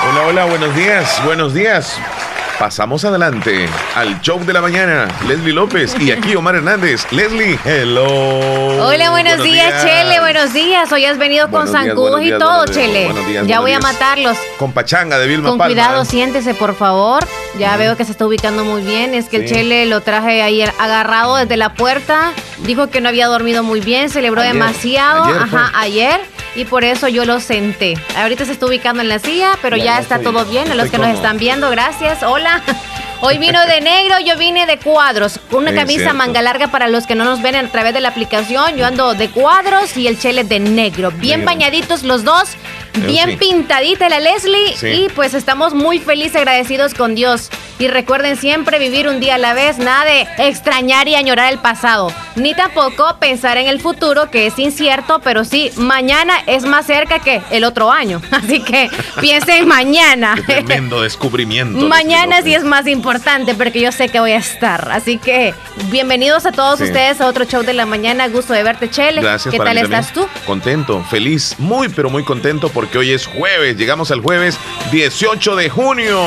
Hola, hola, buenos días. Pasamos adelante al show de la mañana. Leslie López y aquí Omar Hernández. Leslie, hello. Hola, buenos días, Chele, buenos días. Hoy has venido con zancudos y todo, Chele. Ya voy a matarlos. Con pachanga de Vilma Palma. Con cuidado, siéntese, por favor. Ya veo que se está ubicando muy bien. Es que el Chele lo traje ahí agarrado desde la puerta. Dijo que no había dormido muy bien, celebró demasiado. Ayer. Y por eso yo lo senté. Ahorita se está ubicando en la silla, pero ya está todo bien. A los que nos están viendo, gracias. Hola. Hoy vino de negro, yo vine de cuadros. Una camisa manga larga para los que no nos ven a través de la aplicación. Yo ando de cuadros y el Chele de negro. Bien bañaditos los dos. Bien pintadita la Leslie. Y pues estamos muy felices, agradecidos con Dios. Y recuerden siempre vivir un día a la vez. Nada de extrañar y añorar el pasado. Ni tampoco pensar en el futuro, que es incierto. Pero sí, mañana es más cerca que el otro año. Así que piensen mañana. Qué tremendo descubrimiento. Mañana sí es más importante, porque yo sé que voy a estar. Así que bienvenidos a todos ustedes a otro show de la mañana. Gusto de verte, Chele. Gracias. ¿Qué tal estás tú? Contento, feliz, muy pero muy contento porque hoy es jueves. Llegamos al jueves 18 de junio.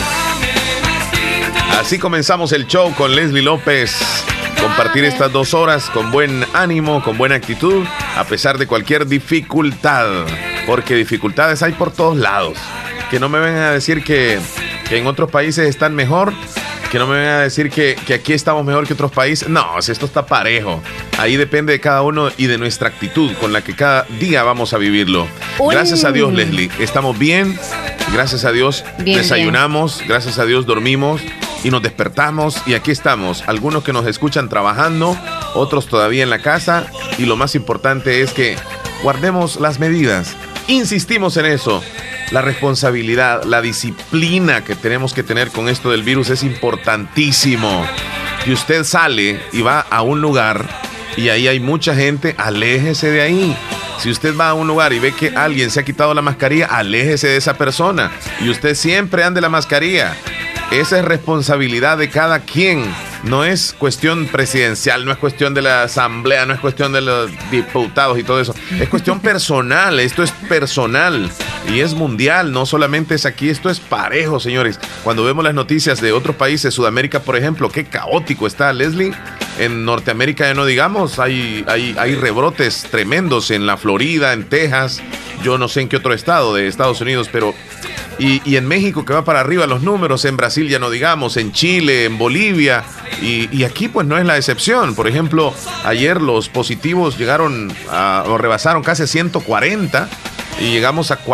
Así comenzamos el show con Leslie López. Compartir estas 2 horas con buen ánimo, con buena actitud, a pesar de cualquier dificultad. Porque dificultades hay por todos lados. Que no me vengan a decir que en otros países están mejor. Que no me vengan a decir que aquí estamos mejor que otros países. No, esto está parejo. Ahí depende de cada uno y de nuestra actitud con la que cada día vamos a vivirlo. Gracias a Dios, Leslie, estamos bien. Gracias a Dios desayunamos. Gracias a Dios dormimos y nos despertamos. Y aquí estamos. Algunos que nos escuchan trabajando, otros todavía en la casa. Y lo más importante es que guardemos las medidas. Insistimos en eso. La responsabilidad, la disciplina que tenemos que tener con esto del virus es importantísimo. Si usted sale y va a un lugar y ahí hay mucha gente, aléjese de ahí. Si usted va a un lugar y ve que alguien se ha quitado la mascarilla, aléjese de esa persona. Y usted siempre ande la mascarilla. Esa es responsabilidad de cada quien. No es cuestión presidencial, no es cuestión de la asamblea, no es cuestión de los diputados y todo eso. Es cuestión personal, esto es personal y es mundial, no solamente es aquí, esto es parejo, señores. Cuando vemos las noticias de otros países, Sudamérica, por ejemplo, qué caótico está, Leslie. En Norteamérica ya no digamos, hay rebrotes tremendos en la Florida, en Texas, yo no sé en qué otro estado de Estados Unidos, pero... Y en México que va para arriba los números, en Brasil ya no digamos, en Chile, en Bolivia, y aquí pues no es la excepción. Por ejemplo, ayer los positivos rebasaron casi 140 y llegamos a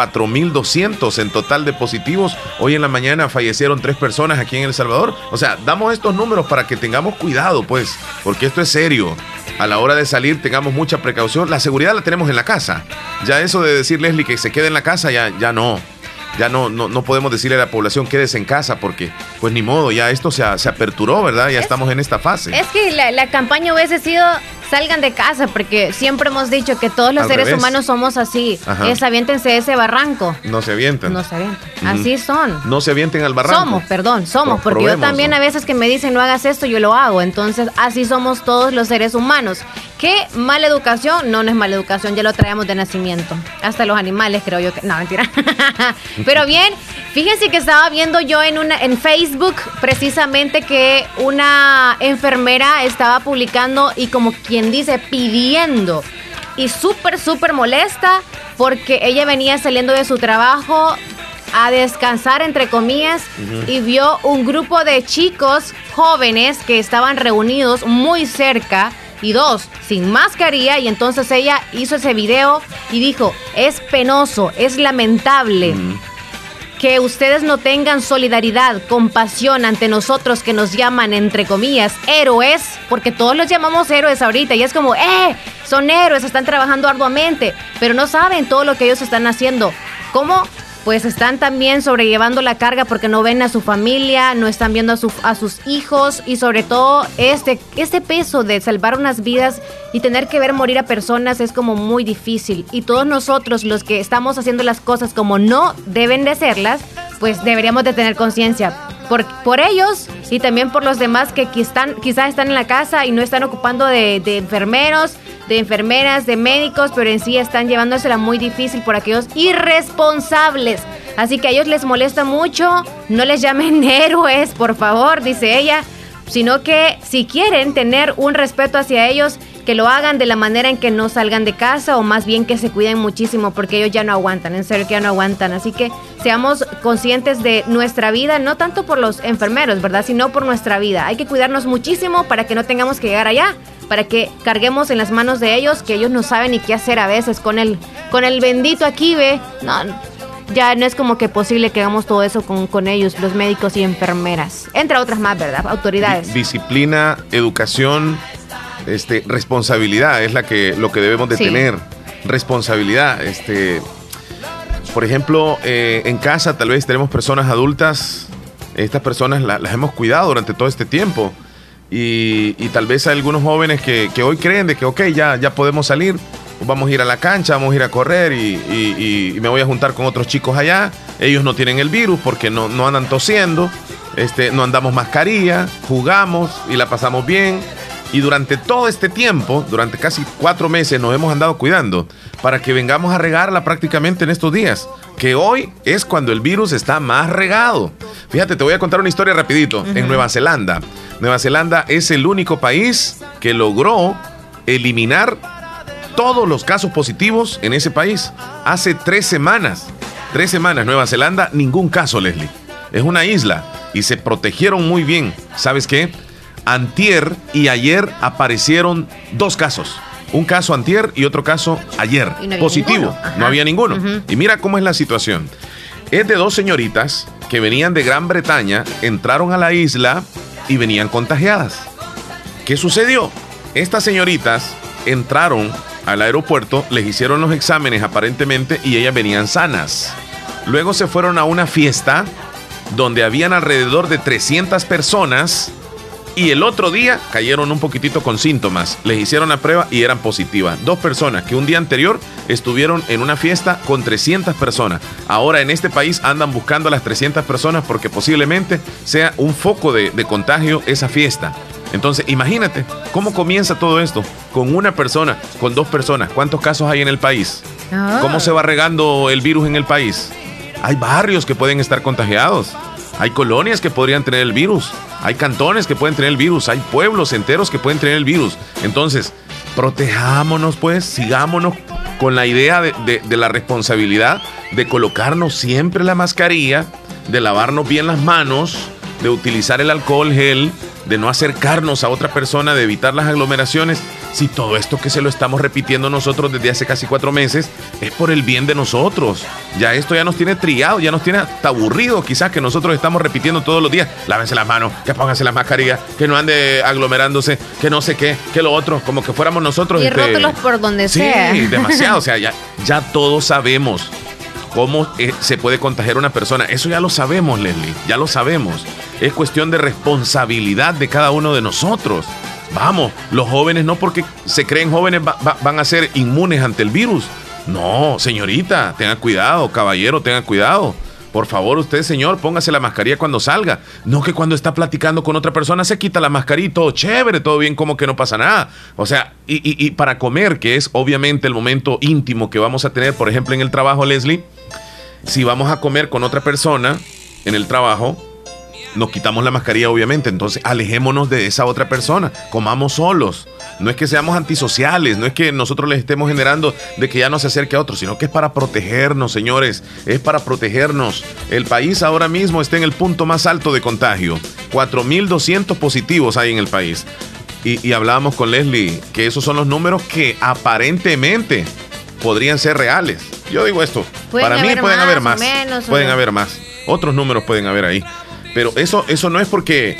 4,200 en total de positivos. Hoy en la mañana fallecieron 3 personas aquí en El Salvador. O sea, damos estos números para que tengamos cuidado, pues, porque esto es serio. A la hora de salir tengamos mucha precaución. La seguridad la tenemos en la casa. Ya eso de decir, Leslie, que se quede en la casa, ya no. Ya no podemos decirle a la población quédese en casa porque, pues ni modo, ya esto se aperturó, ¿verdad? Ya estamos en esta fase. Es que la campaña hubiese sido salgan de casa, porque siempre hemos dicho que todos los seres humanos somos así. Aviéntense ese barranco. No se avientan. Así son. No se avienten al barranco. Somos, porque yo también a veces que me dicen no hagas esto, yo lo hago. Entonces, así somos todos los seres humanos. ¿Qué mala educación? No es mala educación, ya lo traemos de nacimiento. Hasta los animales, creo yo que... No, mentira. Pero bien, fíjense que estaba viendo yo en Facebook precisamente que una enfermera estaba publicando y como quien dice, pidiendo y súper molesta porque ella venía saliendo de su trabajo a descansar, entre comillas, y vio un grupo de chicos jóvenes que estaban reunidos muy cerca y 2 sin mascarilla, y entonces ella hizo ese video y dijo, es penoso, es lamentable que ustedes no tengan solidaridad, compasión ante nosotros que nos llaman, entre comillas, héroes, porque todos los llamamos héroes ahorita, y es como, son héroes, están trabajando arduamente, pero no saben todo lo que ellos están haciendo. ¿Cómo? Pues están también sobrellevando la carga porque no ven a su familia, no están viendo a sus hijos, y sobre todo este peso de salvar unas vidas y tener que ver morir a personas es como muy difícil. Y todos nosotros, los que estamos haciendo las cosas como no deben de hacerlas, pues deberíamos de tener conciencia por ellos y también por los demás que quizás están en la casa y no están ocupando de enfermeros, de enfermeras, de médicos, pero en sí están llevándosela muy difícil por aquellos irresponsables. Así que a ellos les molesta mucho, no les llamen héroes, por favor, dice ella, sino que si quieren tener un respeto hacia ellos, que lo hagan de la manera en que no salgan de casa, o más bien que se cuiden muchísimo, porque ellos ya no aguantan, en serio que ya no aguantan. Así que seamos conscientes de nuestra vida, no tanto por los enfermeros, ¿verdad?, sino por nuestra vida. Hay que cuidarnos muchísimo para que no tengamos que llegar allá, para que carguemos en las manos de ellos, que ellos no saben ni qué hacer a veces con el bendito aquí, ve. No, ya no es como que posible que hagamos todo eso con ellos, los médicos y enfermeras, entre otras más, ¿verdad?, autoridades. Disciplina, educación, responsabilidad es lo que debemos de tener. Responsabilidad. Por ejemplo, en casa tal vez tenemos personas adultas. Estas personas las hemos cuidado durante todo este tiempo. Y tal vez hay algunos jóvenes que hoy creen de que ok, ya podemos salir. Vamos a ir a la cancha, vamos a ir a correr y me voy a juntar con otros chicos allá. Ellos no tienen el virus porque no andan tosiendo. No andamos mascarilla, jugamos y la pasamos bien. Y durante todo este tiempo, durante casi 4 meses, nos hemos andado cuidando para que vengamos a regarla prácticamente en estos días, que hoy es cuando el virus está más regado. Fíjate, te voy a contar una historia rapidito. En Nueva Zelanda. Nueva Zelanda es el único país que logró eliminar todos los casos positivos en ese país. Hace 3 semanas, Nueva Zelanda, ningún caso, Leslie. Es una isla y se protegieron muy bien. ¿Sabes qué? Antier y ayer aparecieron 2 casos. Un caso antier y otro caso ayer. No positivo. No había ninguno. Y mira cómo es la situación. Es de 2 señoritas que venían de Gran Bretaña, entraron a la isla y venían contagiadas. ¿Qué sucedió? Estas señoritas entraron al aeropuerto, les hicieron los exámenes aparentemente y ellas venían sanas. Luego se fueron a una fiesta donde habían alrededor de 300 personas. Y el otro día cayeron un poquitito con síntomas. Les hicieron la prueba y eran positivas. 2 personas que un día anterior estuvieron en una fiesta con 300 personas. Ahora en este país andan buscando a las 300 personas porque posiblemente sea un foco de contagio esa fiesta. Entonces, imagínate cómo comienza todo esto. Con una persona, con 2 personas. ¿Cuántos casos hay en el país? ¿Cómo se va regando el virus en el país? Hay barrios que pueden estar contagiados. Hay colonias que podrían tener el virus. Hay cantones que pueden tener el virus. Hay pueblos enteros que pueden tener el virus. Entonces, protejámonos pues, sigámonos con la idea de la responsabilidad de colocarnos siempre la mascarilla, de lavarnos bien las manos, de utilizar el alcohol gel, de no acercarnos a otra persona, de evitar las aglomeraciones. Si todo esto que se lo estamos repitiendo nosotros desde hace casi 4 meses es por el bien de nosotros. Ya esto ya nos tiene trillado, ya nos tiene hasta aburrido quizás que nosotros estamos repitiendo todos los días. Lávense las manos, que pónganse las mascarillas, que no ande aglomerándose, que no sé qué, que lo otro, como que fuéramos nosotros. Y rótulos por donde sea. Sí, demasiado, o sea, ya todos sabemos cómo se puede contagiar una persona. Eso ya lo sabemos, Leslie, ya lo sabemos. Es cuestión de responsabilidad de cada uno de nosotros. Vamos, los jóvenes no porque se creen jóvenes van a ser inmunes ante el virus. No, señorita, tenga cuidado, caballero, tenga cuidado. Por favor, usted, señor, póngase la mascarilla cuando salga. No que cuando está platicando con otra persona se quita la mascarilla y todo chévere, todo bien, como que no pasa nada. O sea, y para comer, que es obviamente el momento íntimo que vamos a tener, por ejemplo, en el trabajo, Leslie, si vamos a comer con otra persona en el trabajo, nos quitamos la mascarilla, obviamente. Entonces, alejémonos de esa otra persona. Comamos solos. No es que seamos antisociales, no es que nosotros les estemos generando de que ya no se acerque a otros, sino que es para protegernos, señores. Es para protegernos. El país ahora mismo está en el punto más alto de contagio. 4.200 positivos hay en el país. Y hablábamos con Leslie que esos son los números que aparentemente podrían ser reales. Yo digo esto. Para mí pueden haber más. Pueden haber más. Otros números pueden haber ahí. Pero eso no es porque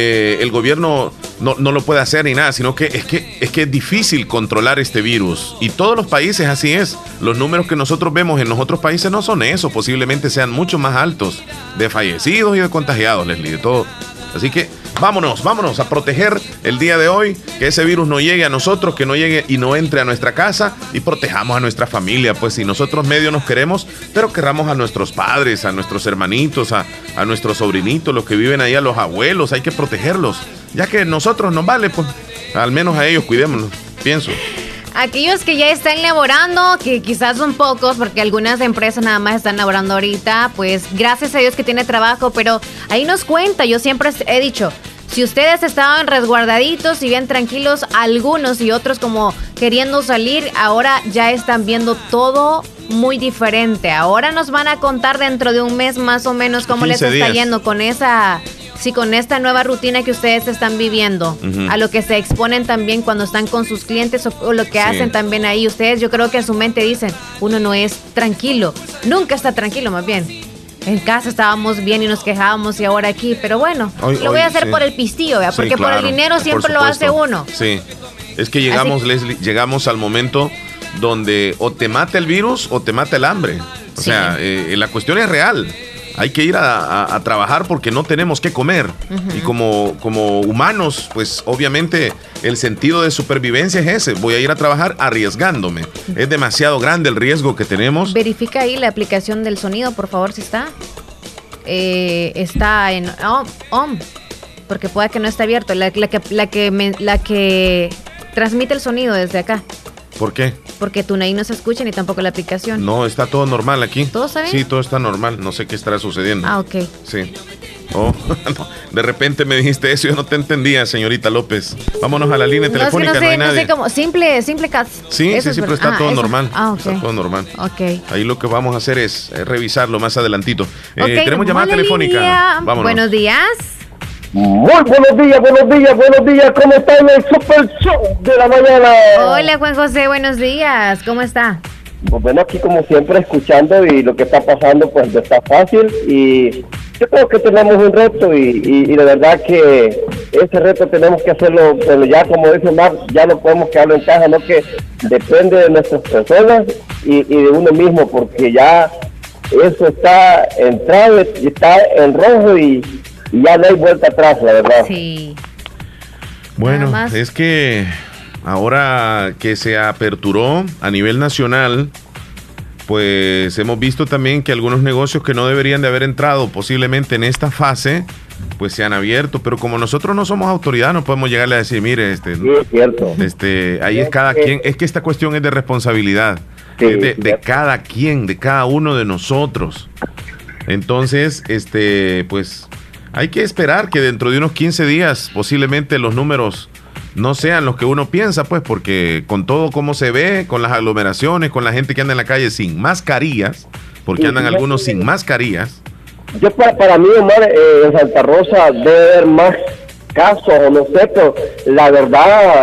el gobierno no lo puede hacer ni nada, sino que es que es difícil controlar este virus. Y todos los países así es. Los números que nosotros vemos en los otros países no son eso. Posiblemente sean mucho más altos de fallecidos y de contagiados, Leslie, de todo. Así que vámonos a proteger el día de hoy, que ese virus no llegue a nosotros, que no llegue y no entre a nuestra casa, y protejamos a nuestra familia. Pues si nosotros medio nos queremos, pero querramos a nuestros padres, a nuestros hermanitos, a nuestros sobrinitos, los que viven ahí, a los abuelos, hay que protegerlos. Ya que nosotros nos vale, pues al menos a ellos cuidémoslos, pienso. Aquellos que ya están laborando, que quizás son pocos, porque algunas empresas nada más están laborando ahorita, pues gracias a Dios que tiene trabajo, pero ahí nos cuenta, yo siempre he dicho, si ustedes estaban resguardaditos y bien tranquilos, algunos y otros como queriendo salir, ahora ya están viendo todo muy diferente. Ahora nos van a contar dentro de un mes más o menos cómo les está yendo con esa... Sí, con esta nueva rutina que ustedes están viviendo, a lo que se exponen también cuando están con sus clientes o lo que hacen también ahí. Ustedes, yo creo que en su mente dicen, uno no es tranquilo, nunca está tranquilo más bien. En casa estábamos bien y nos quejábamos y ahora aquí, pero bueno, lo voy a hacer por el pistillo, ¿verdad? Porque por el dinero siempre lo hace uno. Sí, es que llegamos, Leslie, llegamos al momento donde o te mata el virus o te mata el hambre. O sea, la cuestión es real. Hay que ir a trabajar porque no tenemos que comer. Y como humanos, pues obviamente el sentido de supervivencia es ese. Voy a ir a trabajar arriesgándome. Es demasiado grande el riesgo que tenemos. Verifica ahí la aplicación del sonido, por favor, si está. Está en on, porque puede que no esté abierto. La que transmite el sonido desde acá. ¿Por qué? Porque TuneIn no se escucha ni tampoco la aplicación. No, está todo normal aquí. ¿Todo está bien? Sí, todo está normal. No sé qué estará sucediendo. Ah, ok. Sí. Oh, no. De repente me dijiste eso, yo no te entendía, señorita López. Vámonos a la línea telefónica, no hay nadie. No sé cómo, simple cast. Sí, eso sí, pero está todo normal. Ah, ok. Está todo normal. Ok. Ahí lo que vamos a hacer es revisarlo más adelantito. Tenemos llamada telefónica. Vámonos. Buenos días. Muy buenos días, ¿cómo está en el Super Show de la mañana? Hola Juan José, buenos días, ¿cómo está? Pues bueno, aquí como siempre escuchando y lo que está pasando pues no está fácil y yo creo que tenemos un reto y de verdad que ese reto tenemos que hacerlo, pero ya como dice Mar, ya no podemos quedarlo en casa, no que depende de nuestras personas y de uno mismo porque ya eso está entrado y está en rojo y ya no hay vuelta atrás, la verdad. Sí. Bueno, es que ahora que se aperturó a nivel nacional, pues hemos visto también que algunos negocios que no deberían de haber entrado posiblemente en esta fase, pues se han abierto, pero como nosotros no somos autoridad, no podemos llegarle a decir, mire, sí, es cierto. Ahí es cada quien, es que esta cuestión es de responsabilidad, sí, es de cada quien, de cada uno de nosotros. Entonces, pues hay que esperar que dentro de unos 15 días posiblemente los números no sean los que uno piensa, pues, porque con todo como se ve, con las aglomeraciones, con la gente que anda en la calle sin mascarillas, porque andan algunos sin mascarillas. Yo para mí, Omar, en Santa Rosa debe haber más casos, o no sé, pero la verdad,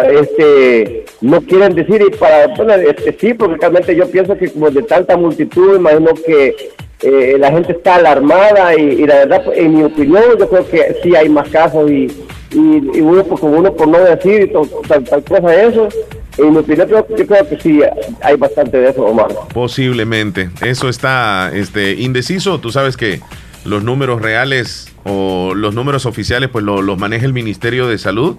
no quieren decir, y sí, porque realmente yo pienso que como de tanta multitud, imagino que la gente está alarmada y la verdad, en mi opinión, yo creo que sí hay más casos y uno por no decir tal cosa de eso, en mi opinión yo creo que sí hay bastante de eso, Omar. Posiblemente, eso está indeciso, tú sabes que los números reales o los números oficiales pues los maneja el Ministerio de Salud.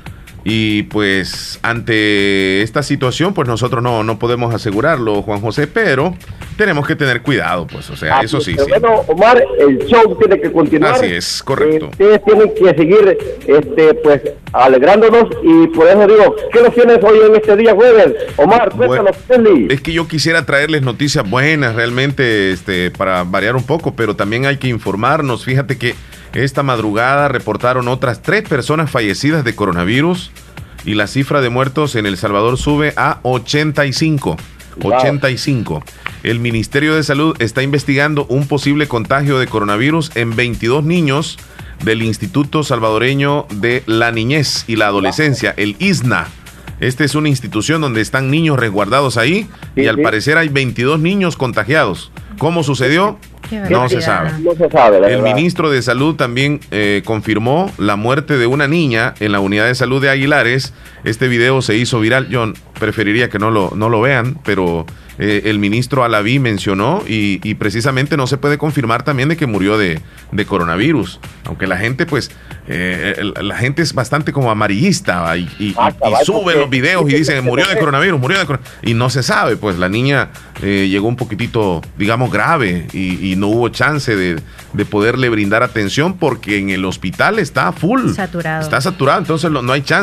Y pues ante esta situación pues nosotros no podemos asegurarlo, Juan José, pero tenemos que tener cuidado, pues, o sea, eso sí. Bueno, Omar, el show tiene que continuar. Así es, correcto. Ustedes tienen que seguir, pues, alegrándonos y por eso digo, ¿qué nos tienes hoy en este día jueves? Omar, cuéntanos, bueno, es que yo quisiera traerles noticias buenas realmente, para variar un poco, pero también hay que informarnos. Fíjate que esta madrugada reportaron otras 3 personas fallecidas de coronavirus y la cifra de muertos en El Salvador sube a 85. Wow. 85. El Ministerio de Salud está investigando un posible contagio de coronavirus en 22 niños del Instituto Salvadoreño de la Niñez y la Adolescencia, el ISNA. Esta es una institución donde están niños resguardados ahí y al parecer hay 22 niños contagiados. ¿Cómo sucedió? No se sabe. No se sabe, el ministro de Salud también confirmó la muerte de una niña en la unidad de salud de Aguilares. Este video se hizo viral. Yo preferiría que no lo vean, pero el ministro Alaví mencionó y precisamente no se puede confirmar también de que murió de coronavirus. Aunque la gente, pues, la gente es bastante como amarillista y sube los videos y dicen murió de coronavirus, y no se sabe. Pues la niña llegó un poquitito, digamos, grave y no hubo chance de poderle brindar atención porque en el hospital está full. Saturado. Está saturado, entonces no hay chance.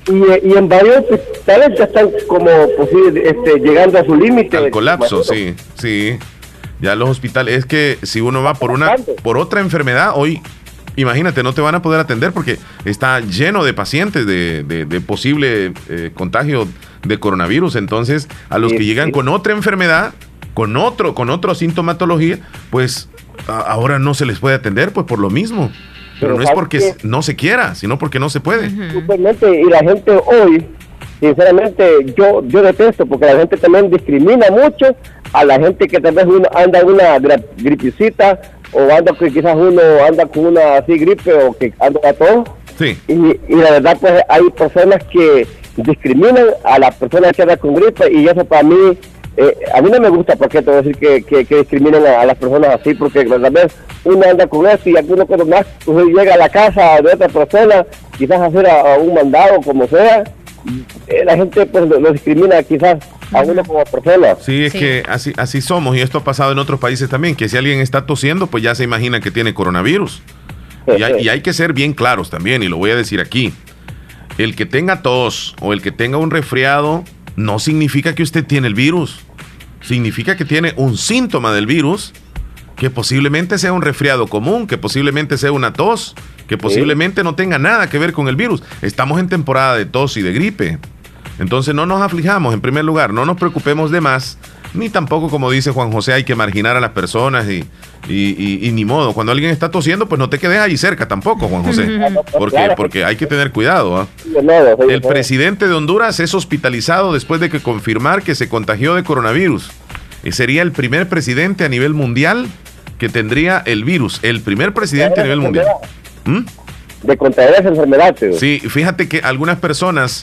Y en varios hospitales ya están como llegando a su límite. Al colapso, sí, sí. Ya los hospitales, es que si uno va por otra enfermedad, hoy, imagínate, no te van a poder atender porque está lleno de pacientes de posible contagio de coronavirus. Entonces, a los que llegan con otra enfermedad, con otro sintomatología, pues ahora no se les puede atender, pues por lo mismo. Pero no es porque no se quiera, sino porque no se puede. Simplemente, y la gente hoy, sinceramente, yo detesto, porque la gente también discrimina mucho a la gente que tal vez uno anda una gripecita, o anda que quizás uno anda con una así gripe, o que anda a todo. Sí. Y la verdad, pues hay personas que discriminan a las personas que andan con gripe, y eso para mí, a mí no me gusta, porque te voy a decir que discriminen a las personas así, porque tal vez uno anda con esto y alguno cuando más pues, llega a la casa de otra persona, quizás hacer a un mandado, como sea, la gente pues lo discrimina quizás a uno como persona. Sí, es que así somos, y esto ha pasado en otros países también, que si alguien está tosiendo, pues ya se imagina que tiene coronavirus. Y hay que ser bien claros también, y lo voy a decir aquí. El que tenga tos o el que tenga un resfriado no significa que usted tiene el virus. Significa que tiene un síntoma del virus, que posiblemente sea un resfriado común, que posiblemente sea una tos, que posiblemente no tenga nada que ver con el virus. Estamos en temporada de tos y de gripe. Entonces no nos aflijamos, en primer lugar, no nos preocupemos de más, ni tampoco, como dice Juan José, hay que marginar a las personas y ni modo. Cuando alguien está tosiendo, pues no te quedes ahí cerca tampoco, Juan José, porque hay que tener cuidado. El presidente de Honduras es hospitalizado después de que confirmar que se contagió de coronavirus. Y sería el primer presidente a nivel mundial que tendría el virus, el primer presidente a nivel mundial. De contagiar esa enfermedad, tío. Sí, fíjate que algunas personas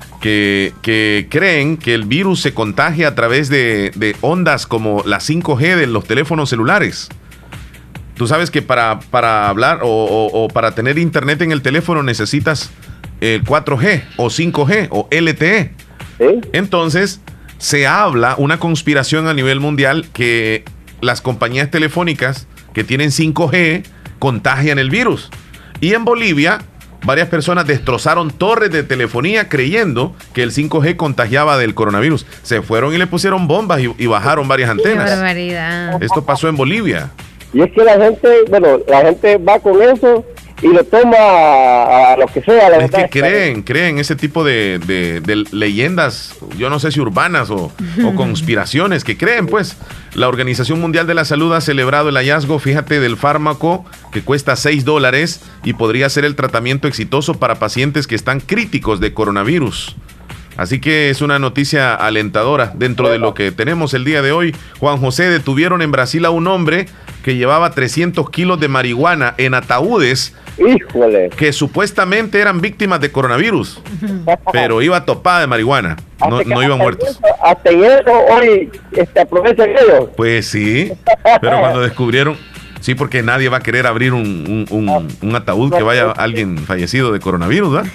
que creen que el virus se contagia a través de ondas como la 5G de los teléfonos celulares. Tú sabes que para hablar o para tener internet en el teléfono necesitas 4G o 5G o LTE. ¿Sí? Entonces, se habla una conspiración a nivel mundial que las compañías telefónicas que tienen 5G contagian el virus. Y en Bolivia, varias personas destrozaron torres de telefonía creyendo que el 5G contagiaba del coronavirus. Se fueron y le pusieron bombas y bajaron varias antenas. ¡Qué barbaridad! Esto pasó en Bolivia. Y es que la gente va con eso y lo toma a lo que sea. Es que creen ese tipo de leyendas, yo no sé si urbanas o conspiraciones, que creen, pues. La Organización Mundial de la Salud ha celebrado el hallazgo, fíjate, del fármaco que cuesta $6 y podría ser el tratamiento exitoso para pacientes que están críticos de coronavirus. Así que es una noticia alentadora dentro de lo que tenemos el día de hoy. Juan José, detuvieron en Brasil a un hombre que llevaba 300 kilos de marihuana en ataúdes. ¡Híjole! Que supuestamente eran víctimas de coronavirus, pero iba topada de marihuana, no iban muertos. Hasta eso hoy aprovechan ellos. Pues sí, pero cuando descubrieron... Sí, porque nadie va a querer abrir un ataúd que vaya alguien fallecido de coronavirus, ¿verdad?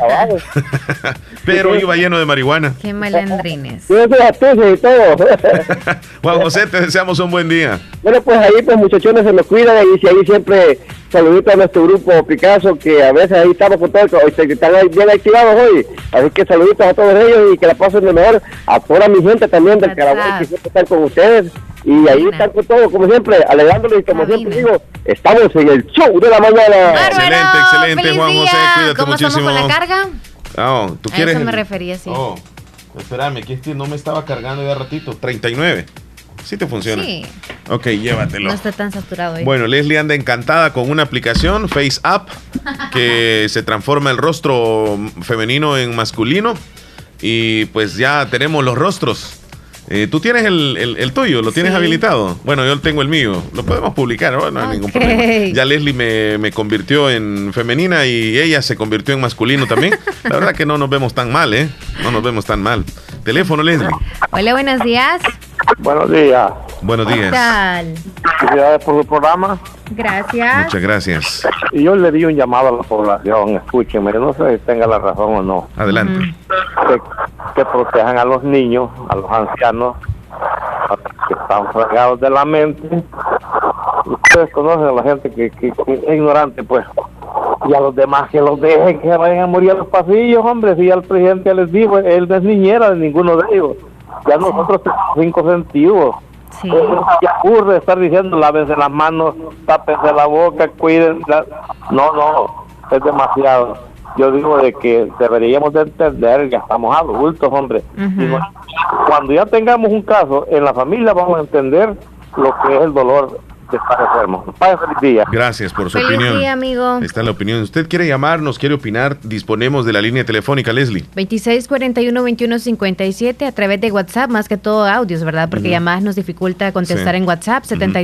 Pero iba lleno de marihuana. Qué malandrines. Y todo. Juan José, te deseamos un buen día. Bueno, pues ahí, pues muchachones, se nos cuidan y ahí siempre saluditos a nuestro grupo Picasso, que a veces ahí estamos con todos, están ahí bien activados hoy. Así que saluditos a todos ellos y que la pasen de mejor. A toda mi gente también del Caraguay, que siempre están con ustedes. Y ahí están con todo, como siempre, alegándoles, y como siempre digo, estamos en el show de la mañana. Excelente, Juan José, cuídate ¿Cómo muchísimo. ¿Cómo estamos con la carga? ¿Tú quieres? A eso me refería, sí. Espérame, que no me estaba cargando ya ratito. 39. Sí te funciona. Sí. Ok, llévatelo. No está tan saturado hoy. Bueno, Leslie anda encantada con una aplicación, Face App, que se transforma el rostro femenino en masculino. Y pues ya tenemos los rostros. Tú tienes el tuyo, ¿lo tienes habilitado? Bueno, yo tengo el mío. Lo podemos publicar, no hay ningún problema. Ya Leslie me convirtió en femenina y ella se convirtió en masculino también. La verdad que no nos vemos tan mal, ¿eh? No nos vemos tan mal. Teléfono, Leslie. Hola, buenos días. Buenos días. Buenos días. ¿Qué tal? Felicidades por su programa. Gracias. Muchas gracias. Y yo le di un llamado a la población, escúcheme, no sé si tenga la razón o no. Adelante. Que protejan a los niños, a los ancianos, a los que están fregados de la mente. Ustedes conocen a la gente que es ignorante, pues. Y a los demás que los dejen, que vayan a morir a los pasillos, hombre. Si ya el presidente les dijo, él no es niñera de ninguno de ellos. Ya nosotros tenemos 5 sentidos. Sí. Ya ocurre estar diciendo, lávense las manos, tápense la boca, cuiden. No, es demasiado. Yo digo de que deberíamos de entender, ya estamos adultos, hombre. Uh-huh. Cuando ya tengamos un caso en la familia, vamos a entender lo que es el dolor de estar enfermo. Feliz día. Gracias por su feliz opinión. Día, amigo. Está la opinión. ¿Usted quiere llamar, nos quiere opinar? Disponemos de la línea telefónica, Leslie. 2641-2157 a través de WhatsApp, más que todo audios, ¿verdad? Porque llamadas nos dificulta contestar en WhatsApp,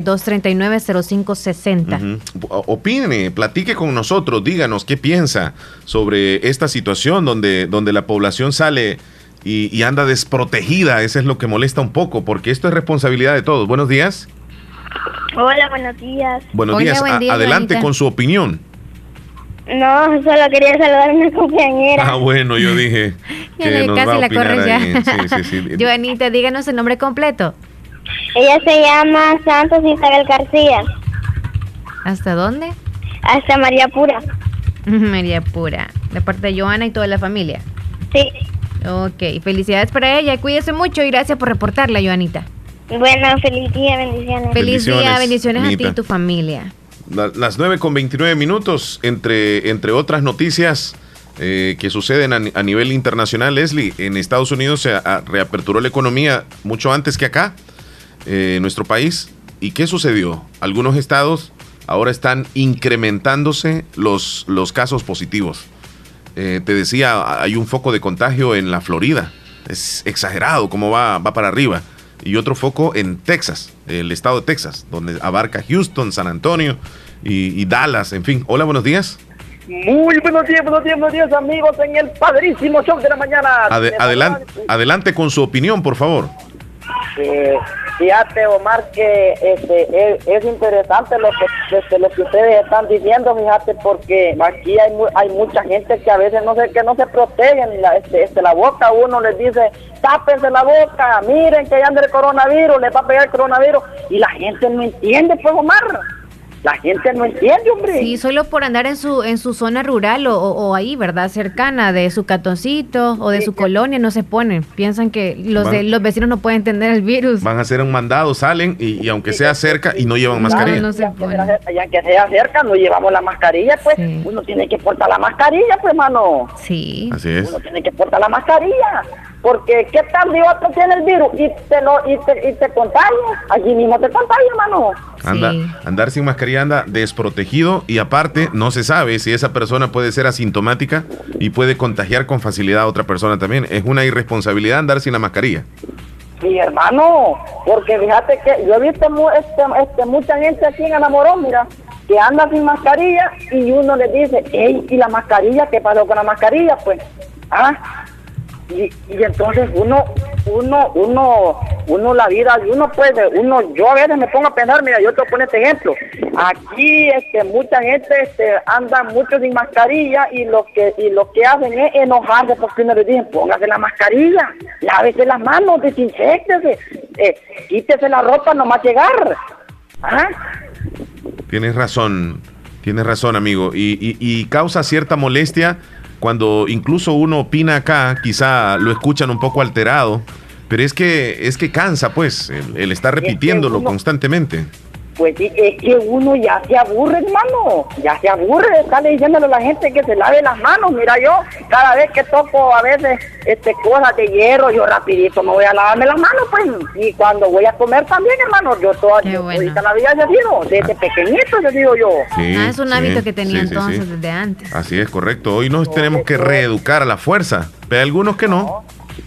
7239-0560. Opine, platique con nosotros, díganos qué piensa sobre esta situación donde la población sale y anda desprotegida. Eso es lo que molesta un poco, porque esto es responsabilidad de todos. Buenos días. Hola, buenos días. Buenos días, adelante Juanita. Con su opinión. No, solo quería saludar a una compañera. Ah, bueno, yo dije que nos va a opinar ahí. Sí. Joanita, díganos el nombre completo. Ella se llama Santos Isabel García. ¿Hasta dónde? Hasta María Pura. María Pura, de parte de Joana y toda la familia. Sí. Ok, felicidades para ella, cuídese mucho y gracias por reportarla, Joanita. Bueno, feliz día, bendiciones. Feliz día, bendiciones Anita. A ti y tu familia. Las 9:29, entre otras noticias que suceden a nivel internacional, Leslie, en Estados Unidos se reaperturó la economía mucho antes que acá, en nuestro país. ¿Y qué sucedió? Algunos estados ahora están incrementándose los casos positivos. Te decía, hay un foco de contagio en la Florida. Es exagerado cómo va para arriba. Y otro foco en Texas, el estado de Texas, donde abarca Houston, San Antonio y Dallas, en fin. Hola, buenos días. Muy buenos días, amigos, en el padrísimo show de la mañana. Adelante con su opinión, por favor. Fíjate, Omar, que es interesante lo que ustedes están diciendo, fíjate, porque aquí hay mucha gente que a veces no se protegen la boca. Uno les dice, tápense la boca, miren que ya anda el coronavirus, les va a pegar el coronavirus, y la gente no entiende, pues, Omar. La gente no entiende, hombre. Sí, solo por andar en su zona rural o ahí, ¿verdad? Cercana de su catoncito o de su colonia, no se ponen. Piensan que los vecinos no pueden entender el virus. Van a hacer un mandado, salen y aunque sea cerca y no llevan mascarilla. No se ponen. Aunque sea cerca, no llevamos la mascarilla, pues. Sí. Uno tiene que portar la mascarilla, pues, mano. Sí. Así es. Uno tiene que portar la mascarilla. Porque qué tal si otro tiene el virus y te contagia, allí mismo te contagia, mano. Andar sin mascarilla anda desprotegido y aparte no se sabe si esa persona puede ser asintomática y puede contagiar con facilidad a otra persona también. Es una irresponsabilidad andar sin la mascarilla. Sí, hermano, porque fíjate que yo he visto mucha gente aquí en Enamorón, mira, que anda sin mascarilla y uno le dice, ¿y la mascarilla? ¿Qué pasó con la mascarilla? Pues, Y entonces uno la vida, yo a veces me pongo a pensar, mira, yo te voy a poner este ejemplo. Aquí mucha gente anda mucho sin mascarilla y lo que hacen es enojarse porque uno les dice, póngase la mascarilla, lávese las manos, desinféctese, quítese la ropa nomás llegar. Tienes razón, amigo, y causa cierta molestia cuando incluso uno opina acá, quizá lo escuchan un poco alterado, pero es que cansa, pues, el estar repitiéndolo constantemente. Pues sí, es que uno ya se aburre, hermano, ya se aburre de estarle diciéndole a la gente que se lave las manos. Mira, yo cada vez que toco a veces cosas de hierro, yo rapidito me voy a lavarme las manos, pues, y cuando voy a comer también, hermano, yo toda la vida ya digo, desde pequeñito, yo digo yo. Sí, es un hábito que tenía entonces desde antes. Así es, correcto. Hoy nos tenemos que reeducar a la fuerza, pero hay algunos que no.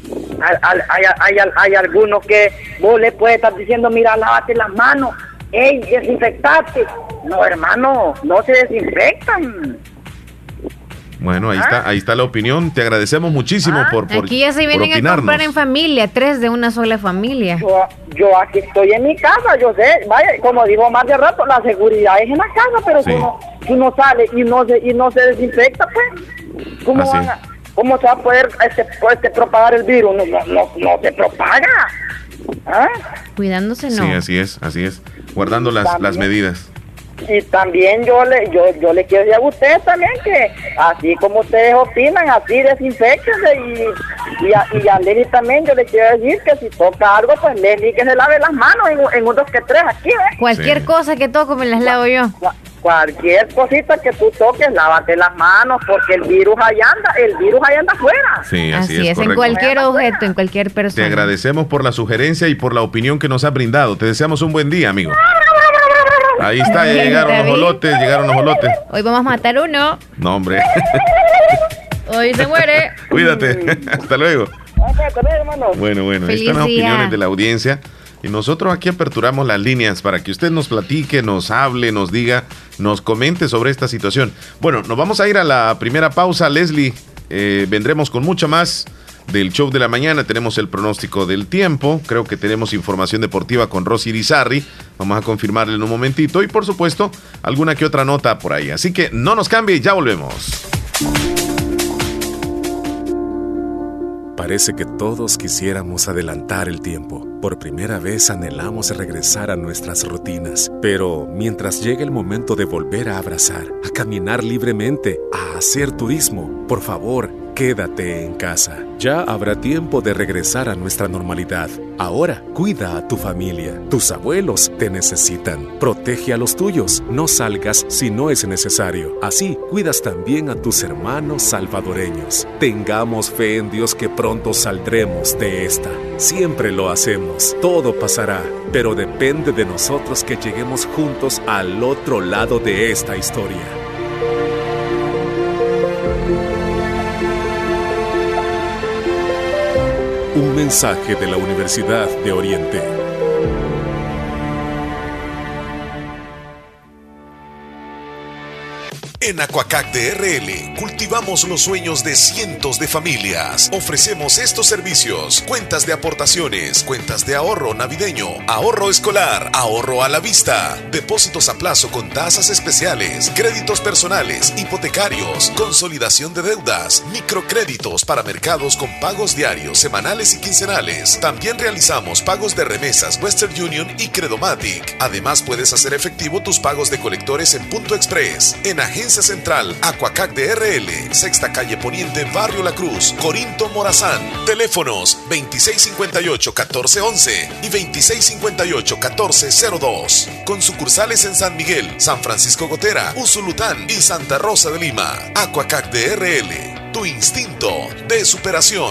Hay algunos que vos le puedes estar diciendo, mira, lávate las manos. ¡Ey, desinfectate! No, hermano, no se desinfectan. Bueno, ahí está la opinión. Te agradecemos muchísimo por aquí ya se vienen a comprar en familia, 3 de una sola familia. Yo aquí estoy en mi casa, yo sé, vaya, como digo más de rato, la seguridad es en la casa, pero si uno sale y no se desinfecta, pues, ¿cómo se va a poder propagar el virus? No se propaga. Cuidándose, no. Sí, así es. Guardando las medidas. Y también yo le quiero decir a ustedes también que así como ustedes opinan, así desinféctense y a Leslie también yo le quiero decir que si toca algo, pues Leslie que se lave las manos en un 2 que 3 aquí, ¿ves? Cualquier cosa que toco me las lavo yo. Cualquier cosita que tú toques, lávate las manos, porque el virus ahí anda afuera. Sí, así es, en cualquier objeto, en cualquier persona. Te agradecemos por la sugerencia y por la opinión que nos has brindado. Te deseamos un buen día, amigo. Ahí está, ya llegaron los jolotes. Hoy vamos a matar uno. No, hombre. Hoy se muere. Cuídate. Hasta luego. Hasta luego, hermano. Bueno, ahí están las opiniones de la audiencia. Y nosotros aquí aperturamos las líneas para que usted nos platique, nos hable, nos diga, nos comente sobre esta situación. Bueno, nos vamos a ir a la primera pausa, Leslie. Vendremos con mucho más del show de la mañana. Tenemos el pronóstico del tiempo. Creo que tenemos información deportiva con Rosy Irizarry. Vamos a confirmarle en un momentito. Y por supuesto, alguna que otra nota por ahí. Así que no nos cambie, ya volvemos. Parece que todos quisiéramos adelantar el tiempo. Por primera vez anhelamos regresar a nuestras rutinas. Pero mientras llegue el momento de volver a abrazar, a caminar libremente, a hacer turismo, por favor, quédate en casa. Ya habrá tiempo de regresar a nuestra normalidad. Ahora, cuida a tu familia. Tus abuelos te necesitan. Protege a los tuyos. No salgas si no es necesario. Así, cuidas también a tus hermanos salvadoreños. Tengamos fe en Dios que pronto saldremos de esta. Siempre lo hacemos. Todo pasará. Pero depende de nosotros que lleguemos juntos al otro lado de esta historia. Un mensaje de la Universidad de Oriente. En Aquacac DRL cultivamos los sueños de cientos de familias. Ofrecemos estos servicios: cuentas de aportaciones, cuentas de ahorro navideño, ahorro escolar, ahorro a la vista, depósitos a plazo con tasas especiales, créditos personales, hipotecarios, consolidación de deudas, microcréditos para mercados con pagos diarios, semanales y quincenales. También realizamos pagos de remesas Western Union y Credomatic. Además, puedes hacer efectivo tus pagos de colectores en Punto Express. En Agencia Central, Aquacac DRL, Sexta Calle Poniente, Barrio La Cruz, Corinto Morazán. Teléfonos 2658-1411 y 2658-1402. Con sucursales en San Miguel, San Francisco Gotera, Usulután y Santa Rosa de Lima. Aquacac DRL, tu instinto de superación.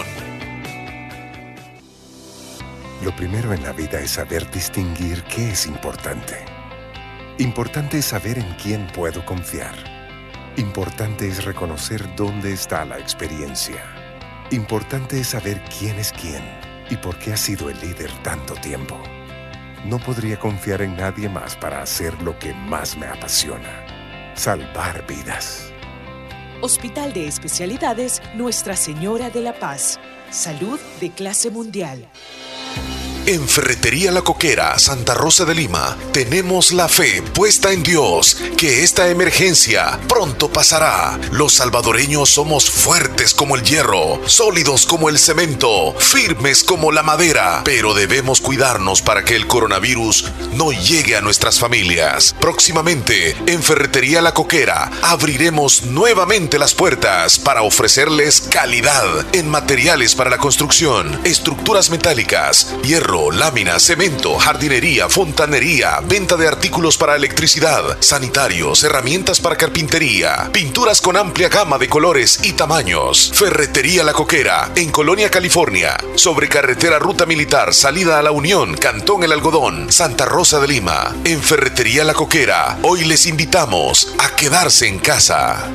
Lo primero en la vida es saber distinguir qué es importante. Importante es saber en quién puedo confiar. Importante es reconocer dónde está la experiencia. Importante es saber quién es quién y por qué ha sido el líder tanto tiempo. No podría confiar en nadie más para hacer lo que más me apasiona: salvar vidas. Hospital de Especialidades Nuestra Señora de la Paz. Salud de clase mundial. En Ferretería La Coquera, Santa Rosa de Lima, tenemos la fe puesta en Dios que esta emergencia pronto pasará. Los salvadoreños somos fuertes como el hierro, sólidos como el cemento, firmes como la madera, pero debemos cuidarnos para que el coronavirus no llegue a nuestras familias. Próximamente, en Ferretería La Coquera, abriremos nuevamente las puertas para ofrecerles calidad en materiales para la construcción, estructuras metálicas, hierro, lámina, cemento, jardinería, fontanería, venta de artículos para electricidad, sanitarios, herramientas para carpintería, pinturas con amplia gama de colores y tamaños. Ferretería La Coquera, en Colonia, California, sobre carretera Ruta Militar, salida a La Unión, Cantón El Algodón, Santa Rosa de Lima. En Ferretería La Coquera, hoy les invitamos a quedarse en casa.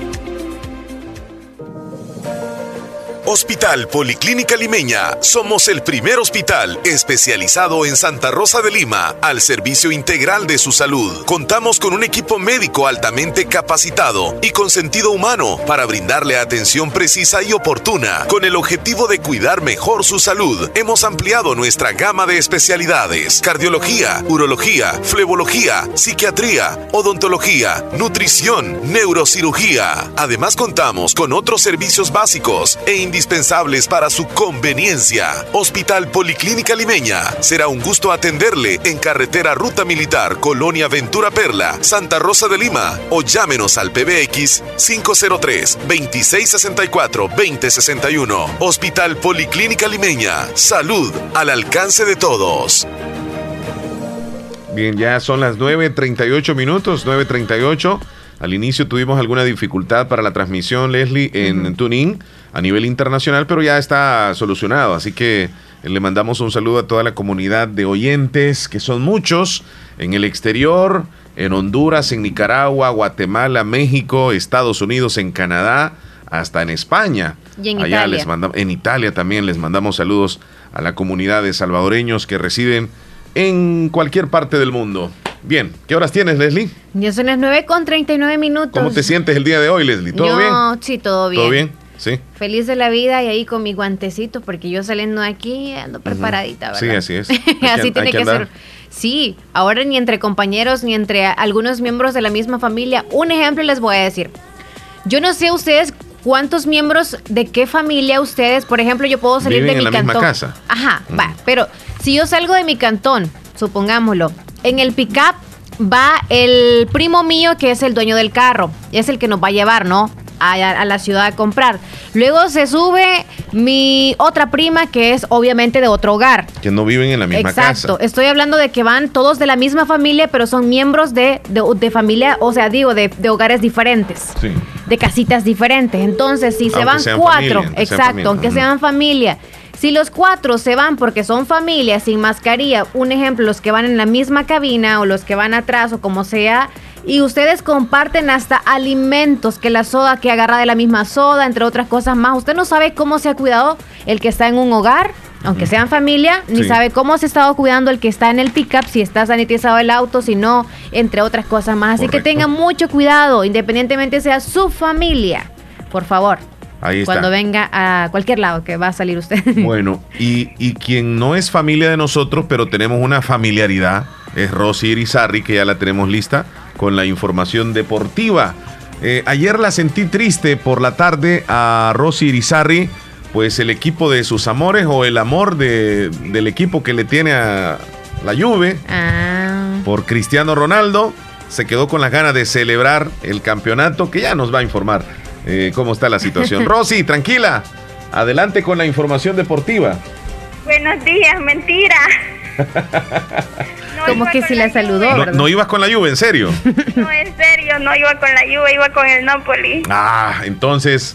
Hospital Policlínica Limeña. Somos el primer hospital especializado en Santa Rosa de Lima al servicio integral de su salud. Contamos con un equipo médico altamente capacitado y con sentido humano para brindarle atención precisa y oportuna. Con el objetivo de cuidar mejor su salud, hemos ampliado nuestra gama de especialidades: cardiología, urología, flebología, psiquiatría, odontología, nutrición, neurocirugía. Además, contamos con otros servicios básicos e indispensables indispensables para su conveniencia. Hospital Policlínica Limeña. Será un gusto atenderle en carretera Ruta Militar, Colonia Ventura Perla, Santa Rosa de Lima. O llámenos al PBX 503-2664-2061. Hospital Policlínica Limeña. Salud al alcance de todos. Bien, ya son las 9:38 minutos, 9:38. Al inicio tuvimos alguna dificultad para la transmisión, Leslie, en TuneIn a nivel internacional, pero ya está solucionado. Así que le mandamos un saludo a toda la comunidad de oyentes, que son muchos, en el exterior, en Honduras, en Nicaragua, Guatemala, México, Estados Unidos, en Canadá, hasta en España. Y en Allá Italia. en Italia también les mandamos saludos a la comunidad de salvadoreños que residen en cualquier parte del mundo. Bien, ¿qué horas tienes, Leslie? Ya son las 9:39 minutos. ¿Cómo te sientes el día de hoy, Leslie? ¿Todo bien? Sí, todo bien. ¿Todo bien? Sí. Feliz de la vida y ahí con mi guantecito, porque yo saliendo de aquí ando preparadita, ¿verdad? Sí, así es. Así tiene que ser. Sí, ahora ni entre compañeros ni entre algunos miembros de la misma familia. Un ejemplo les voy a decir. Yo no sé ustedes cuántos miembros de qué familia ustedes, por ejemplo, yo puedo salir de mi cantón. ¿Viven en la misma casa? Ajá, va, pero si yo salgo de mi cantón, supongámoslo, en el pick-up va el primo mío que es el dueño del carro, es el que nos va a llevar, ¿no? A la ciudad a comprar. Luego se sube mi otra prima que es obviamente de otro hogar. Que no viven en la misma casa. Exacto. Estoy hablando de que van todos de la misma familia, pero son miembros de familia, o sea, digo, de hogares diferentes. Sí. De casitas diferentes. Entonces, si se van cuatro, exacto, aunque sean familia. Si los cuatro se van porque son familias sin mascarilla, un ejemplo, los que van en la misma cabina o los que van atrás o como sea, y ustedes comparten hasta alimentos, que la soda que agarra de la misma soda, entre otras cosas más, usted no sabe cómo se ha cuidado el que está en un hogar, aunque sean familia, ni sabe cómo se ha estado cuidando el que está en el pick-up, si está sanitizado el auto, si no, entre otras cosas más. Así que tengan mucho cuidado, independientemente sea su familia, por favor. Ahí está. Cuando venga a cualquier lado que va a salir usted. Bueno, y quien no es familia de nosotros, pero tenemos una familiaridad, es Rosy Irizarry, que ya la tenemos lista con la información deportiva. Ayer la sentí triste por la tarde a Rosy Irizarry, pues el equipo de sus amores o el amor del equipo que le tiene a la Juve por Cristiano Ronaldo, se quedó con las ganas de celebrar el campeonato, que ya nos va a informar cómo está la situación. Rosy, tranquila, adelante con la información deportiva. Buenos días, mentira. No, como que si la saludó, ¿verdad? No ibas con la Juve, ¿en serio? No, en serio, no iba con la Juve, iba con el Napoli. Entonces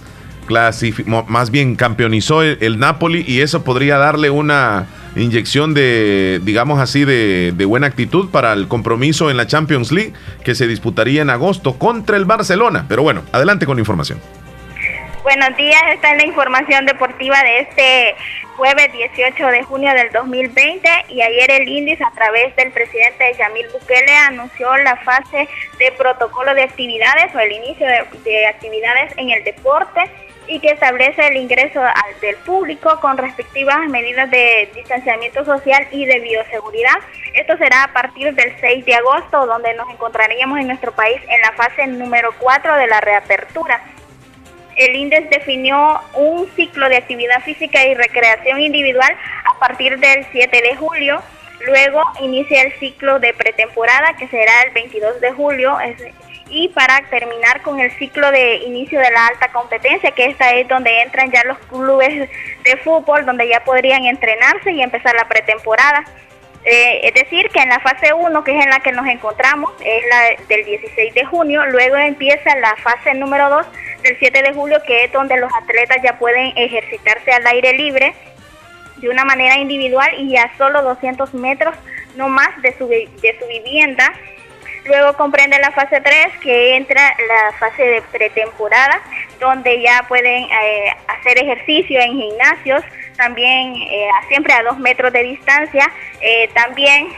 más bien campeonizó el Napoli, y eso podría darle una inyección de, digamos así, de buena actitud para el compromiso en la Champions League que se disputaría en agosto contra el Barcelona. Pero bueno, adelante con la información. Buenos días, esta es la información deportiva de este jueves 18 de junio del 2020, y ayer el INDIS, a través del presidente Yamil Bukele, anunció la fase de protocolo de actividades o el inicio de actividades en el deporte, y que establece el ingreso del público con respectivas medidas de distanciamiento social y de bioseguridad. Esto será a partir del 6 de agosto, donde nos encontraríamos en nuestro país en la fase número 4 de la reapertura. El INDES definió un ciclo de actividad física y recreación individual a partir del 7 de julio. Luego inicia el ciclo de pretemporada, que será el 22 de julio, y para terminar con el ciclo de inicio de la alta competencia, que esta es donde entran ya los clubes de fútbol, donde ya podrían entrenarse y empezar la pretemporada. Es decir, que en la fase 1, que es en la que nos encontramos, es la del 16 de junio, luego empieza la fase número 2 del 7 de julio, que es donde los atletas ya pueden ejercitarse al aire libre de una manera individual y a solo 200 metros no más de su vivienda. Luego comprende la fase 3, que entra la fase de pretemporada, donde ya pueden hacer ejercicio en gimnasios, también siempre a 2 metros de distancia. También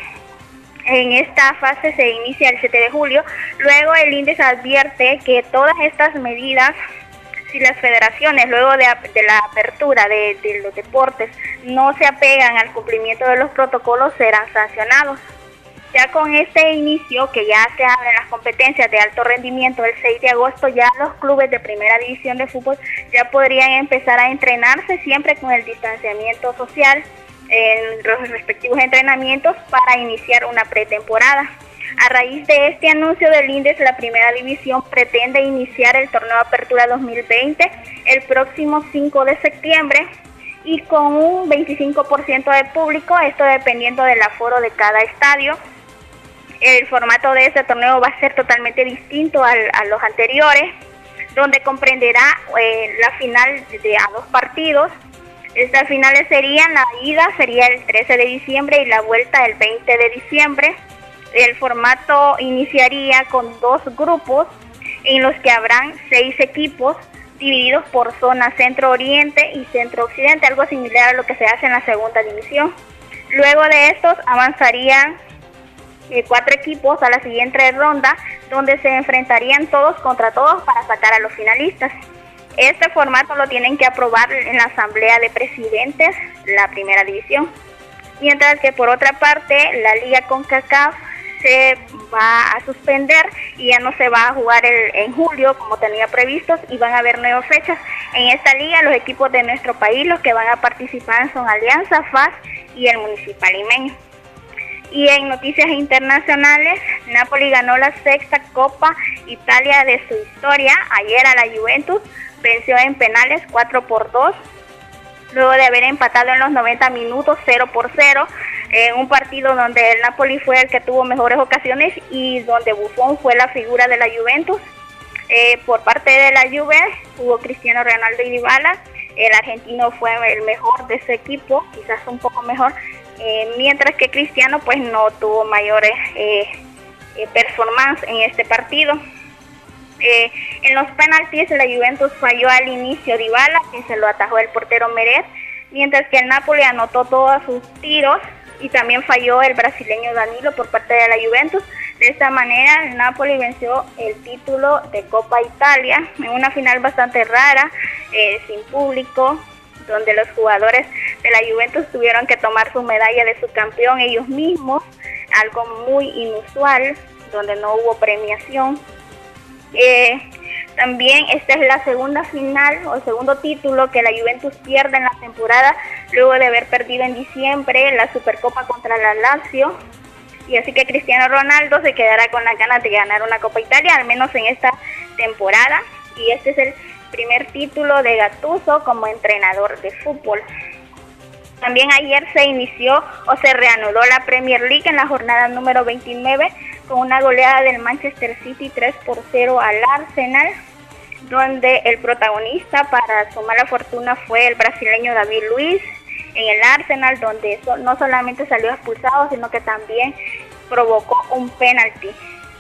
en esta fase se inicia el 7 de julio. Luego el INDES advierte que todas estas medidas, si las federaciones luego de la apertura de los deportes no se apegan al cumplimiento de los protocolos, serán sancionados. Ya con este inicio, que ya se abren las competencias de alto rendimiento el 6 de agosto, ya los clubes de primera división de fútbol ya podrían empezar a entrenarse siempre con el distanciamiento social en los respectivos entrenamientos para iniciar una pretemporada. A raíz de este anuncio del INDES, la primera división pretende iniciar el torneo Apertura 2020 el próximo 5 de septiembre y con un 25% de público, esto dependiendo del aforo de cada estadio. El formato de este torneo va a ser totalmente distinto a los anteriores, donde comprenderá la final a 2 partidos. Estas finales serían, la ida sería el 13 de diciembre y la vuelta el 20 de diciembre. El formato iniciaría con 2 grupos en los que habrán 6 equipos divididos por zona centro-oriente y centro-occidente, algo similar a lo que se hace en la segunda división. Luego de estos avanzarían 4 equipos a la siguiente ronda, donde se enfrentarían todos contra todos para sacar a los finalistas. Este formato lo tienen que aprobar en la Asamblea de Presidentes, la primera división. Mientras que por otra parte, la Liga CONCACAF se va a suspender y ya no se va a jugar en julio como tenía previstos, y van a haber 9 fechas. En esta liga los equipos de nuestro país, los que van a participar son Alianza, FAS y el Municipal Limeño. Y en noticias internacionales, Napoli ganó la 6ª Copa Italia de su historia. Ayer a la Juventus venció en penales 4-2, luego de haber empatado en los 90 minutos 0-0, en un partido donde el Napoli fue el que tuvo mejores ocasiones y donde Buffon fue la figura de la Juventus. Por parte de la Juve hubo Cristiano Ronaldo y Dybala. El argentino fue el mejor de ese equipo, quizás un poco mejor, mientras que Cristiano pues no tuvo mayores performance en este partido. En los penaltis la Juventus falló al inicio Dybala, que se lo atajó el portero Meret, mientras que el Napoli anotó todos sus tiros y también falló el brasileño Danilo por parte de la Juventus. De esta manera el Napoli venció el título de Copa Italia en una final bastante rara, sin público, donde los jugadores de la Juventus tuvieron que tomar su medalla de subcampeón ellos mismos, algo muy inusual, donde no hubo premiación. También esta es la segunda final o el segundo título que la Juventus pierde en la temporada, luego de haber perdido en diciembre la Supercopa contra la Lazio, y así que Cristiano Ronaldo se quedará con las ganas de ganar una Copa Italia, al menos en esta temporada, y este es el primer título de Gattuso como entrenador de fútbol. También ayer se inició o se reanudó la Premier League en la jornada número 29 con una goleada del Manchester City 3-0 al Arsenal, donde el protagonista para su mala fortuna fue el brasileño David Luiz en el Arsenal, donde no solamente salió expulsado, sino que también provocó un penalti.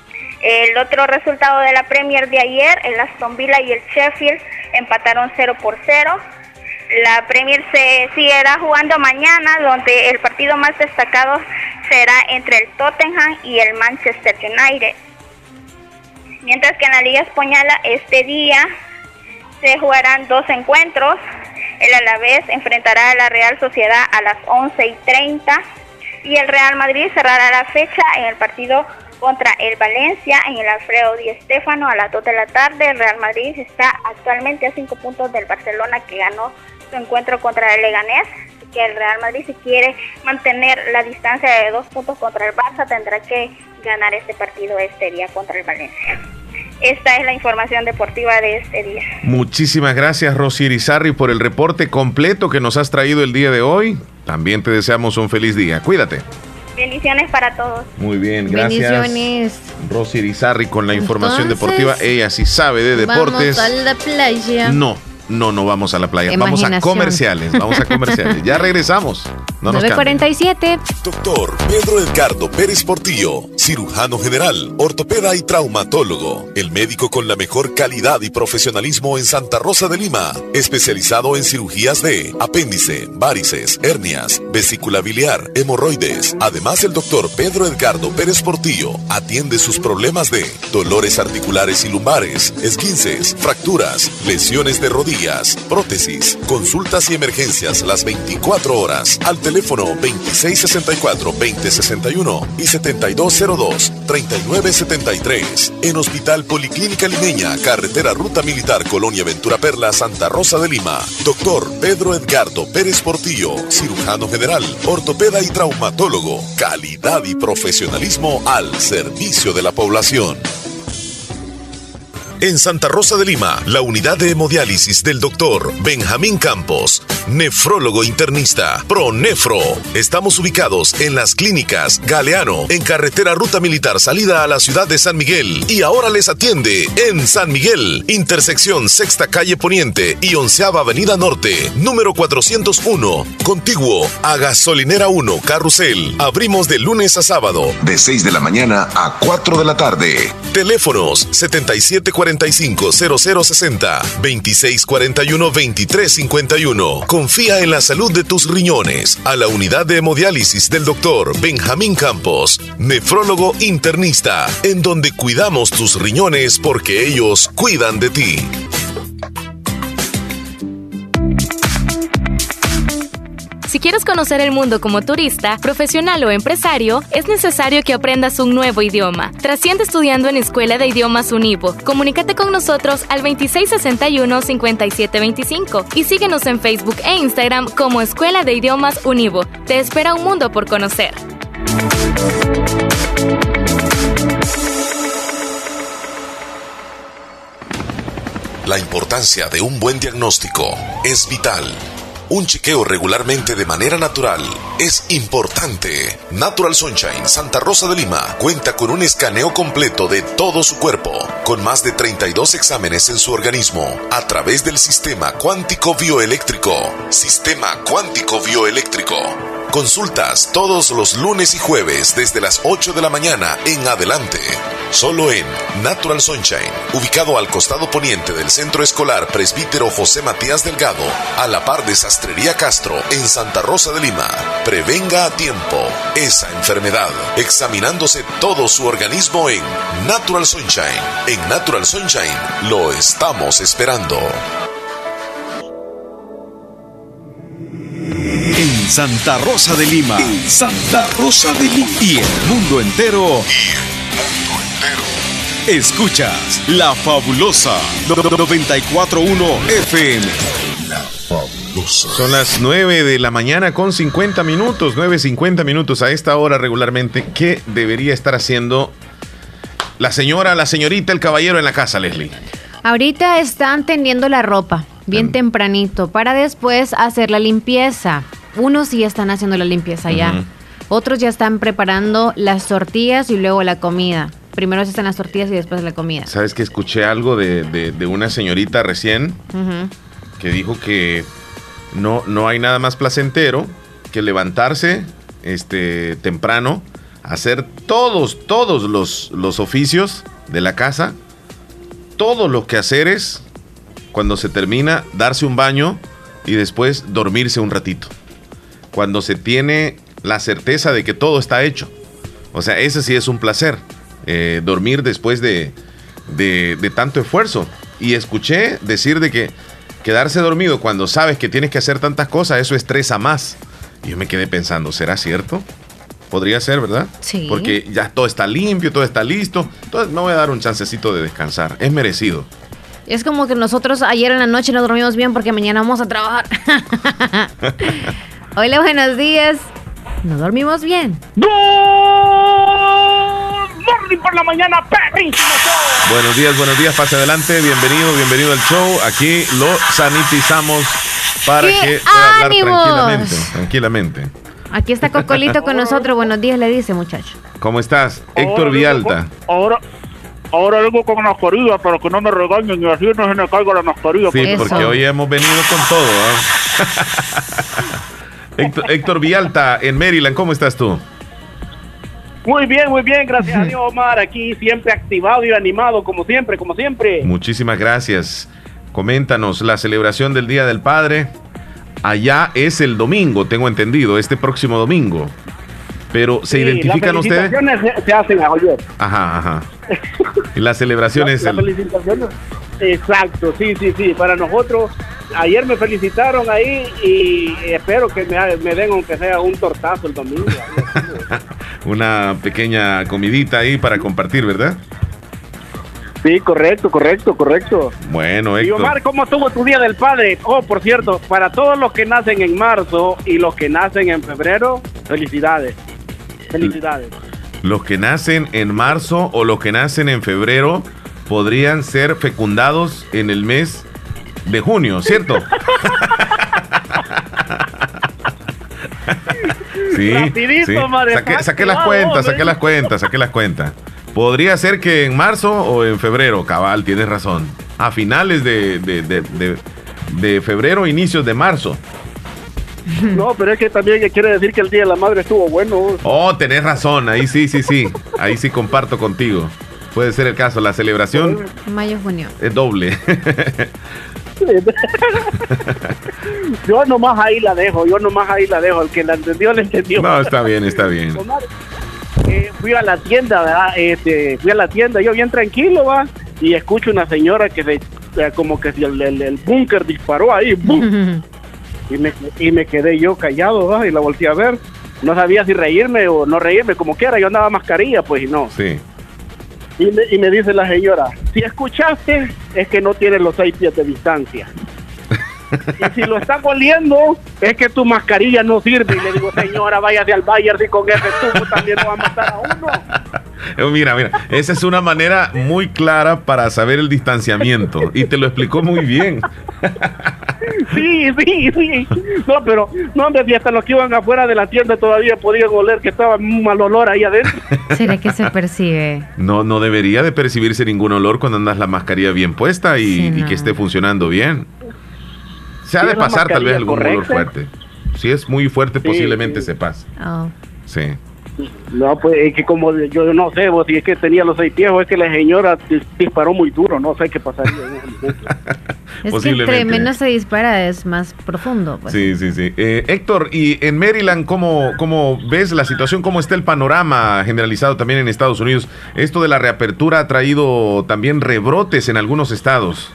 El otro resultado de la Premier de ayer, el Aston Villa y el Sheffield empataron 0-0. La Premier se seguirá jugando mañana, donde el partido más destacado será entre el Tottenham y el Manchester United. Mientras que en la Liga Española este día se jugarán 2 encuentros. El Alavés enfrentará a la Real Sociedad a las 11:30 y el Real Madrid cerrará la fecha en el partido contra el Valencia en el Alfredo Di Stéfano a las 2 de la tarde. El Real Madrid está actualmente a 5 puntos del Barcelona, que ganó su encuentro contra el Leganés, así que el Real Madrid, si quiere mantener la distancia de 2 puntos contra el Barça, tendrá que ganar este partido este día contra el Valencia. Esta es la información deportiva de este día. Muchísimas gracias, Rosy Irizarry, por el reporte completo que nos has traído el día de hoy. También te deseamos un feliz día. Cuídate. Bendiciones para todos. Muy bien, gracias. Bendiciones. Rosy Irizarry con la información deportiva. Ella sí sabe de deportes. Vamos a la playa. No vamos a la playa. Vamos a comerciales. Ya regresamos. No 9:47. Doctor Pedro Edgardo Pérez Portillo, cirujano general, ortopeda y traumatólogo. El médico con la mejor calidad y profesionalismo en Santa Rosa de Lima. Especializado en cirugías de apéndice, varices, hernias, vesícula biliar, hemorroides. Además, el doctor Pedro Edgardo Pérez Portillo atiende sus problemas de dolores articulares y lumbares, esguinces, fracturas, lesiones de rodillas, prótesis, consultas y emergencias las 24 horas. Al Teléfono 2664-2061 y 7202-3973. En Hospital Policlínica Limeña, Carretera Ruta Militar, Colonia Ventura Perla, Santa Rosa de Lima. Doctor Pedro Edgardo Pérez Portillo, cirujano general, ortopeda y traumatólogo. Calidad y profesionalismo al servicio de la población. En Santa Rosa de Lima, la unidad de hemodiálisis del doctor Benjamín Campos, nefrólogo internista, Pronefro. Estamos ubicados en las clínicas Galeano, en carretera Ruta Militar, salida a la ciudad de San Miguel. Y ahora les atiende en San Miguel, intersección 6ª Calle Poniente y 11ª Avenida Norte, número 401, contiguo a Gasolinera 1, Carrusel. Abrimos de lunes a sábado, de 6 de la mañana a 4 de la tarde. Teléfonos 7745-0060, 2641-2351. Confía en la salud de tus riñones a la unidad de hemodiálisis del doctor Benjamín Campos, nefrólogo internista, en donde cuidamos tus riñones porque ellos cuidan de ti. Si quieres conocer el mundo como turista, profesional o empresario, es necesario que aprendas un nuevo idioma. Trasciende estudiando en Escuela de Idiomas Univo. Comunícate con nosotros al 2661-5725 y síguenos en Facebook e Instagram como Escuela de Idiomas Univo. Te espera un mundo por conocer. La importancia de un buen diagnóstico es vital. Un chequeo regularmente de manera natural es importante. Natural Sunshine Santa Rosa de Lima cuenta con un escaneo completo de todo su cuerpo, con más de 32 exámenes en su organismo, a través del sistema cuántico bioeléctrico. Sistema cuántico bioeléctrico. Consultas todos los lunes y jueves desde las 8 de la mañana en adelante. Solo en Natural Sunshine, ubicado al costado poniente del Centro Escolar Presbítero José Matías Delgado, a la par de Sastrería Castro, en Santa Rosa de Lima. Prevenga a tiempo esa enfermedad, examinándose todo su organismo en Natural Sunshine. En Natural Sunshine lo estamos esperando. En Santa Rosa de Lima. En Santa Rosa de Lima. Y el mundo entero. Escuchas La Fabulosa 94.1 FM. La Fabulosa. Son las 9 de la mañana con 50 minutos. 9:50 minutos a esta hora regularmente. ¿Qué debería estar haciendo la señora, la señorita, el caballero en la casa, Leslie? Ahorita están tendiendo la ropa bien tempranito para después hacer la limpieza. Unos sí están haciendo la limpieza ya. Otros ya están preparando las tortillas y luego la comida. Primero se hacen las tortillas y después la comida. ¿Sabes que escuché algo de una señorita recién que dijo que no hay nada más placentero que levantarse temprano, hacer todos los oficios de la casa, todos los quehaceres, cuando se termina, darse un baño y después dormirse un ratito. Cuando se tiene la certeza de que todo está hecho. O sea, ese sí es un placer. Dormir después de tanto esfuerzo. Y escuché decir de que quedarse dormido cuando sabes que tienes que hacer tantas cosas, eso estresa más. Y yo me quedé pensando, ¿será cierto? Podría ser, ¿verdad? Sí. Porque ya todo está limpio, todo está listo. Entonces me voy a dar un chancecito de descansar. Es merecido. Es como que nosotros ayer en la noche no dormimos bien porque mañana vamos a trabajar. Hola, buenos días. No dormimos bien. Good morning por la mañana, perrísimo show. Buenos días, pase adelante. Bienvenido al show. Aquí lo sanitizamos para que pueda hablar tranquilamente. Aquí está Cocolito con nosotros. Buenos días, le dice, muchacho. ¿Cómo estás? Héctor Vialta. Ahora vengo con mascarilla para que no me regañen y así no se me caiga la mascarilla. Sí, porque hoy hemos venido con todo, Héctor Vialta, en Maryland, ¿cómo estás tú? Muy bien, gracias a Dios, Omar, aquí siempre activado y animado, como siempre. Muchísimas gracias. Coméntanos, la celebración del Día del Padre, allá es el domingo, tengo entendido, este próximo domingo. Pero, ¿se identifican ustedes? Las felicitaciones se hacen ayer. Ajá. Y las celebraciones... Las felicitaciones, exacto, sí, para nosotros ayer me felicitaron ahí y espero que me den aunque sea un tortazo el domingo. Una pequeña comidita ahí para compartir, ¿verdad? Sí, correcto. Bueno, Héctor. Y Omar, ¿cómo estuvo tu Día del Padre? Oh, por cierto, para todos los que nacen en marzo y los que nacen en febrero, felicidades. Los que nacen en marzo o los que nacen en febrero podrían ser fecundados en el mes de junio, ¿cierto? Sí, rapidito, sí. Madre, saqué las cuentas. Podría ser que en marzo o en febrero, cabal, tienes razón. A finales de febrero, inicios de marzo. No, pero es que también quiere decir que el Día de la Madre estuvo bueno. Oh, tenés razón, ahí sí. Ahí sí comparto contigo. Puede ser el caso, la celebración. Mayo-junio. Es doble. Yo nomás ahí la dejo. El que la entendió, la entendió. No, está bien. Omar, fui a la tienda, ¿verdad? Yo bien tranquilo, va, y escucho una señora que como que si el búnker disparó ahí, ¡bum! y me quedé yo callado, va, y la volteé a ver. No sabía si reírme o no reírme, como quiera, yo andaba mascarilla, pues, y no. Sí. Y me dice la señora, si escuchaste, es que no tienes los 6 pies de distancia. Y si lo estás oliendo, es que tu mascarilla no sirve. Y le digo, señora, váyase al Bayern y con ese tubo también lo va a matar a uno. Mira, esa es una manera muy clara para saber el distanciamiento. Y te lo explicó muy bien. Sí. No, pero, no, hombre, si hasta los que iban afuera de la tienda todavía podían oler que estaba un mal olor ahí adentro. ¿Será que se percibe? No debería de percibirse ningún olor cuando andas la mascarilla bien puesta y que esté funcionando bien. Se ha de pasar tal vez algún olor fuerte. Si es muy fuerte, posiblemente se pase. Oh. Sí. No, pues es que como yo no sé, si es que tenía los 6 pies o es que la señora disparó muy duro, no sé qué pasaría. Es que entre menos se dispara es más profundo. Pues. Sí. Héctor, y en Maryland, ¿cómo ves la situación? ¿Cómo está el panorama generalizado también en Estados Unidos? Esto de la reapertura ha traído también rebrotes en algunos estados.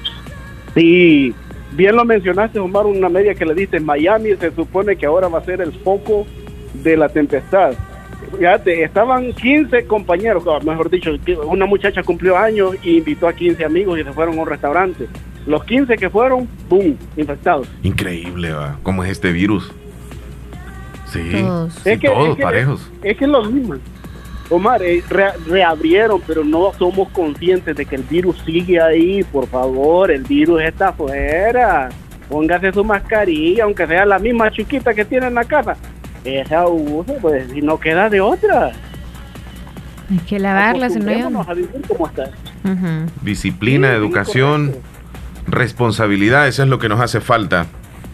Sí. Bien lo mencionaste, Omar, una media que le diste en Miami, se supone que ahora va a ser el foco de la tempestad. Fíjate, estaban 15 compañeros, mejor dicho, una muchacha cumplió años y invitó a 15 amigos y se fueron a un restaurante. Los 15 que fueron, ¡boom!, infectados. Increíble, ¿va? ¿Cómo es este virus? Sí, todos parejos. Es que es lo mismo. Omar, reabrieron, pero no somos conscientes de que el virus sigue ahí. Por favor, el virus está afuera. Póngase su mascarilla, aunque sea la misma chiquita que tiene en la casa. Esa usa, pues, si no queda de otra. Hay que lavarla, si no hay... A vivir como está. Disciplina, educación, responsabilidad, eso es lo que nos hace falta.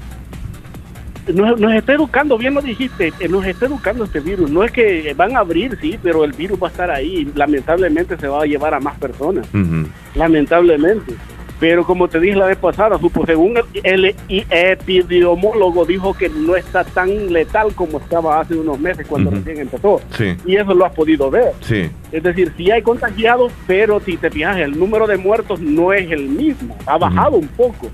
Nos está educando, bien lo dijiste, nos está educando este virus. No es que van a abrir, sí, pero el virus va a estar ahí. Lamentablemente se va a llevar a más personas. Lamentablemente. Pero como te dije la vez pasada, según el epidemiólogo dijo que no está tan letal como estaba hace unos meses cuando recién empezó. Sí. Y eso lo has podido ver. Sí. Es decir, sí hay contagiados, pero si te fijas, el número de muertos no es el mismo. Ha bajado un poco.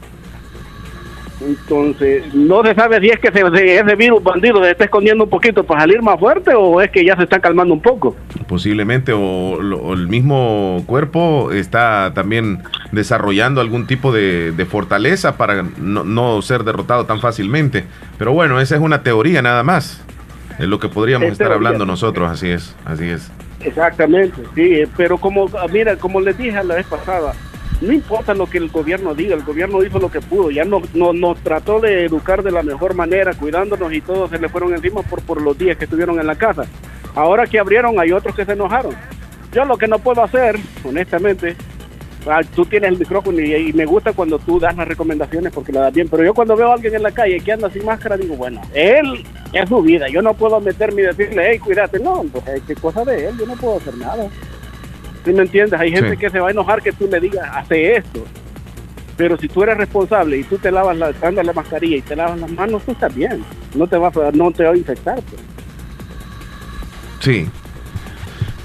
Entonces, no se sabe si es que ese virus bandido se está escondiendo un poquito para salir más fuerte o es que ya se está calmando un poco. Posiblemente, o el mismo cuerpo está también desarrollando algún tipo de fortaleza para no ser derrotado tan fácilmente. Pero bueno, esa es una teoría nada más. Es lo que podríamos estar hablando nosotros, así es. Exactamente, sí, pero como les dije la vez pasada, no importa lo que el gobierno diga, el gobierno hizo lo que pudo, ya nos trató de educar de la mejor manera, cuidándonos y todos se le fueron encima por los días que estuvieron en la casa. Ahora que abrieron hay otros que se enojaron. Yo lo que no puedo hacer, honestamente, tú tienes el micrófono y me gusta cuando tú das las recomendaciones porque la das bien, pero yo cuando veo a alguien en la calle que anda sin máscara digo, bueno, él es su vida, yo no puedo meterme y decirle, hey, cuídate, no, pues qué cosa de él, yo no puedo hacer nada. ¿Sí me entiendes? Hay gente que se va a enojar que tú le digas, hace esto. Pero si tú eres responsable y tú te lavas andas la mascarilla y te lavas las manos, tú estás bien. No te va a infectar. Pues. Sí.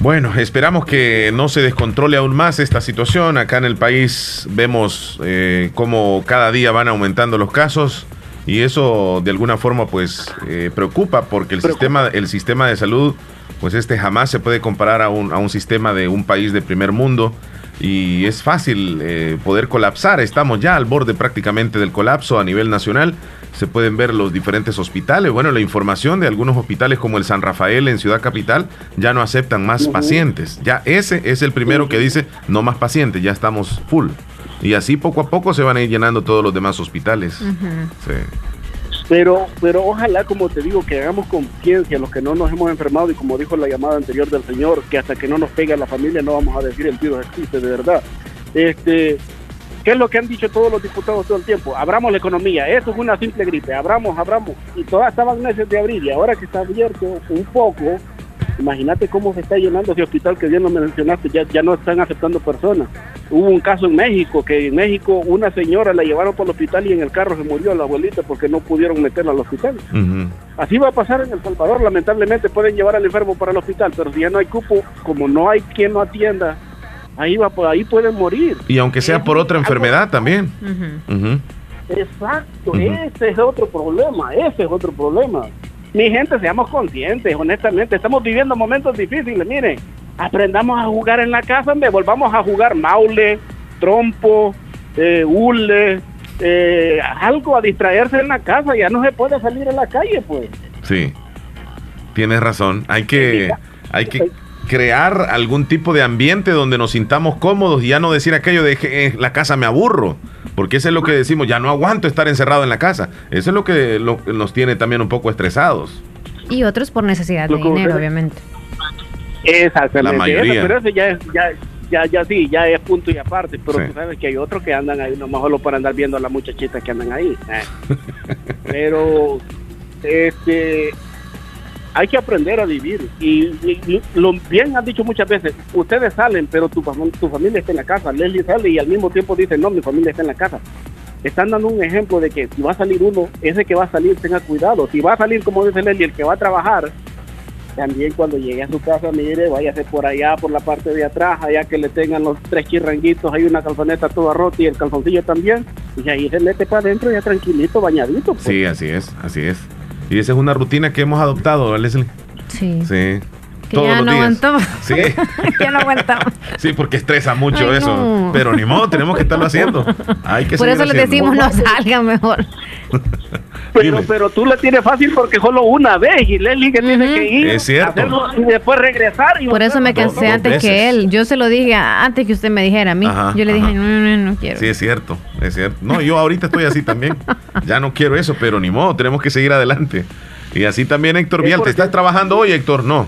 Bueno, esperamos que no se descontrole aún más esta situación. Acá en el país vemos cómo cada día van aumentando los casos y eso de alguna forma pues preocupa porque el sistema de salud pues jamás se puede comparar a un sistema de un país de primer mundo y es fácil poder colapsar. Estamos ya al borde prácticamente del colapso a nivel nacional. Se pueden ver los diferentes hospitales. Bueno, la información de algunos hospitales como el San Rafael en Ciudad Capital ya no aceptan más pacientes. Ya ese es el primero que dice no más pacientes, ya estamos full. Y así poco a poco se van a ir llenando todos los demás hospitales. Sí. Pero ojalá, como te digo, que hagamos conciencia los que no nos hemos enfermado y como dijo la llamada anterior del señor, que hasta que no nos pegue a la familia no vamos a decir el virus existe de verdad. ¿Qué es lo que han dicho todos los diputados todo el tiempo? Abramos la economía, eso es una simple gripe, abramos, y todas estaban meses de abrir y ahora que está abierto un poco, imagínate cómo se está llenando ese hospital que bien lo mencionaste, ya no están aceptando personas. Hubo un caso en México, que en México una señora la llevaron por el hospital y en el carro se murió la abuelita porque no pudieron meterla al hospital. Así va a pasar en El Salvador, lamentablemente pueden llevar al enfermo para el hospital, pero si ya no hay cupo, como no hay quien lo atienda, ahí pueden morir. Y aunque sea por otra enfermedad también. Exacto, ese es otro problema. Mi gente, seamos conscientes, honestamente, estamos viviendo momentos difíciles, miren, aprendamos a jugar en la casa, volvamos a jugar maule, trompo, hule, algo a distraerse en la casa, ya no se puede salir a la calle, pues. Sí, tienes razón, hay que crear algún tipo de ambiente donde nos sintamos cómodos y ya no decir aquello de que la casa me aburro, porque eso es lo que decimos, ya no aguanto estar encerrado en la casa. Eso es lo que nos tiene también un poco estresados. Y otros por necesidad de dinero, obviamente. Exactamente. La mayoría. Pero eso ya es punto y aparte, pero tú sabes que hay otros que andan ahí nomás solo para andar viendo a las muchachitas que andan ahí. Pero hay que aprender a vivir y lo bien han dicho muchas veces, ustedes salen pero tu familia está en la casa. Leslie sale y al mismo tiempo dice no, mi familia está en la casa. Están dando un ejemplo de que si va a salir uno, ese que va a salir tenga cuidado. Si va a salir, como dice Leslie, el que va a trabajar, también cuando llegue a su casa, mire, váyase por allá, por la parte de atrás, allá que le tengan los 3 chirranguitos, hay una calzoneta toda rota y el calzoncillo también, y ahí se mete para adentro ya tranquilito, bañadito. Pues. Sí, así es. Y esa es una rutina que hemos adoptado, Leslie. Sí. Que todos ya los no días. aguantamos. Sí. Ya no aguantamos. Sí, porque estresa mucho. Ay, eso. no. Pero ni modo, tenemos que estarlo haciendo. Hay que Por eso les decimos no salgan mejor. Pero tú la tienes fácil porque solo una vez y Leslie que tiene que ir, es cierto, hacerlo y después regresar. Por eso me cansé antes que él. Yo se lo dije antes que usted me dijera a mí. Yo le dije, no quiero. Sí, es cierto. No, yo ahorita estoy así también. Ya no quiero eso, pero ni modo, tenemos que seguir adelante. Y así también Héctor Vial. ¿Te estás trabajando hoy, Héctor? No.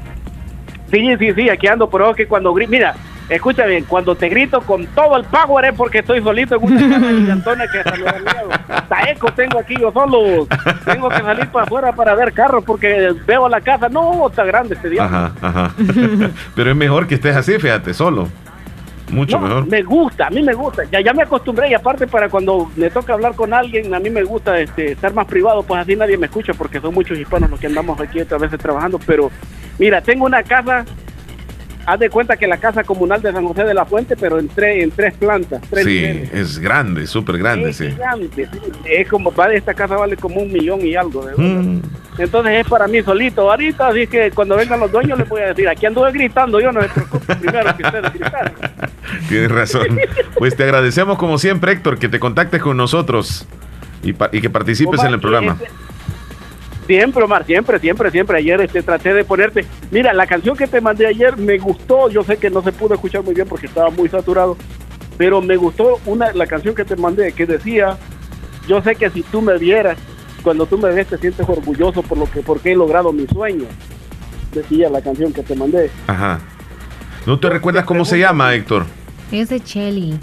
Sí, aquí ando, pero es que cuando mira, escucha bien, cuando te grito con todo el power es porque estoy solito en una casa gigantona que hasta me da miedo. Hasta eco tengo aquí yo solo. Tengo que salir para afuera para ver carros porque veo la casa. No, está grande este día. Ajá. Pero es mejor que estés así, fíjate, solo. Mucho mejor. A mí me gusta. Ya me acostumbré y aparte para cuando me toca hablar con alguien, a mí me gusta estar más privado, pues así nadie me escucha porque son muchos hispanos los que andamos aquí otras veces trabajando, pero mira, tengo una casa, haz de cuenta que la casa comunal de San José de la Fuente, pero en 3 plantas. 3 niveles. Es grande, súper grande, sí. Gigante, sí. Es como, esta casa vale como 1 millón y algo de dólares. Entonces es para mí solito ahorita, así que cuando vengan los dueños les voy a decir, aquí anduve gritando, yo no me preocupo primero que ustedes gritaron. Tienes razón. Pues te agradecemos como siempre, Héctor, que te contactes con nosotros y que participes en el programa. Siempre, Omar, siempre. Ayer traté de ponerte. Mira, la canción que te mandé ayer me gustó. Yo sé que no se pudo escuchar muy bien porque estaba muy saturado, pero me gustó la canción que te mandé que decía: yo sé que si tú me vieras, cuando tú me ves te sientes orgulloso porque he logrado mi sueño. Decía la canción que te mandé. Ajá. ¿No te recuerdas cómo se llama, Héctor? Es de Chelly.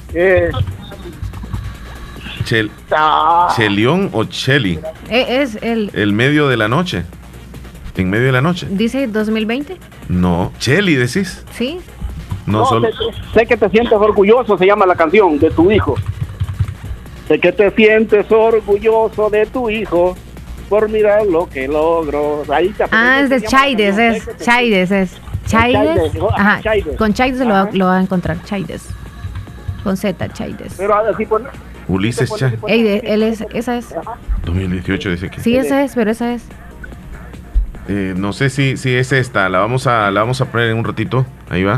¿Chelión o Cheli? Es el medio de la noche. En medio de la noche. ¿Dice 2020? No, Cheli decís. Sí. No, solo. Sé que te sientes orgulloso, se llama la canción de tu hijo. Sé que te sientes orgulloso de tu hijo por mirar lo que logró. Ahí te es de Chaides, Chaides. Chaides. Ajá, Chaides. con Chaides lo va a encontrar, Chaides. Con Z, Chaides. Pero así pone... Ulises Chaides. Esa es. 2018 dice que. Sí, esa es, pero esa es. No sé si es esta. La vamos a poner en un ratito. Ahí va.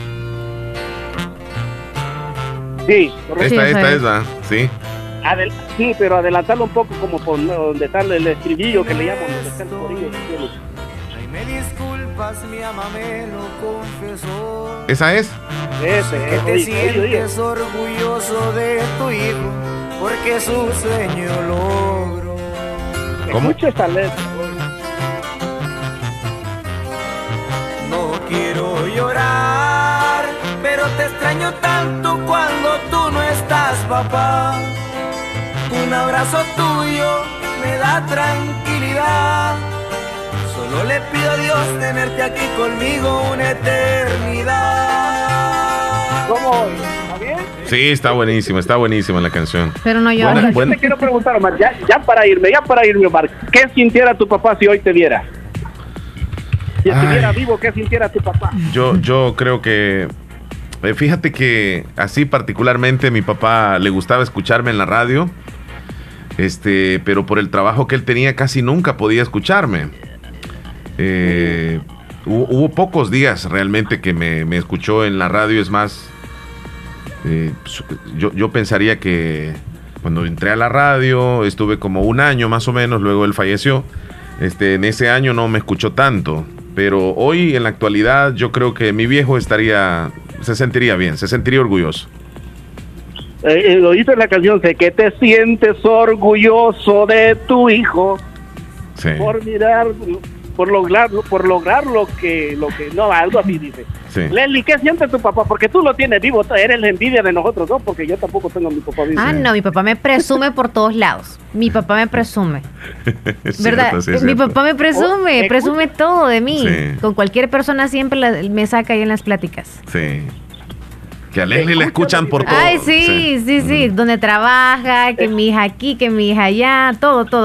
Sí, correcto. Esta es, ¿va? Sí. Sí, pero adelantarlo un poco como por donde está el estribillo que le llaman, donde está el corillo. Ay, me disculpas, mi mamá me lo confesó. ¿Esa es? Que te sientes orgulloso de tu hijo porque su sueño logró. ¿Cómo? Escucha esta letra. No quiero llorar, pero te extraño tanto cuando tú no estás, papá. Un abrazo tuyo me da tranquilidad. Solo le pido a Dios tenerte aquí conmigo una eternidad. ¿Cómo? ¿Está bien? Sí, está buenísima la canción. Pero no llora. Yo te quiero preguntar, Omar, ya para irme, Omar, ¿qué sintiera tu papá si hoy te viera? Si estuviera vivo, ¿qué sintiera tu papá? Yo creo que... fíjate que así particularmente mi papá le gustaba escucharme en la radio, pero por el trabajo que él tenía casi nunca podía escucharme. Hubo pocos días realmente que me escuchó en la radio. Es más, yo pensaría que cuando entré a la radio estuve como un año más o menos, luego él falleció. En ese año no me escuchó tanto, pero hoy en la actualidad yo creo que mi viejo se sentiría bien, se sentiría orgulloso. Lo dice en la canción, sé que te sientes orgulloso de tu hijo, sí, por lograr lo que no, algo así dice. Sí. Leslie, ¿qué siente tu papá? Porque tú lo tienes vivo, eres la envidia de nosotros dos, porque yo tampoco tengo a mi papá vivo. No, mi papá me presume por todos lados. Mi papá me presume. ¿Verdad? Cierto, mi papá me presume todo de mí. Sí. Con cualquier persona siempre me saca ahí en las pláticas. Sí. Que a Leslie le escuchan por todo. Ay, sí. Donde trabaja, que mi hija aquí, que mi hija allá, todo.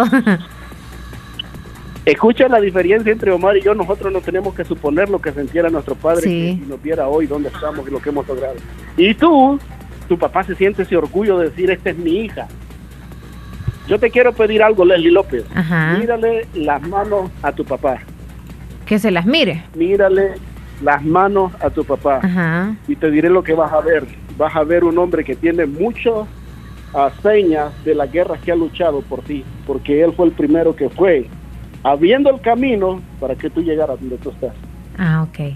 Escucha la diferencia entre Omar y yo. Nosotros no tenemos que suponer lo que sintiera nuestro padre, sí, si nos viera hoy dónde estamos y lo que hemos logrado. Y tu papá se siente ese orgullo de decir, esta es mi hija. Yo te quiero pedir algo, Leslie López. Ajá. Mírale las manos a tu papá. Que se las mire. Mírale las manos a tu papá. Ajá. Y te diré lo que vas a ver. Vas a ver un hombre que tiene muchas señas de las guerras que ha luchado por ti, porque él fue el primero que fue abriendo el camino para que tú llegaras donde tú estás. Ok.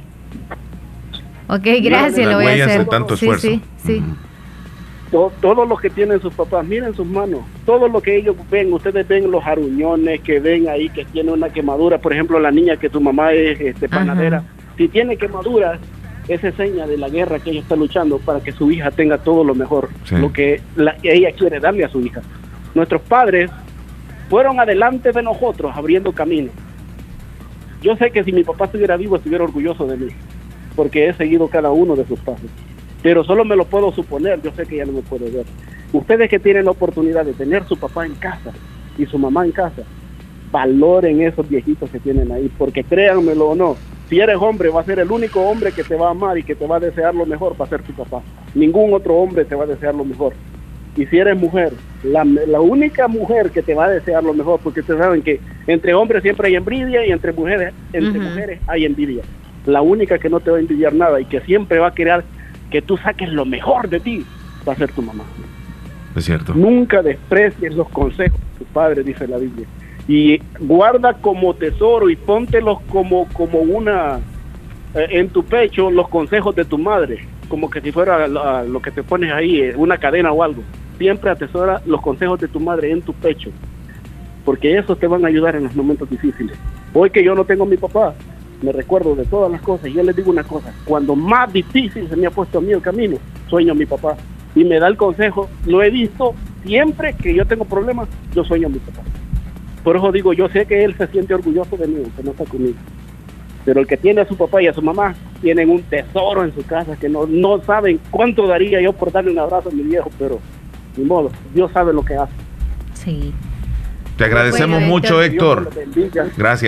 Ok, gracias, lo voy a hacer. Tanto esfuerzo. Sí. Todos los que tienen sus papás, miren sus manos. Todo lo que ellos ven, ustedes ven los aruñones que ven ahí, que tiene una quemadura. Por ejemplo, la niña que tu mamá es panadera. Ajá. Si tiene quemaduras, esa es seña de la guerra que ella está luchando para que su hija tenga todo lo mejor, sí, lo que ella quiere darle a su hija. Nuestros padres fueron adelante de nosotros, abriendo camino. Yo sé que si mi papá estuviera vivo, estuviera orgulloso de mí, porque he seguido cada uno de sus pasos. Pero solo me lo puedo suponer, yo sé que ya no me puede ver. Ustedes que tienen la oportunidad de tener su papá en casa y su mamá en casa, valoren esos viejitos que tienen ahí, porque créanmelo o no, si eres hombre, va a ser el único hombre que te va a amar y que te va a desear lo mejor, va a ser tu papá. Ningún otro hombre te va a desear lo mejor. Y si eres mujer, la única mujer que te va a desear lo mejor, porque ustedes saben que entre hombres siempre hay envidia y entre mujeres hay envidia. La única que no te va a envidiar nada y que siempre va a querer que tú saques lo mejor de ti, va a ser tu mamá. Es cierto. Nunca desprecies los consejos de tu padre, dice la Biblia. Y guarda como tesoro y póntelos como una en tu pecho los consejos de tu madre, como que si fuera lo que te pones ahí, una cadena o algo. Siempre atesora los consejos de tu madre en tu pecho, porque esos te van a ayudar en los momentos difíciles. Hoy que yo no tengo a mi papá, me recuerdo de todas las cosas, y yo les digo una cosa: cuando más difícil se me ha puesto a mí el camino, sueño a mi papá, y me da el consejo. Lo he visto siempre que yo tengo problemas, yo sueño a mi papá. Por eso digo, yo sé que él se siente orgulloso de mí, que no está conmigo. Pero el que tiene a su papá y a su mamá, tienen un tesoro en su casa que no saben cuánto daría yo por darle un abrazo a mi viejo, pero ni modo, Dios sabe lo que hace. Sí. Te agradecemos mucho, Héctor. Gracias.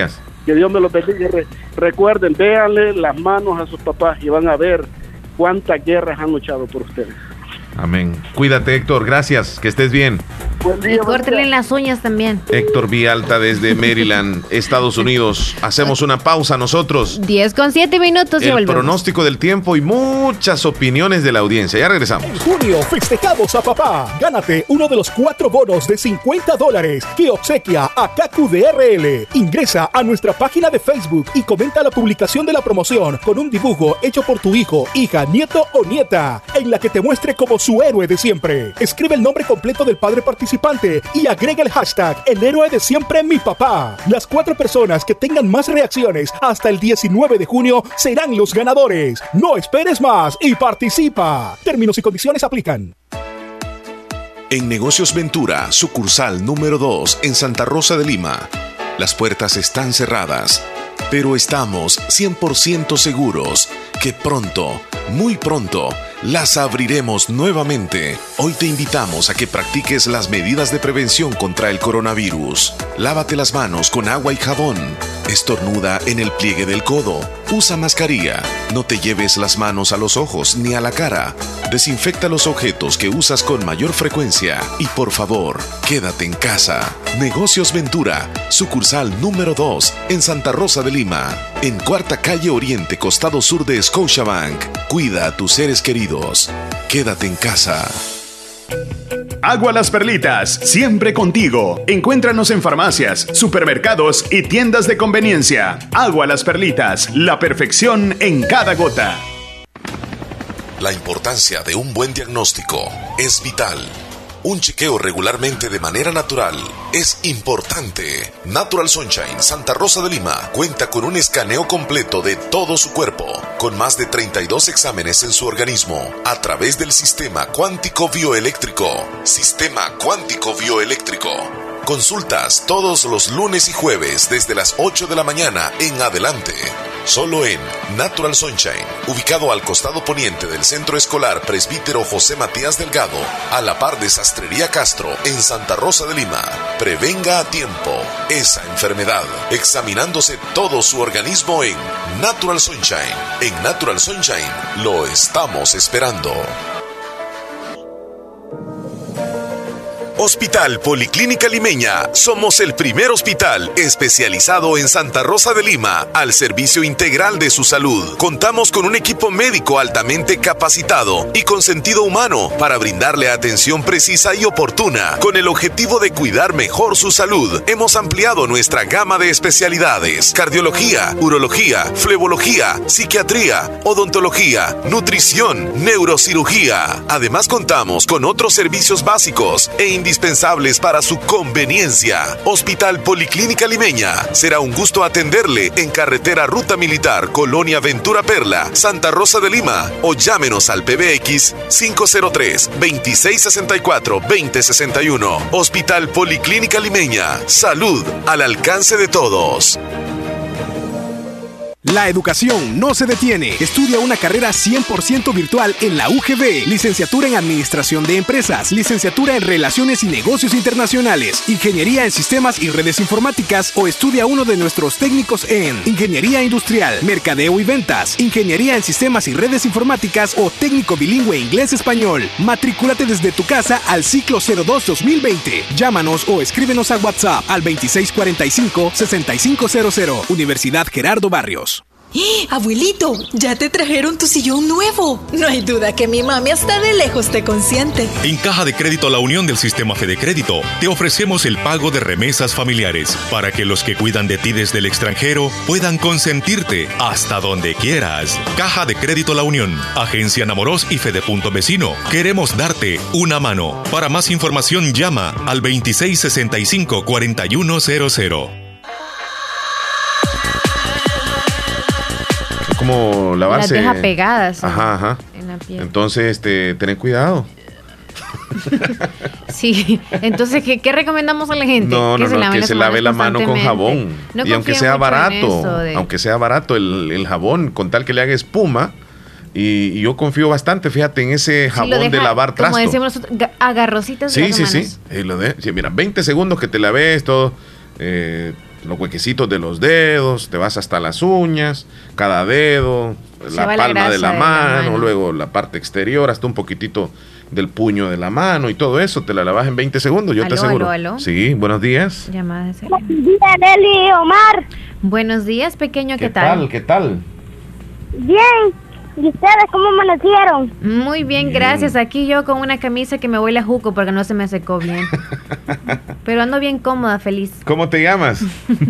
Que Dios me los bendiga. Recuerden, véanle las manos a sus papás y van a ver cuántas guerras han luchado por ustedes. Amén. Cuídate, Héctor. Gracias. Que estés bien. Y córtenle las uñas también. Héctor Villalta desde Maryland, Estados Unidos. Hacemos una pausa nosotros. 10:07 y el volvemos. Pronóstico del tiempo y muchas opiniones de la audiencia. Ya regresamos. En junio festejamos a papá. Gánate uno de los 4 bonos de $50 que obsequia a KQDRL. Ingresa a nuestra página de Facebook y comenta la publicación de la promoción con un dibujo hecho por tu hijo, hija, nieto o nieta, en la que te muestre como su héroe de siempre. Escribe el nombre completo del padre participante y agrega el hashtag El héroe de siempre, mi papá. Las 4 personas que tengan más reacciones hasta el 19 de junio serán los ganadores. No esperes más y participa. Términos y condiciones aplican. En Negocios Ventura, sucursal número 2 en Santa Rosa de Lima. Las puertas están cerradas, pero estamos 100% seguros que pronto, muy pronto, las abriremos nuevamente. Hoy te invitamos a que practiques las medidas de prevención contra el coronavirus. Lávate las manos con agua y jabón. Estornuda en el pliegue del codo. Usa mascarilla. No te lleves las manos a los ojos ni a la cara. Desinfecta los objetos que usas con mayor frecuencia. Y por favor, quédate en casa. Negocios Ventura, sucursal número 2 en Santa Rosa de Lima. En Cuarta Calle Oriente, costado sur de Scotiabank. Cuida a tus seres queridos. Quédate en casa. Agua Las Perlitas, siempre contigo. Encuéntranos en farmacias, supermercados y tiendas de conveniencia. Agua Las Perlitas, la perfección en cada gota. La importancia de un buen diagnóstico es vital. Un chequeo regularmente de manera natural es importante. Natural Sunshine Santa Rosa de Lima cuenta con un escaneo completo de todo su cuerpo, con más de 32 exámenes en su organismo, a través del sistema cuántico bioeléctrico. Sistema cuántico bioeléctrico. Consultas todos los lunes y jueves desde las 8 de la mañana en adelante. Solo en Natural Sunshine, ubicado al costado poniente del Centro Escolar Presbítero José Matías Delgado, a la par de Sastrería Castro, en Santa Rosa de Lima. Prevenga a tiempo esa enfermedad, examinándose todo su organismo en Natural Sunshine. En Natural Sunshine lo estamos esperando. Hospital Policlínica Limeña. Somos el primer hospital especializado en Santa Rosa de Lima al servicio integral de su salud. Contamos con un equipo médico altamente capacitado y con sentido humano para brindarle atención precisa y oportuna. Con el objetivo de cuidar mejor su salud, hemos ampliado nuestra gama de especialidades: cardiología, urología, flebología, psiquiatría, odontología, nutrición, neurocirugía. Además, contamos con otros servicios básicos e indispensables para su conveniencia. Hospital Policlínica Limeña. Será un gusto atenderle en carretera Ruta Militar, Colonia Ventura Perla, Santa Rosa de Lima, o llámenos al PBX 503-2664-2061. Hospital Policlínica Limeña. Salud al alcance de todos. La educación no se detiene. Estudia una carrera 100% virtual en la UGB. Licenciatura en Administración de Empresas, licenciatura en Relaciones y Negocios Internacionales, Ingeniería en Sistemas y Redes Informáticas, o estudia uno de nuestros técnicos en Ingeniería Industrial, Mercadeo y Ventas, Ingeniería en Sistemas y Redes Informáticas o técnico bilingüe inglés-español. Matrículate desde tu casa al ciclo 02-2020. Llámanos o escríbenos a WhatsApp al 2645-6500. Universidad Gerardo Barrios. Abuelito, ya te trajeron tu sillón nuevo. No hay duda que mi mami hasta de lejos te consiente. En Caja de Crédito La Unión del Sistema Fede Crédito te ofrecemos el pago de remesas familiares para que los que cuidan de ti desde el extranjero puedan consentirte hasta donde quieras. Caja de Crédito La Unión, Agencia Namoros y Fede Punto Vecino. Queremos darte una mano. Para más información llama al 2665-4100. Como lavarse. Las deja pegadas. Ajá. En la piel. Entonces, ten cuidado. Sí, entonces, ¿qué recomendamos a la gente? Que se lave la mano con jabón. No, y aunque sea barato, el jabón, con tal que le haga espuma. Y yo confío bastante, fíjate, en ese jabón de lavar trastos. Como decimos nosotros, agarrositas de las manos. Sí. Mira, 20 segundos que te laves todo. los huequecitos de los dedos, te vas hasta las uñas, cada dedo, la palma de la mano, luego la parte exterior, hasta un poquitito del puño de la mano y todo eso, te la lavas en 20 segundos, yo te aseguro. Aló. Sí, buenos días. Llamada de Buenos días, Nelly, Omar. Buenos días, pequeño, ¿qué tal? ¿Qué tal? Bien. ¿Y ustedes cómo amanecieron? Muy bien, gracias. Aquí yo con una camisa que me huele a juco porque no se me secó bien. Pero ando bien cómoda, feliz. ¿Cómo te llamas?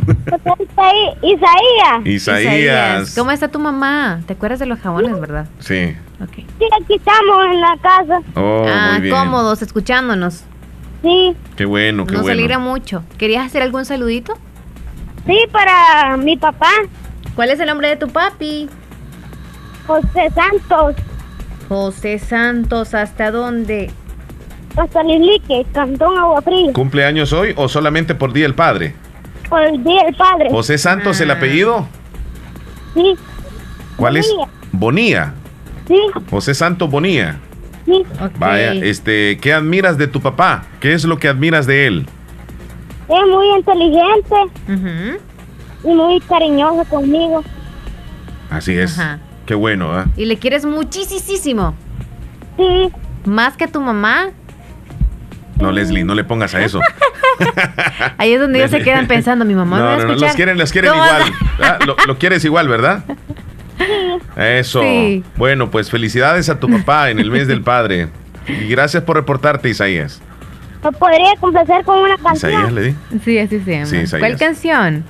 Isaías. ¿Cómo está tu mamá? ¿Te acuerdas de los jabones, verdad? Sí. Okay. Sí, aquí estamos en la casa. Oh, muy bien. Cómodos, escuchándonos. Sí. Qué bueno, qué bueno. Nos alegra mucho. ¿Querías hacer algún saludito? Sí, para mi papá. ¿Cuál es el nombre de tu papi? José Santos. José Santos, ¿hasta dónde? Hasta Lilique, Cantón Agua Fría. ¿Cumpleaños hoy o solamente por Día del Padre? Por el Día del Padre. ¿José Santos el apellido? Sí. ¿Cuál es? Bonía. Sí. José Santos Bonía. Sí. Okay. Vaya, ¿qué admiras de tu papá? ¿Qué es lo que admiras de él? Es muy inteligente y muy cariñoso conmigo. Así es. Ajá. Qué bueno, ¿eh? ¿Y le quieres muchísimo? Sí. ¿Más que a tu mamá? No, Leslie, no le pongas a eso. Ahí es donde ellos se quedan pensando, mi mamá me va a escuchar. Los quieren igual. Lo quieres igual, ¿verdad? Eso. Sí. Bueno, pues felicidades a tu papá en el mes del padre. Y gracias por reportarte, Isaías. ¿Me podría complacer con una canción? Isaías, le di. Sí, así se llama. Sí, Isaías. ¿Cuál canción?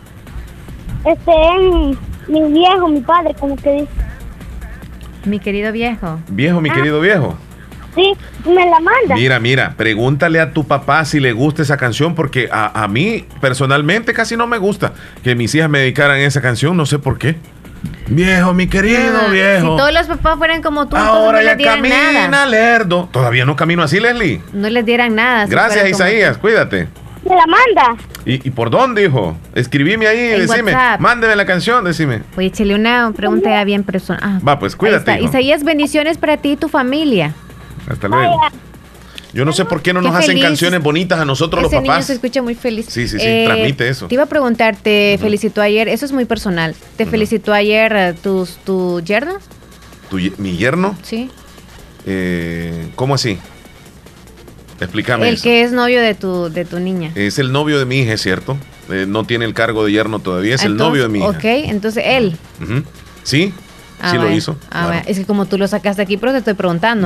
Mi viejo, mi padre, como que dice. Mi querido viejo. Mi querido viejo. Sí, me la manda. Mira, pregúntale a tu papá si le gusta esa canción, porque a mí personalmente casi no me gusta que mis hijas me dedicaran esa canción, no sé por qué. Viejo, mi querido viejo. Si todos los papás fueran como tú, ahora no ya les dieran camina nada. lerdo. Todavía no camino así, Leslie. No les dieran nada. Gracias, Isaías, cuídate. Me la manda. ¿Y por dónde, hijo? Escribime ahí, decime. WhatsApp. Mándeme la canción, decime. Oye, échale una pregunta ya bien personal. Va, pues cuídate, hijo. Isaías, bendiciones para ti y tu familia. Hasta luego. Yo no sé por qué no nos hacen canciones bonitas a nosotros los Ese niño papás. se escucha muy feliz. Sí, transmite eso. Te iba a preguntar, ¿te felicitó ayer? Eso es muy personal. ¿Te felicitó ayer tu yerno? ¿Mi yerno? Sí. ¿Cómo así? Explícame El eso. que es novio de tu niña. Es el novio de mi hija, ¿es cierto? No tiene el cargo de yerno todavía, es el novio de mi hija. Ok, entonces él. Sí, sí lo hizo. Claro. Es que como tú lo sacaste aquí, pero te estoy preguntando.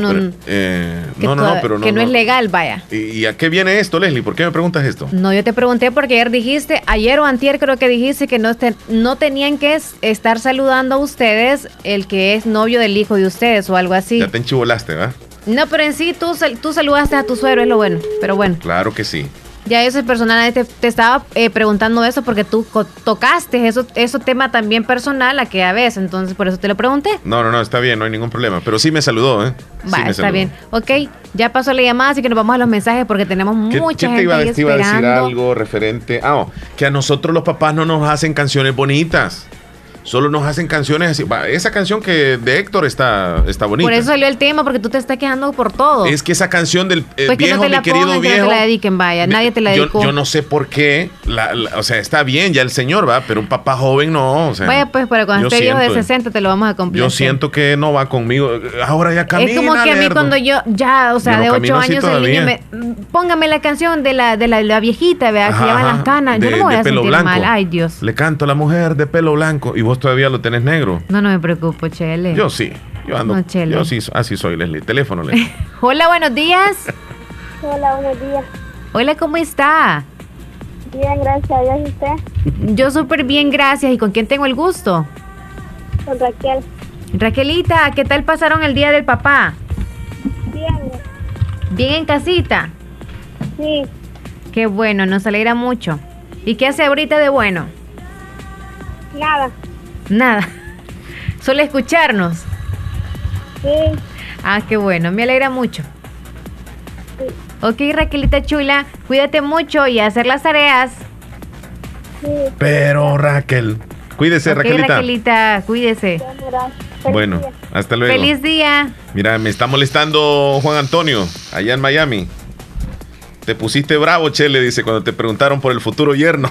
Pero que no es legal, vaya. ¿Y a qué viene esto, Leslie? ¿Por qué me preguntas esto? No, yo te pregunté porque ayer o antier creo que dijiste que no tenían que estar saludando a ustedes el que es novio del hijo de ustedes o algo así. Ya te enchivolaste, ¿verdad? No, pero en sí tú saludaste a tu suegro, es lo bueno, pero bueno. Claro que sí. Ya eso es personal, te estaba preguntando eso porque tú tocaste eso tema también personal a que a veces, entonces por eso te lo pregunté. No, está bien, no hay ningún problema, pero sí me saludó, ¿eh? Va, está bien. Ok, ya pasó la llamada, así que nos vamos a los mensajes porque tenemos mucha gente te ahí iba a decir esperando. algo referente que a nosotros los papás no nos hacen canciones bonitas. Solo nos hacen canciones así. Esa canción que de Héctor está bonita. Por eso salió el tema, porque tú te estás quejando por todo. Es que esa canción del pues viejo, que no mi querido pongan, viejo. Que no te la dediquen, vaya. Nadie te la dedicó. Yo no sé por qué. O sea, está bien ya el señor, va, pero un papá joven no. O sea, vaya, pues, pero cuando esté viejo de 60 te lo vamos a complacer. Yo siento que no va conmigo. Ahora ya camina. Es como que a mí cuando yo, ya, o sea, de 8 años, el niño póngame la canción de la viejita, vea, que llevan las canas. Yo no me voy a sentir mal. Ay, Dios. Le canto a la mujer de pelo blanco y vos todavía lo tenés negro. No me preocupo, Chele. Yo sí. Yo ando. No, Chele. Yo sí, así soy, Leslie. Teléfono, Leslie. Hola, buenos días. Hola, buenos días. Hola, ¿cómo está? Bien, gracias a Dios. ¿Y usted? Yo súper bien, gracias. ¿Y con quién tengo el gusto? Con Raquel. Raquelita, ¿qué tal pasaron el día del papá? Bien. ¿Bien en casita? Sí. Qué bueno, nos alegra mucho. ¿Y qué hace ahorita de bueno? Nada. Solo escucharnos. Sí. Ah, qué bueno, me alegra mucho. Sí. Ok, Raquelita chula, cuídate mucho y a hacer las tareas. Sí. Pero Raquel, cuídese, Okay, Raquelita. Raquelita, cuídese. Bueno, hasta luego. Feliz día. Mira, me está molestando Juan Antonio, allá en Miami. Te pusiste bravo, Chele, dice, cuando te preguntaron por el futuro yerno.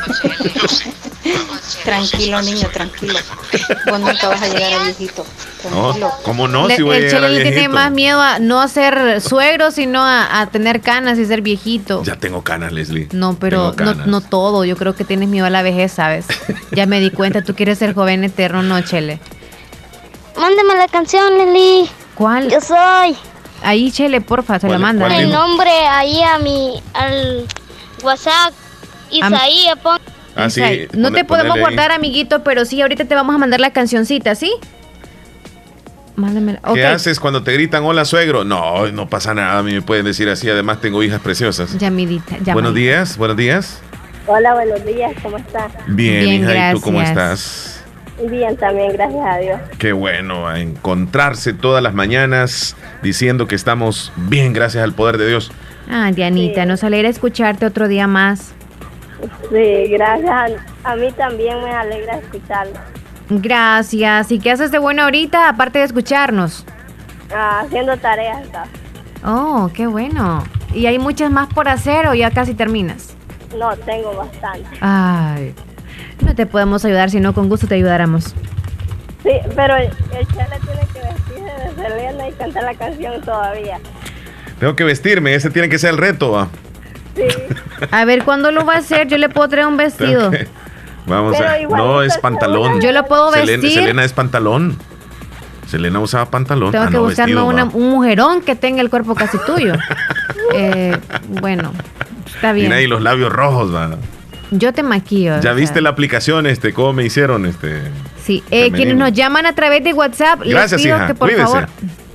Tranquilo, niño, tranquilo. Vos nunca vas a llegar a viejito. Tranquilo. No, ¿cómo no? Si voy a el llegar a Chele le tiene viejito. más miedo a no a ser suegro, sino a tener canas y ser viejito. Ya tengo canas, Leslie. No, pero Tengo canas. no todo. Yo creo que tienes miedo a la vejez, ¿sabes? Ya me di cuenta, tú quieres ser joven eterno, no, Chele. Mándame la canción, Leslie. ¿Cuál? Yo soy. Ahí, Chele, porfa, se la manda. El nombre ahí al WhatsApp. Isaías, pon. Ah, sí, No te podemos ponele ahí. guardar, amiguito, pero sí, ahorita te vamos a mandar la cancioncita, ¿sí? Mándamela. ¿Qué Ok. haces cuando te gritan hola, suegro? No, no pasa nada, a mí me pueden decir así. Además, tengo hijas preciosas. Llamidita, Buenos días, buenos días. Hola, buenos días, ¿cómo estás? Bien, Bien, hija, ¿y tú cómo gracias. estás? Bien, también, gracias a Dios. Qué bueno, a encontrarse todas las mañanas diciendo que estamos bien gracias al poder de Dios. Ah, Dianita, nos alegra escucharte otro día más. Sí, gracias. A mí también me alegra escucharlo. Gracias. ¿Y qué haces de bueno ahorita, aparte de escucharnos? Haciendo tareas. ¿Sabes? Oh, qué bueno. ¿Y hay muchas más por hacer o ya casi terminas? No, tengo bastante. Ay, no te podemos ayudar, si no, con gusto te ayudáramos. Sí, pero el Chele tiene que vestirse de Selena y cantar la canción todavía. Tengo que vestirme, ese tiene que ser el reto, ¿va? Sí. A ver, ¿cuándo lo va a hacer? Yo le puedo traer un vestido. Vamos Pero a... igual No, es está pantalón. segura. Yo lo puedo vestir. Selena es pantalón. Selena usaba pantalón. Tengo que no, buscarme vestido, va. un mujerón que tenga el cuerpo casi tuyo. Bueno, está bien. Tiene ahí los labios rojos, va. Yo te maquillo. ¿Ya o viste sea. la aplicación, cómo me hicieron, Sí, femenino? quienes nos llaman a través de WhatsApp, Gracias, les pido hija. que por Cuídese. favor.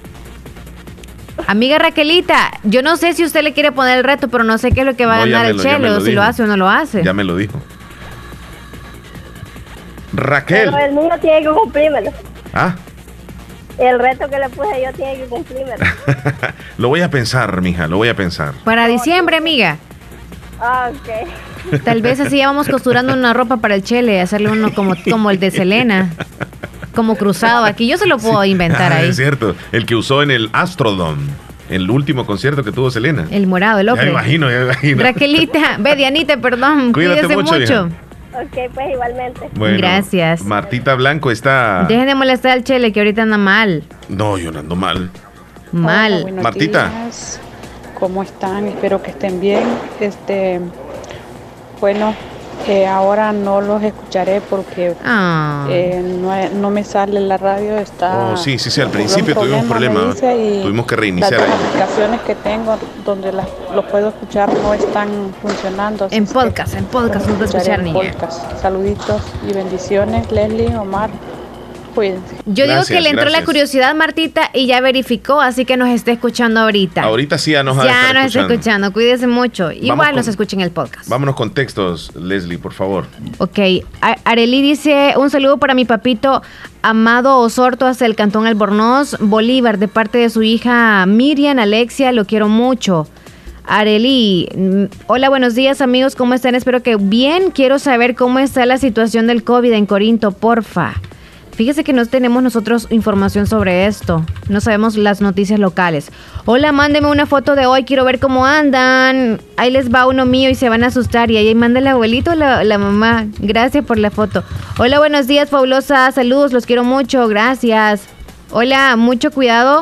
Amiga Raquelita, yo no sé si usted le quiere poner el reto, pero no sé qué es lo que va a No, ya ganar me el lo- ya me Chelo, lo si lo dijo. hace o no lo hace. Ya me lo dijo. Raquel. Pero el mío tiene que cumplírmelo. Ah, El reto que le puse yo tiene que cumplírmelo. lo voy a pensar, mija, lo voy a pensar. Para diciembre, amiga. Ok. Tal vez así ya vamos costurando una ropa para el Chele, hacerle uno como el de Selena, como cruzado aquí. Yo se lo puedo inventar Ah, ahí. es cierto, el que usó en el Astrodome, el último concierto que tuvo Selena. El morado, el Ya ocre. me imagino, ya me imagino. Raquelita, Dianita, perdón. Cuídate Cuídese mucho, mucho. hija. Ok, pues igualmente. Bueno, Gracias. Martita Blanco está... Dejen de molestar al Chele, que ahorita anda mal. No, yo no ando mal. Mal. Hola, buenos Martita. días. ¿Cómo están? Espero que estén bien. Bueno, ahora no los escucharé porque no me sale la radio. Está Oh, sí, al ocurrió principio un tuvimos problema, problemas. me dice, y Tuvimos que reiniciar las ahí. aplicaciones que tengo donde los puedo escuchar no están funcionando. así En es que podcast los nos va a escucharé escuchar, en niña. podcast. Saluditos y bendiciones, Leslie, Omar. Cuídense. Yo digo que le entró la curiosidad, Martita, y ya verificó, así que nos está escuchando ahorita. Ahorita sí ya nos va a Ya estar nos está escuchando. escuchando, cuídese mucho. Igual con- nos escuchen en el podcast. Vámonos con textos, Leslie, por favor. Ok, Arely dice, un saludo para mi papito Amado Osorto hasta el Cantón Albornoz, Bolívar, de parte de su hija Miriam Alexia, lo quiero mucho. Arely, hola, buenos días amigos, ¿cómo están? Espero que bien, quiero saber cómo está la situación del COVID en Corinto, porfa. Fíjese que no tenemos nosotros información sobre esto, no sabemos las noticias locales. Hola, mándeme una foto de hoy, quiero ver cómo andan. Ahí les va uno mío y se van a asustar. Y ahí manda el abuelito o la mamá. Gracias por la foto. Hola, buenos días, fabulosa. Saludos, los quiero mucho, gracias. Hola, mucho cuidado.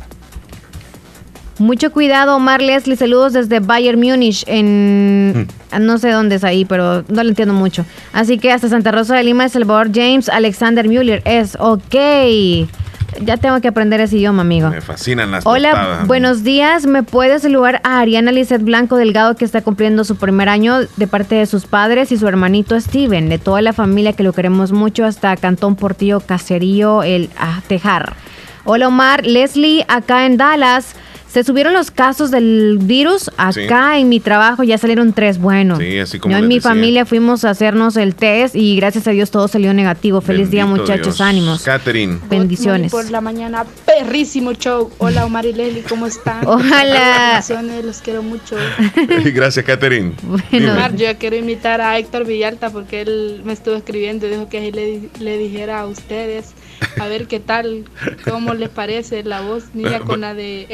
Mucho cuidado, Omar Leslie. Saludos desde Bayern Múnich, en no sé dónde es ahí, pero no lo entiendo mucho. Así que hasta Santa Rosa de Lima, El Salvador, James Alexander Müller es ok. Ya tengo que aprender ese idioma, amigo. Me fascinan las Hola, tostadas. buenos días. ¿Me puedes saludar a Ariana Lizeth Blanco Delgado, que está cumpliendo su primer año de parte de sus padres y su hermanito Steven, de toda la familia que lo queremos mucho, hasta Cantón Portillo, Caserío, el Tejar? Hola, Omar, Leslie, acá en Dallas. Se subieron los casos del virus. Acá en mi trabajo ya salieron 3 buenos. Sí, así como Yo y les mi decía. familia fuimos a hacernos el test y gracias a Dios todo salió negativo. Feliz día, Bendito muchachos. Dios. Ánimos. Catherine. Bendiciones. Por la mañana, perrísimo show. Hola Omar y Leslie, ¿cómo están? Ojalá. Bendiciones, los quiero mucho. Gracias, Catherine. Dime. Omar, yo quiero invitar a Héctor Villalta porque él me estuvo escribiendo y dijo que ahí le dijera a ustedes a ver qué tal, cómo les parece la voz mía con la de Héctor Villalta.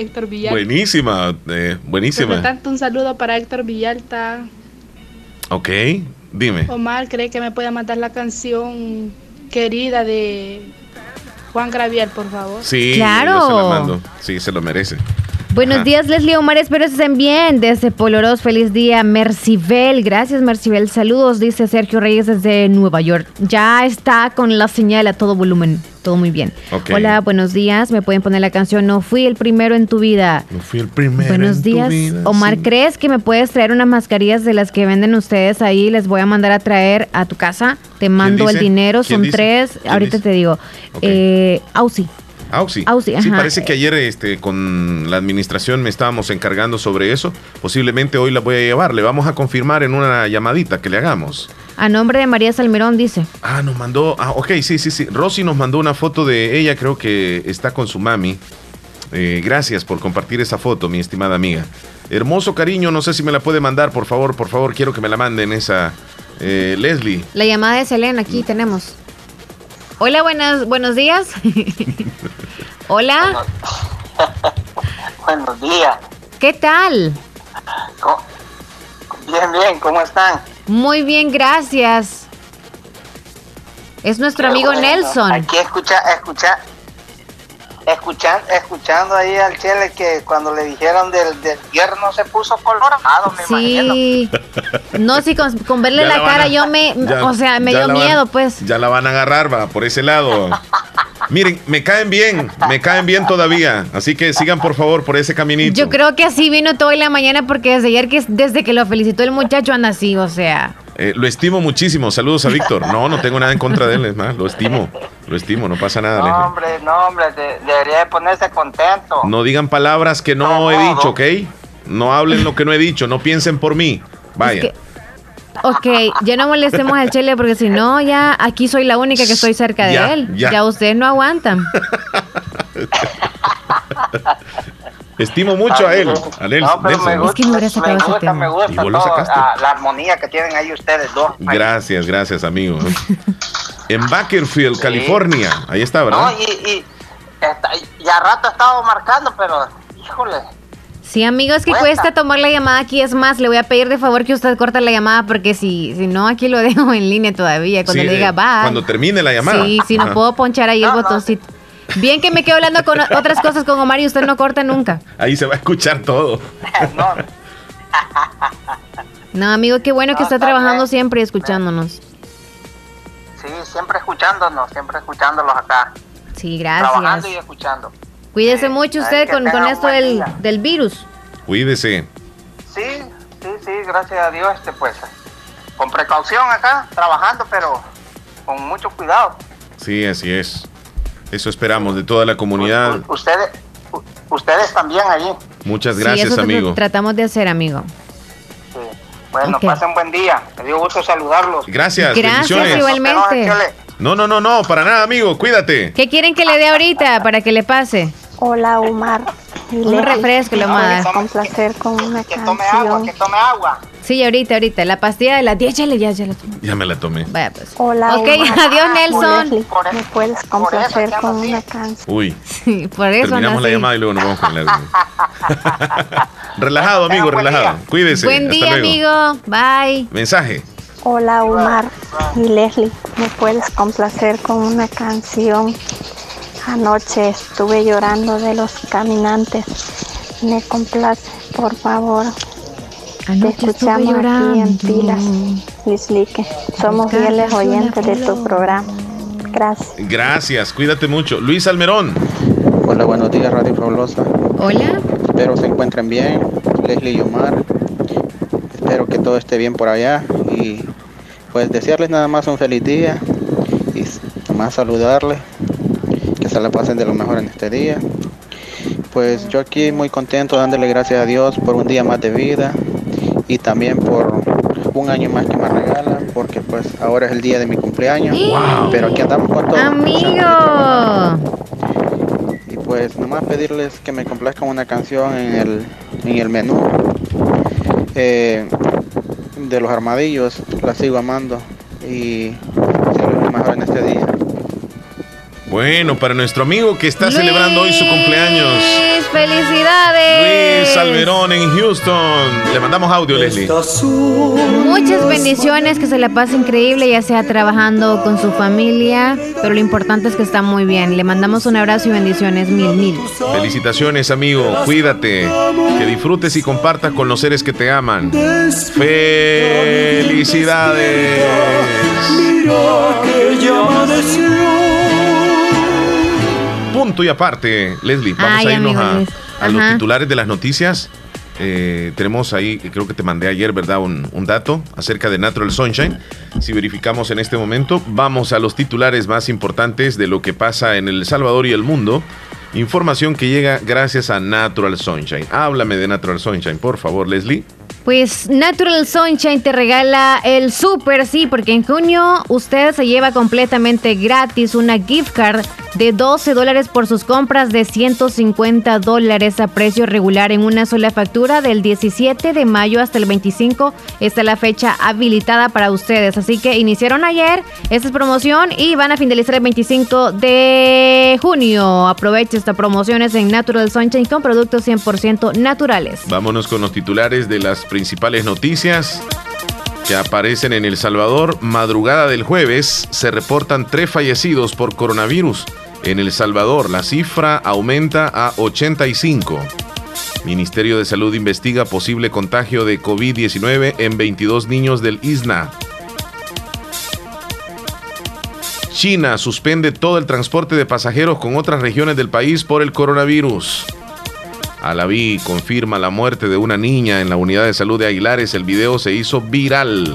Buenísima, buenísima. Por tanto, un saludo para Héctor Villalta. Ok, dime. Omar, ¿cree que me puede mandar la canción Querida de Juan Gabriel, por favor? Sí, claro. Yo se la mando. Sí, se lo merece. Buenos días, Leslie, Omar, espero que estén bien. Desde Poloros, feliz día. Mercibel, gracias, Mercibel. Saludos, dice Sergio Reyes desde Nueva York. Ya está con la señal a todo volumen. Todo muy bien. Okay. Hola, buenos días. Me pueden poner la canción No fui el primero en tu vida. No fui el primero. Buenos días, vida, Omar. sí. ¿Crees que me puedes traer unas mascarillas de las que venden ustedes ahí? Les voy a mandar a traer a tu casa. Te mando el dinero. Son 3. Ahorita te digo. Okay. Auxi. Auxi. Auxi, Sí, ajá. parece que ayer con la administración me estábamos encargando sobre eso. Posiblemente hoy la voy a llevar. Le vamos a confirmar en una llamadita que le hagamos. A nombre de María Salmerón, dice. Nos mandó. Ok, sí. Rosy nos mandó una foto de ella, creo que está con su mami. Gracias por compartir esa foto, mi estimada amiga. Hermoso cariño, no sé si me la puede mandar, por favor, quiero que me la manden esa. Leslie. La llamada de Selena, aquí tenemos. Hola, buenos días. Hola. Buenos días. ¿Qué tal? Bien, ¿cómo están? Muy bien, gracias. Es nuestro amigo Nelson. Aquí escuchando ahí al Chele que cuando le dijeron del yerno se puso colorado, me imagino. Sí. No, sí, con verle la cara yo me dio miedo, pues. Ya la van a agarrar, va, por ese lado. Miren, me caen bien todavía, así que sigan por favor por ese caminito. Yo creo que así vino toda la mañana porque desde ayer, desde que lo felicitó el muchacho anda así, o sea. Lo estimo muchísimo, saludos a Víctor. No tengo nada en contra de él, es más, lo estimo, no pasa nada. No, hombre, debería de ponerse contento. No digan palabras que no he dicho, ¿ok? No hablen lo que no he dicho, no piensen por mí, vaya. Ok, ya no molestemos al Chele porque si no, ya aquí soy la única que estoy cerca de él. Ya ustedes no aguantan. Estimo mucho a él, a Nelson. Es que no hubiera sacado ese tema. Me gusta ¿Y vos lo sacaste? La armonía que tienen ahí ustedes dos. Gracias, amigo. En Bakersfield, California. Ahí está, ¿verdad? No, y ya rato ha estado marcando, pero, híjole. Sí, amigo, es que cuesta tomar la llamada aquí. Es más, le voy a pedir de favor que usted corte la llamada porque si no, aquí lo dejo en línea todavía. Cuando le diga, va. Cuando termine la llamada. Sí, si no puedo ponchar ahí el botoncito. Bien que me quedo hablando con otras cosas con Omar y usted no corta nunca. Ahí se va a escuchar todo. No, amigo, qué bueno que está trabajando siempre y escuchándonos. Sí, siempre escuchándolos acá. Sí, gracias. Trabajando y escuchando. Cuídese mucho usted con esto del virus. Cuídese. Sí, gracias a Dios, pues, con precaución acá, trabajando, pero con mucho cuidado. Sí, así es. Eso esperamos de toda la comunidad. Ustedes también allí. Muchas gracias, eso amigo. Tratamos de hacer, amigo. Sí. Bueno, pasen buen día. Me dio gusto saludarlos. Gracias, bendiciones. Igualmente. No, para nada, amigo. Cuídate. ¿Qué quieren que le dé ahorita para que le pase? Hola, Omar. Un refresco le vamos a dar. Con placer con una que canción. Que tome agua. Sí, ahorita. La pastilla de las 10, ya la tomé. Ya me la tomé. Vaya, pues. Hola, ok, Omar. adiós, Nelson. ¿Me puedes complacer con una canción? Uy. Sí, por eso terminamos la llamada y luego nos vamos con la relajado, amigo, relajado. Cuídese. Buen día, amigo. Bye. Mensaje. Hola, Omar y Leslie. ¿Me puedes complacer con una canción? Anoche estuve llorando de Los Caminantes. Me complace, por favor. Anoche te escuchamos aquí en Pilas, Lislique. Somos fieles oyentes de tu programa. Gracias. Gracias, cuídate mucho. Luis Almerón. Hola, buenos días, Radio Fabulosa. Hola. Espero se encuentren bien, Leslie y Omar. Espero que todo esté bien por allá. Y pues desearles nada más un feliz día. Y más saludarles. Que se la pasen de lo mejor en este día. Pues yo aquí muy contento dándole gracias a Dios por un día más de vida y también por un año más que me regala, porque pues ahora es el día de mi cumpleaños. Wow. Pero aquí andamos con todo. ¡Amigo! Y pues nomás pedirles que me complazcan una canción en el menú de Los Armadillos. La sigo amando y desearles lo mejor en este día. Bueno, para nuestro amigo que está celebrando hoy su cumpleaños. ¡Felicidades! Luis Alberón en Houston. Le mandamos audio, Leslie. Muchas bendiciones, que se la pase increíble, ya sea trabajando con su familia, pero lo importante es que está muy bien. Le mandamos un abrazo y bendiciones, mil. Felicitaciones, amigo. Cuídate. Que disfrutes y compartas con los seres que te aman. ¡Felicidades! Punto y aparte, Leslie. Vamos a irnos a los titulares de las noticias. Tenemos ahí, creo que te mandé ayer, ¿verdad? Un dato acerca de Natural Sunshine. Si verificamos en este momento, vamos a los titulares más importantes de lo que pasa en El Salvador y el mundo. Información que llega gracias a Natural Sunshine. Háblame de Natural Sunshine, por favor, Leslie. Pues Natural Sunshine te regala el súper, sí, porque en junio usted se lleva completamente gratis una gift card de $12 por sus compras de $150 a precio regular en una sola factura. Del 17 de mayo hasta el 25 está la fecha habilitada para ustedes. Así que iniciaron ayer esta promoción y van a finalizar el 25 de junio. Aproveche esta promoción, es en Natural Sunshine con productos 100% naturales. Vámonos con los titulares de las principales noticias que aparecen en El Salvador. Madrugada del jueves se reportan 3 fallecidos por coronavirus. En El Salvador la cifra aumenta a 85. Ministerio de Salud investiga posible contagio de COVID-19 en 22 niños del ISNA. China suspende todo el transporte de pasajeros con otras regiones del país por el coronavirus. Alaví confirma la muerte de una niña en la unidad de salud de Aguilares. El video se hizo viral.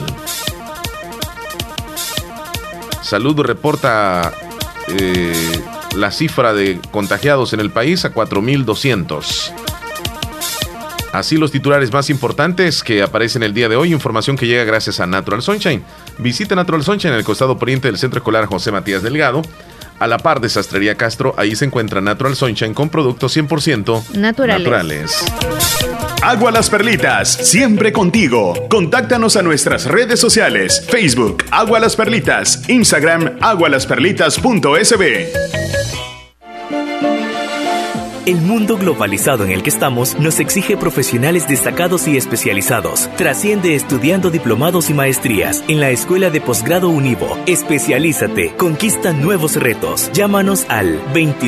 Salud reporta la cifra de contagiados en el país a 4.200. Así los titulares más importantes que aparecen el día de hoy. Información que llega gracias a Natural Sunshine. Visita Natural Sunshine en el costado poniente del Centro Escolar José Matías Delgado. A la par de Sastrería Castro, ahí se encuentra Natural Sunshine con productos 100% naturales. Agua Las Perlitas, siempre contigo. Contáctanos a nuestras redes sociales: Facebook, Agua Las Perlitas, Instagram, agualasperlitas.sb. El mundo globalizado en el que estamos nos exige profesionales destacados y especializados. Trasciende estudiando diplomados y maestrías en la Escuela de Posgrado Univo. Especialízate, conquista nuevos retos. Llámanos al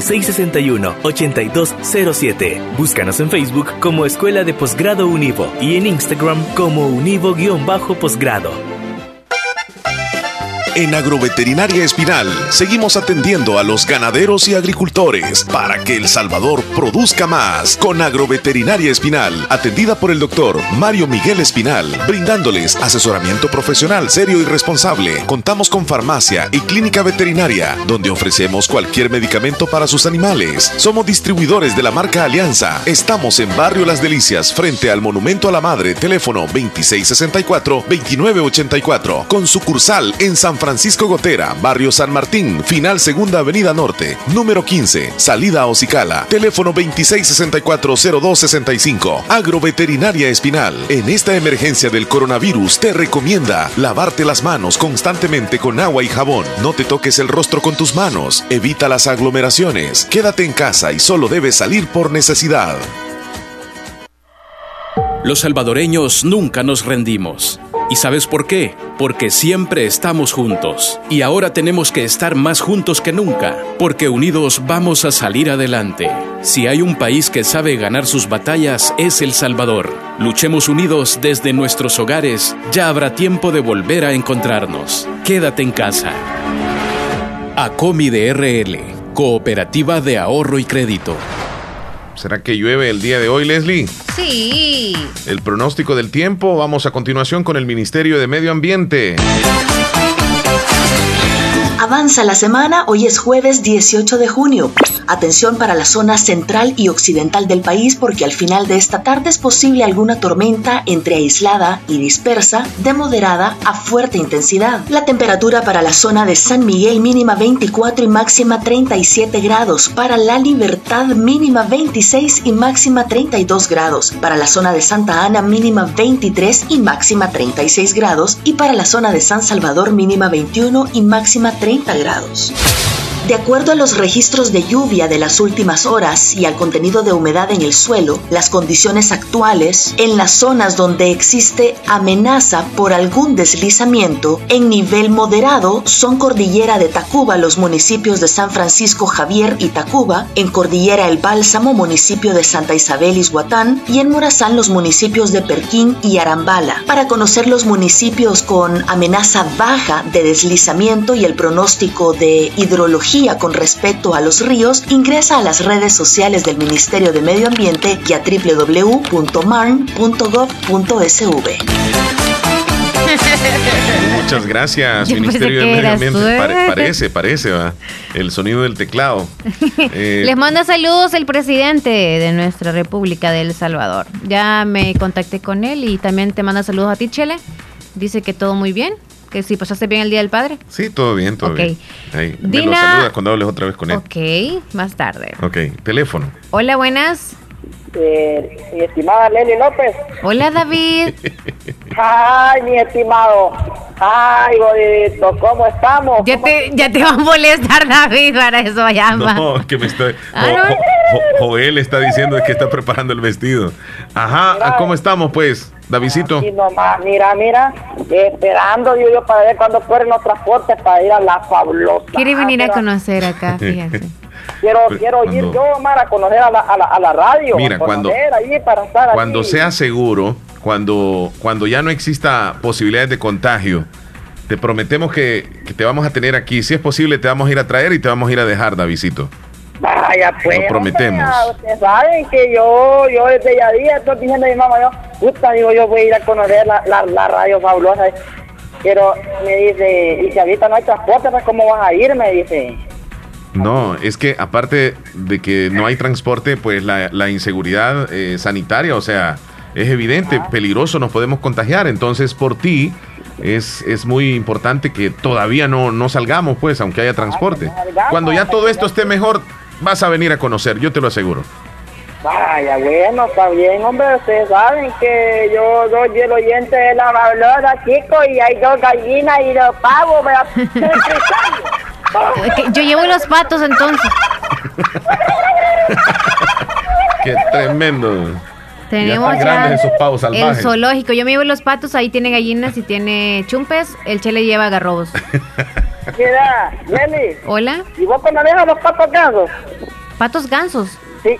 2661-8207. Búscanos en Facebook como Escuela de Posgrado Univo y en Instagram como Univo-posgrado. En Agroveterinaria Espinal seguimos atendiendo a los ganaderos y agricultores para que El Salvador produzca más. Con Agroveterinaria Espinal, atendida por el doctor Mario Miguel Espinal, brindándoles asesoramiento profesional serio y responsable. Contamos con farmacia y clínica veterinaria, donde ofrecemos cualquier medicamento para sus animales. Somos distribuidores de la marca Alianza. Estamos en Barrio Las Delicias, frente al Monumento a la Madre, teléfono 2664-2984, con sucursal en San Francisco Gotera, Barrio San Martín, final Segunda Avenida Norte, número 15, salida a Ocicala, teléfono 2664-0265. Agroveterinaria Espinal, en esta emergencia del coronavirus te recomienda lavarte las manos constantemente con agua y jabón. No te toques el rostro con tus manos, evita las aglomeraciones, quédate en casa y solo debes salir por necesidad. Los salvadoreños nunca nos rendimos. ¿Y sabes por qué? Porque siempre estamos juntos. Y ahora tenemos que estar más juntos que nunca, porque unidos vamos a salir adelante. Si hay un país que sabe ganar sus batallas, es El Salvador. Luchemos unidos desde nuestros hogares. Ya habrá tiempo de volver a encontrarnos. Quédate en casa. ACOMI de RL, Cooperativa de Ahorro y Crédito. ¿Será que llueve el día de hoy, Leslie? Sí. El pronóstico del tiempo. Vamos a continuación con el Ministerio de Medio Ambiente. Avanza la semana, hoy es jueves 18 de junio. Atención para la zona central y occidental del país porque al final de esta tarde es posible alguna tormenta entre aislada y dispersa, de moderada a fuerte intensidad. La temperatura para la zona de San Miguel mínima 24 y máxima 37 grados. Para La Libertad mínima 26 y máxima 32 grados. Para la zona de Santa Ana mínima 23 y máxima 36 grados. Y para la zona de San Salvador mínima 21 y máxima 30 grados. De acuerdo a los registros de lluvia de las últimas horas y al contenido de humedad en el suelo, las condiciones actuales en las zonas donde existe amenaza por algún deslizamiento en nivel moderado son Cordillera de Tacuba, los municipios de San Francisco Javier y Tacuba, en Cordillera El Bálsamo, municipio de Santa Isabel Izhuatán, y en Morazán los municipios de Perquín y Arambala. Para conocer los municipios con amenaza baja de deslizamiento y el pronóstico de hidrología con respecto a los ríos, ingresa a las redes sociales del Ministerio de Medio Ambiente y a www.marn.gov.sv. Muchas gracias, Ministerio de Medio Ambiente. Parece, va. El sonido del teclado. Les manda saludos el presidente de nuestra República de El Salvador. Ya me contacté con él y también te manda saludos a ti, Chele. Dice que todo muy bien, que si pasaste bien el Día del Padre. Sí, todo bien, todo bien. Ahí, Dina... me lo saludas cuando hables otra vez con él. Ok, más tarde. Ok, teléfono. Hola, buenas. Mi estimada Leslie López. Hola, David. Ay, mi estimado. Ay, Godito, ¿cómo estamos? Ya te va a molestar, David, para eso llama. No, que me estoy... Joel está diciendo que está preparando el vestido. Ajá, mira, ¿cómo estamos, pues, Davidcito? Aquí nomás, mira, esperando yo para ver cuándo corren los transportes para ir a La Fabulosa. Quiere venir a conocer acá, fíjate. Quiero ir yo, Omar, a conocer a la radio. Mira, cuando sea seguro, cuando ya no exista posibilidades de contagio, te prometemos que te vamos a tener aquí. Si es posible, te vamos a ir a traer y te vamos a ir a dejar, Davidcito. Vaya, pues. Lo prometemos. Hombre, ustedes saben que yo desde ya día estoy diciendo a mi mamá, yo voy a ir a conocer la radio fabulosa. Pero me dice, y si ahorita no hay transporte, pues ¿cómo vas a ir? Me dice. No, es que aparte de que no hay transporte, pues la inseguridad sanitaria, o sea, es evidente, peligroso, nos podemos contagiar. Entonces, por ti, es muy importante que todavía no salgamos, pues, aunque haya transporte. Cuando ya todo esto esté mejor, vas a venir a conocer, yo te lo aseguro. Vaya, bueno, está bien, hombre. Ustedes saben que yo soy el oyente de La Fabulosa, chicos, y hay 2 gallinas y 2 pavos, Yo llevo los patos, entonces. Qué tremendo. Tenemos ya grandes esos pavos salvajes. El zoológico. Yo me llevo los patos, ahí tiene gallinas y tiene chumpes. El Chele lleva garrobos. Mira, Nelly. Hola. ¿Y vos cómo dejas los patos gansos? ¿Patos gansos? Sí.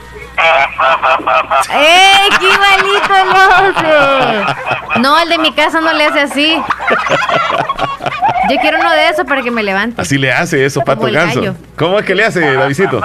¡Qué igualito lo hace! No, el de mi casa no le hace así. Yo quiero uno de esos para que me levante. Así le hace esos patos gansos. ¿Cómo es que le hace, Davidito?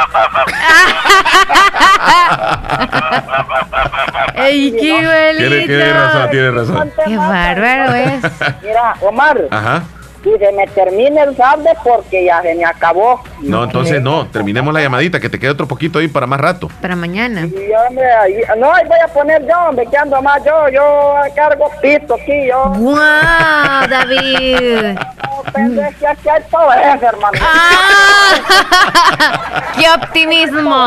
¡Ey, qué igualito! Tiene razón. ¡Qué bárbaro es! Mira, Omar. Ajá. Y se me termine el sable porque ya se me acabó. No, entonces no, terminemos la llamadita, que te quede otro poquito ahí para más rato. Para mañana. Y hombre, ahí voy a poner yo, hombre, que ando más yo cargo pito aquí, yo. ¡Guau, David! No, pensé que aquí hay todo eso, hermano. ¡Qué optimismo!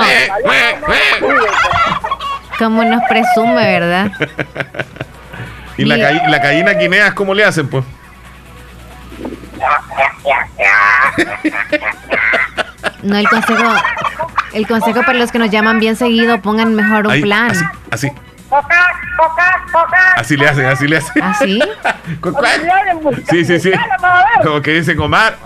Como nos presume, ¿verdad? ¿Y la gallina guineas cómo le hacen, pues? No, el consejo para los que nos llaman bien seguido, pongan mejor un plan. Así. Así le hacen. ¿Así? Sí. Como que dicen Omar.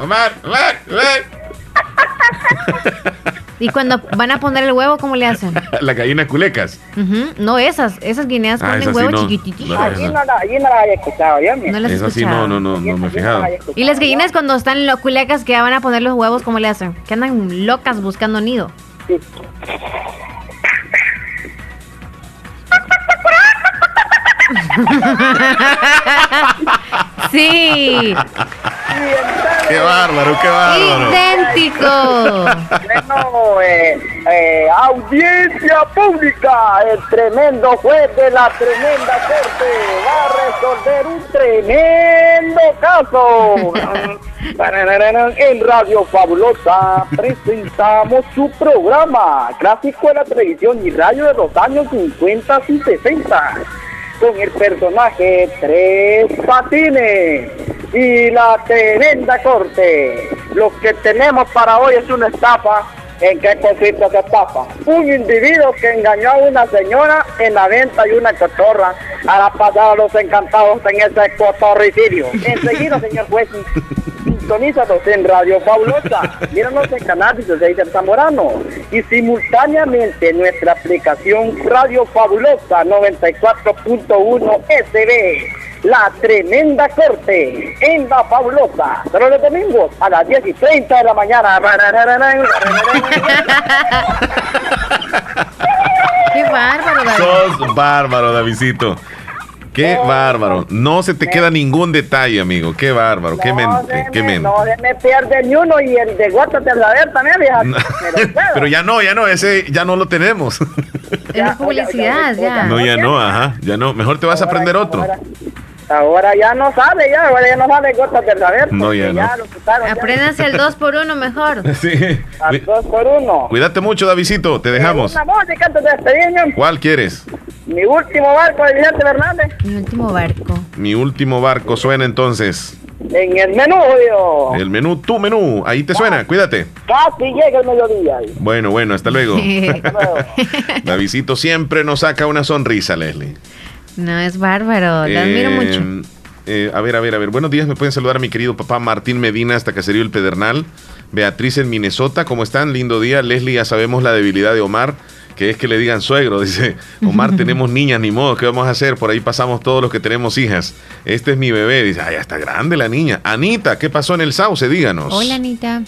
¿Y cuando van a poner el huevo, cómo le hacen? Las gallinas culecas. No, esas guineas ponen huevo chiquititos. Allí no las había escuchado yo. No las he escuchado. escuchado. No me he fijado. ¿Y las gallinas cuando están culecas que ya van a poner los huevos, cómo le hacen? Que andan locas buscando nido. Sí. Sí. Qué bárbaro. Idéntico. Bueno, audiencia pública. El tremendo juez de la tremenda corte va a resolver un tremendo caso. En Radio Fabulosa presentamos su programa clásico de la televisión y radio de los años 50 y 60. Con el personaje Tres Patines y la tremenda corte. Lo que tenemos para hoy es una estafa. ¿En qué consiste esa estafa? Un individuo que engañó a una señora en la venta y una cotorra. Hará pasar a los encantados en ese cotorricidio. Enseguida, señor juez, sintonízanos en Radio Fabulosa. Míranos en Canal 16 del Zamorano. Y simultáneamente nuestra aplicación Radio Fabulosa 94.1 SB. La Tremenda Corte en La Fabulosa. Todos los domingos a las 10:30 de la mañana. ¡Qué bárbaro, David! Sos bárbaro, Davidcito. Qué bárbaro. No se te queda ningún detalle, amigo. Qué bárbaro. Qué mente. Qué mente. No se me pierde ni uno y el de Gotas del Saber también, vieja. Pero ya no. Ese ya no lo tenemos. Es publicidad, ya. No, ya no, ajá. Ya no. Mejor te vas a aprender otro. Ahora ya no sale, ahora ya no sale Gotas del Saber. No, ya no. Apréndanse el 2x1 mejor. Sí. Al 2x1. Cuídate mucho, Davidcito. Te dejamos. Una música antes de despedirme. ¿Cuál quieres? Mi último barco de Vicente Fernández. Mi último barco. Mi último barco suena entonces. En el menú, yo. El menú, tu menú. Ahí te suena, cuídate. Casi llega el mediodía. Bueno, hasta luego. Hasta luego. Davidito siempre nos saca una sonrisa, Leslie. No, es bárbaro, lo admiro mucho. A ver. Buenos días, me pueden saludar a mi querido papá Martín Medina hasta Caserío El Pedernal. Beatriz en Minnesota, ¿cómo están? Lindo día. Leslie, ya sabemos la debilidad de Omar, que es que le digan suegro. Dice, Omar, tenemos niñas, ni modo, ¿qué vamos a hacer? Por ahí pasamos todos los que tenemos hijas. Este es mi bebé. Dice, ya está grande la niña. Anita, ¿qué pasó en el Sauce? Díganos. Hola, Anita.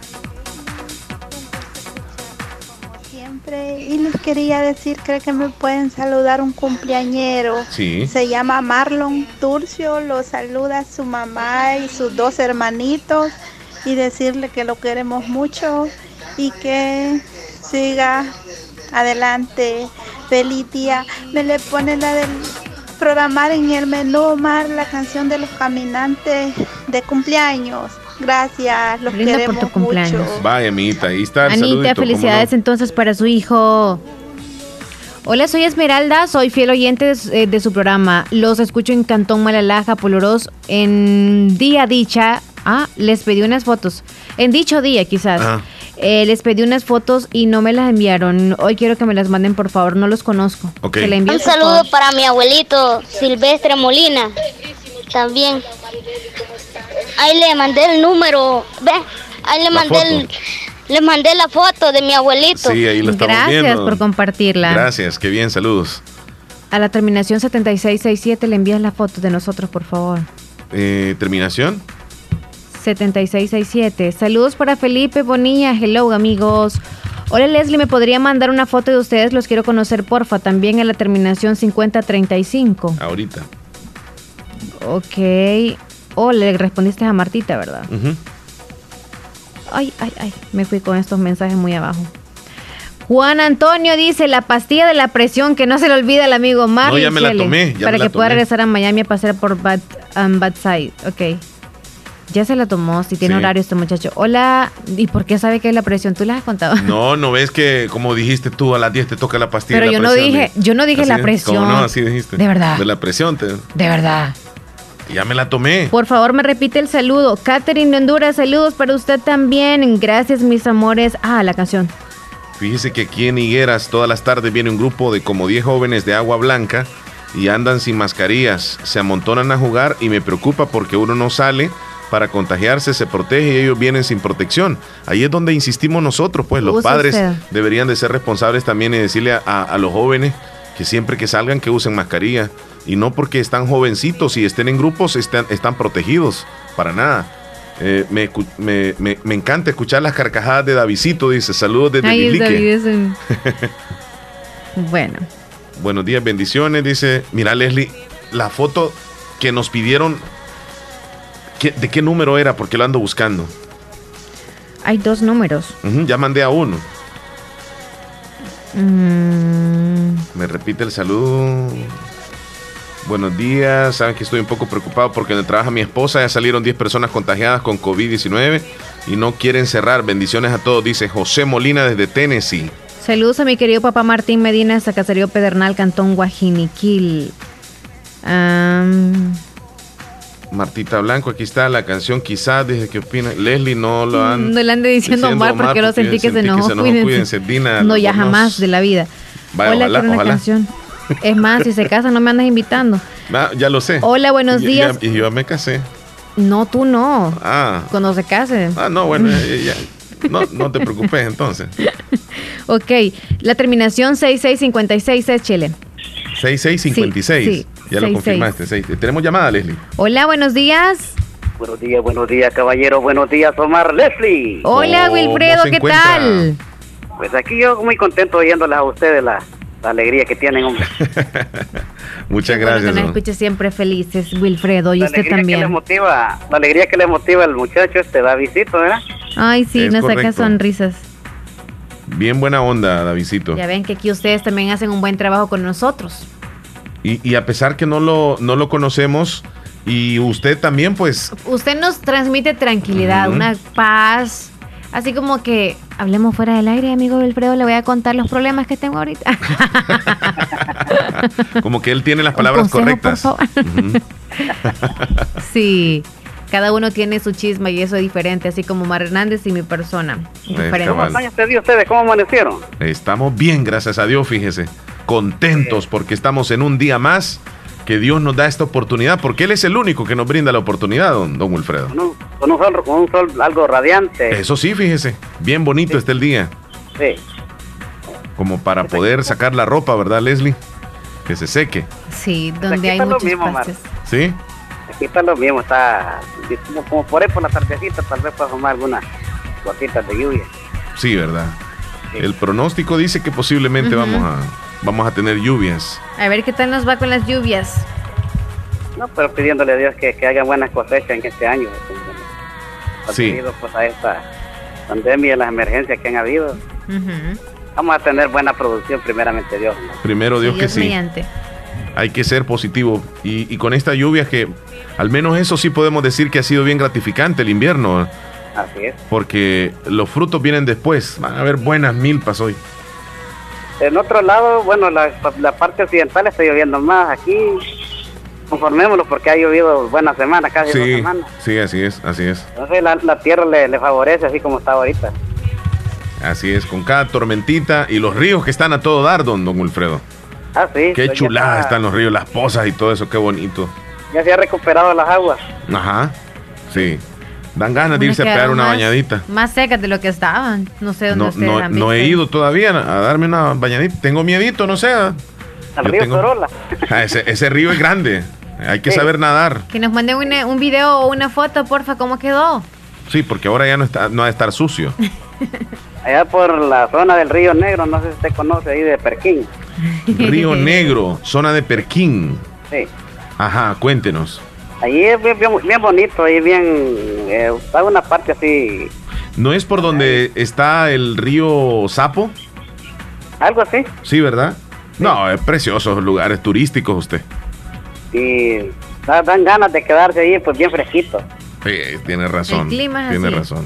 Y les quería decir, creo que me pueden saludar un cumpleañero. Sí. Se llama Marlon Turcio, lo saluda su mamá y sus 2 hermanitos y decirle que lo queremos mucho y que siga adelante. Feliz día. Me le pone la del programar en el menú, Omar, la canción de los caminantes de cumpleaños. Gracias, los Linda queremos por tu cumpleaños. mucho. Vaya, amiguita, ahí está el Anita, saludito, felicidades entonces para su hijo. Hola, soy Esmeralda, soy fiel oyente de su programa. Los escucho en Cantón Malalaja, Polorós, en día dicha. Les pedí unas fotos. En dicho día, quizás. Les pedí unas fotos y no me las enviaron. Hoy quiero que me las manden, por favor. No los conozco. Okay. Un saludo para mi abuelito Silvestre Molina. También. Ahí le mandé el número. Ve, ahí le mandé la foto de mi abuelito. Sí, ahí lo estamos viendo. Gracias por compartirla. Gracias, qué bien, saludos. A la terminación 7667 le envías la foto de nosotros, por favor. ¿Terminación? 7667. Saludos para Felipe Bonilla. Hello, amigos. Hola, Leslie, ¿me podría mandar una foto de ustedes? Los quiero conocer, porfa. También a la terminación 5035. Ahorita. Ok. Le respondiste a Martita, ¿verdad? Ay, me fui con estos mensajes muy abajo. Juan Antonio dice, la pastilla de la presión, que no se le olvida al amigo Marlon. No, ya me la tomé. Para que pueda regresar a Miami a pasar por Badside. Ok. Ya se la tomó, si tiene horario este muchacho. Hola, ¿y por qué sabe que es la presión? ¿Tú les has contado? No ves que, como dijiste tú, a las 10 te toca la pastilla de la presión. Pero yo no dije la presión. ¿Cómo no? Así dijiste. De verdad. De la presión. De verdad. Ya me la tomé. Por favor, me repite el saludo. Catherine de Honduras, saludos para usted también. Gracias, mis amores. La canción. Fíjese que aquí en Higueras todas las tardes viene un grupo de como 10 jóvenes de Agua Blanca y andan sin mascarillas. Se amontonan a jugar y me preocupa porque uno no sale para contagiarse, se protege y ellos vienen sin protección. Ahí es donde insistimos nosotros, pues los padres deberían de ser responsables también y decirle a los jóvenes que siempre que salgan que usen mascarilla. Y no porque están jovencitos y estén en grupos están protegidos, para nada. Me encanta escuchar las carcajadas de Davidito, dice, saludos desde Milique. Bueno. Buenos días, bendiciones, dice, mira Leslie, la foto que nos pidieron, ¿de qué número era? Porque lo ando buscando. Hay 2 números. Ya mandé a uno. Me repite el saludo. Buenos días, saben que estoy un poco preocupado porque donde trabaja mi esposa ya salieron 10 personas contagiadas con COVID-19 y no quieren cerrar. Bendiciones a todos, dice José Molina desde Tennessee. Saludos a mi querido papá Martín Medina hasta Caserío Pedernal, Cantón Guajiniquil. Martita Blanco, aquí está la canción Quizás, desde que opina. Leslie, no lo han... No le ande diciendo Omar porque lo sentí que se enojó. Cuídense. Dina, no, ya jamás de la vida. Vaya, hola, quiero una canción. Es más, si se casan no me andas invitando. Ya lo sé. Hola, buenos días. Y yo me casé. No, tú no. Cuando se case. No, bueno, ya. No te preocupes entonces. Ok, la terminación 6656 es Chile. 6656. Sí, ya 66. Lo confirmaste. Tenemos llamada, Leslie. Hola, buenos días. Buenos días, caballero. Buenos días, Omar. Leslie. Hola, Wilfredo, ¿qué tal? Pues aquí yo muy contento oyéndolas a ustedes, la alegría que tienen, hombre. Muchas gracias. Que nos escuche siempre felices, Wilfredo, y usted también. La alegría que le motiva al muchacho Davidcito, ¿verdad? Ay, sí, nos saca sonrisas. Bien buena onda, Davidcito. Ya ven que aquí ustedes también hacen un buen trabajo con nosotros. Y a pesar que no lo conocemos, y usted también, pues... Usted nos transmite tranquilidad, una paz... Así como que hablemos fuera del aire, amigo Wilfredo, le voy a contar los problemas que tengo ahorita. Como que él tiene las palabras correctas. Por favor. Sí, cada uno tiene su chisma y eso es diferente, así como Mar Hernández y mi persona. ¿Cómo están ustedes? ¿Cómo amanecieron? Estamos bien, gracias a Dios, fíjese. Contentos porque estamos en un día más que Dios nos da esta oportunidad, porque Él es el único que nos brinda la oportunidad, don Wilfredo. Con un sol algo radiante. Eso sí, fíjese, bien bonito está el día. Sí. Como para poder sacar la ropa, ¿verdad, Leslie? Que se seque. Sí, donde hay muchos pastes. ¿Sí? Aquí está lo mismo, está como por ahí por la tardecita, tal vez pueda formar algunas gotitas de lluvia. Sí, ¿verdad? Sí. El pronóstico dice que posiblemente vamos a tener lluvias. A ver qué tal nos va con las lluvias. No, pero pidiéndole a Dios que hagan buenas cosechas en este año. Sí. Debido pues a esta pandemia y las emergencias que han habido. Vamos a tener buena producción, primeramente Dios, ¿no? Primero Dios, que sí. Mediante. Hay que ser positivo. Y con estas lluvias que, al menos eso sí podemos decir que ha sido bien gratificante el invierno. Así es. Porque los frutos vienen después. Van a haber buenas milpas hoy. En otro lado, bueno, la parte occidental está lloviendo más. Aquí, conformémoslo porque ha llovido buena semana, casi 2 semanas. Sí, así es. Entonces la tierra le favorece así como está ahorita. Así es, con cada tormentita y los ríos que están a todo dar, don Wilfredo. Ah, sí. Qué chulada están los ríos, las pozas y todo eso, qué bonito. Ya se ha recuperado las aguas. Ajá, sí. Dan ganas de irse a pegar una bañadita. Más secas de lo que estaban. No sé dónde ustedes han visto. No he ido todavía a darme una bañadita. Tengo miedito, no sé. Al río Sorola. Ese río es grande. Hay que saber nadar. Que nos manden un video o una foto, porfa, ¿cómo quedó? Sí, porque ahora ya no va a estar sucio. Allá por la zona del Río Negro, no sé si usted conoce ahí de Perquín. Río Negro, zona de Perquín. Sí. Ajá, cuéntenos. Ahí es bien bonito, ahí está una parte así. ¿No es por donde está el río Sapo? Algo así. Sí, ¿verdad? Sí. No, es preciosos lugares turísticos usted. Y dan ganas de quedarse ahí, pues bien fresquito. Sí, tiene razón. El clima es tiene así. razón.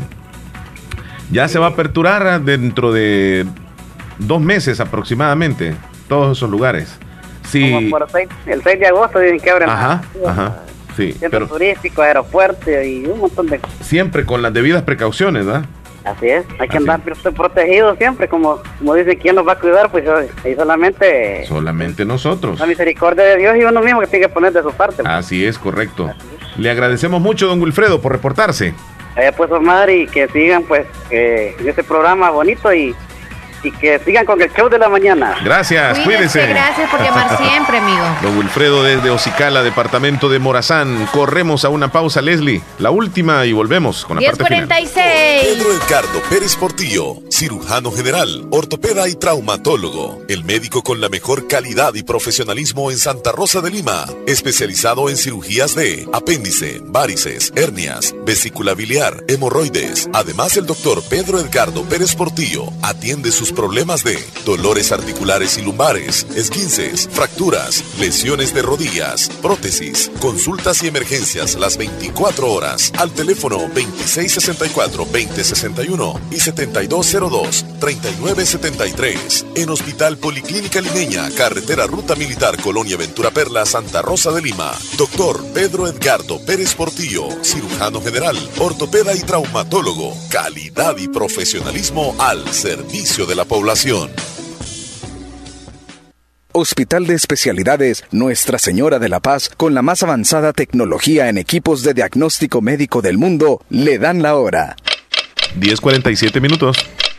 Ya se va a aperturar dentro de 2 meses aproximadamente todos esos lugares. Sí. Como por el 6 de agosto dicen que abren. Ajá. Sí, centros turísticos, aeropuertos y un montón de cosas. Siempre con las debidas precauciones, ¿verdad? Así es, hay que andar protegidos siempre, como dicen, ¿quién nos va a cuidar? Pues ahí solamente nosotros. La misericordia de Dios y uno mismo que tiene que poner de su parte. Pues. Así es, correcto. Le agradecemos mucho, don Wilfredo, por reportarse. Allá pues, Omar, y que sigan pues en este programa bonito y que sigan con el show de la mañana. Gracias, cuídense. Gracias por llamar siempre, amigo. Don Wilfredo desde Ocicala, departamento de Morazán. Corremos a una pausa, Leslie. La última y volvemos con la parte final. 10:46. Pedro Edgardo Pérez Portillo, cirujano general, ortopeda y traumatólogo. El médico con la mejor calidad y profesionalismo en Santa Rosa de Lima. Especializado en cirugías de apéndice, varices, hernias, vesícula biliar, hemorroides. Además, el doctor Pedro Edgardo Pérez Portillo atiende sus problemas de dolores articulares y lumbares, esguinces, fracturas, lesiones de rodillas, prótesis, consultas y emergencias las 24 horas al teléfono 2664-2061 y 7202-3973. En Hospital Policlínica Limeña, Carretera Ruta Militar, Colonia Ventura Perla, Santa Rosa de Lima. Doctor Pedro Edgardo Pérez Portillo, cirujano general, ortopeda y traumatólogo. Calidad y profesionalismo al servicio de la población. Hospital de Especialidades Nuestra Señora de la Paz, con la más avanzada tecnología en equipos de diagnóstico médico del mundo, le dan la hora. 10:47 minutos.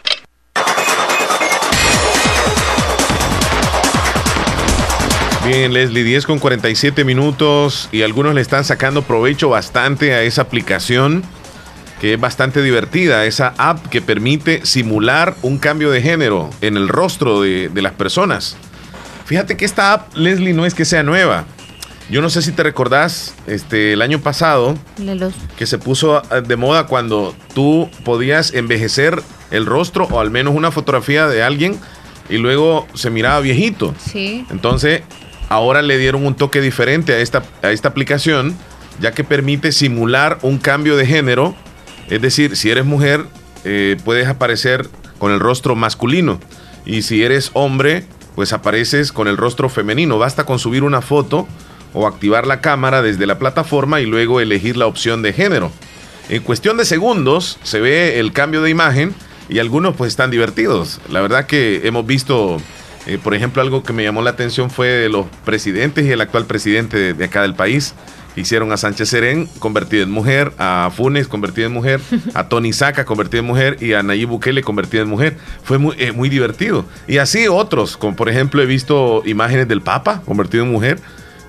Bien, Leslie, 10:47 minutos y algunos le están sacando provecho bastante a esa aplicación que es bastante divertida, esa app que permite simular un cambio de género en el rostro de las personas. Fíjate que esta app, Leslie, no es que sea nueva. Yo no sé si te recordás, el año pasado, que se puso de moda cuando tú podías envejecer el rostro o al menos una fotografía de alguien y luego se miraba viejito. Sí. Entonces, ahora le dieron un toque diferente a esta aplicación, ya que permite simular un cambio de género. Es decir, si eres mujer, puedes aparecer con el rostro masculino. Y si eres hombre, pues apareces con el rostro femenino. Basta con subir una foto o activar la cámara desde la plataforma y luego elegir la opción de género. En cuestión de segundos se ve el cambio de imagen y algunos pues están divertidos. La verdad que hemos visto, por ejemplo, algo que me llamó la atención fue de los presidentes y el actual presidente de acá del país. Hicieron a Sánchez Serén convertido en mujer, a Funes convertido en mujer, a Tony Saca convertido en mujer y a Nayib Bukele convertido en mujer. Fue muy divertido. Y así otros, como por ejemplo he visto imágenes del Papa convertido en mujer,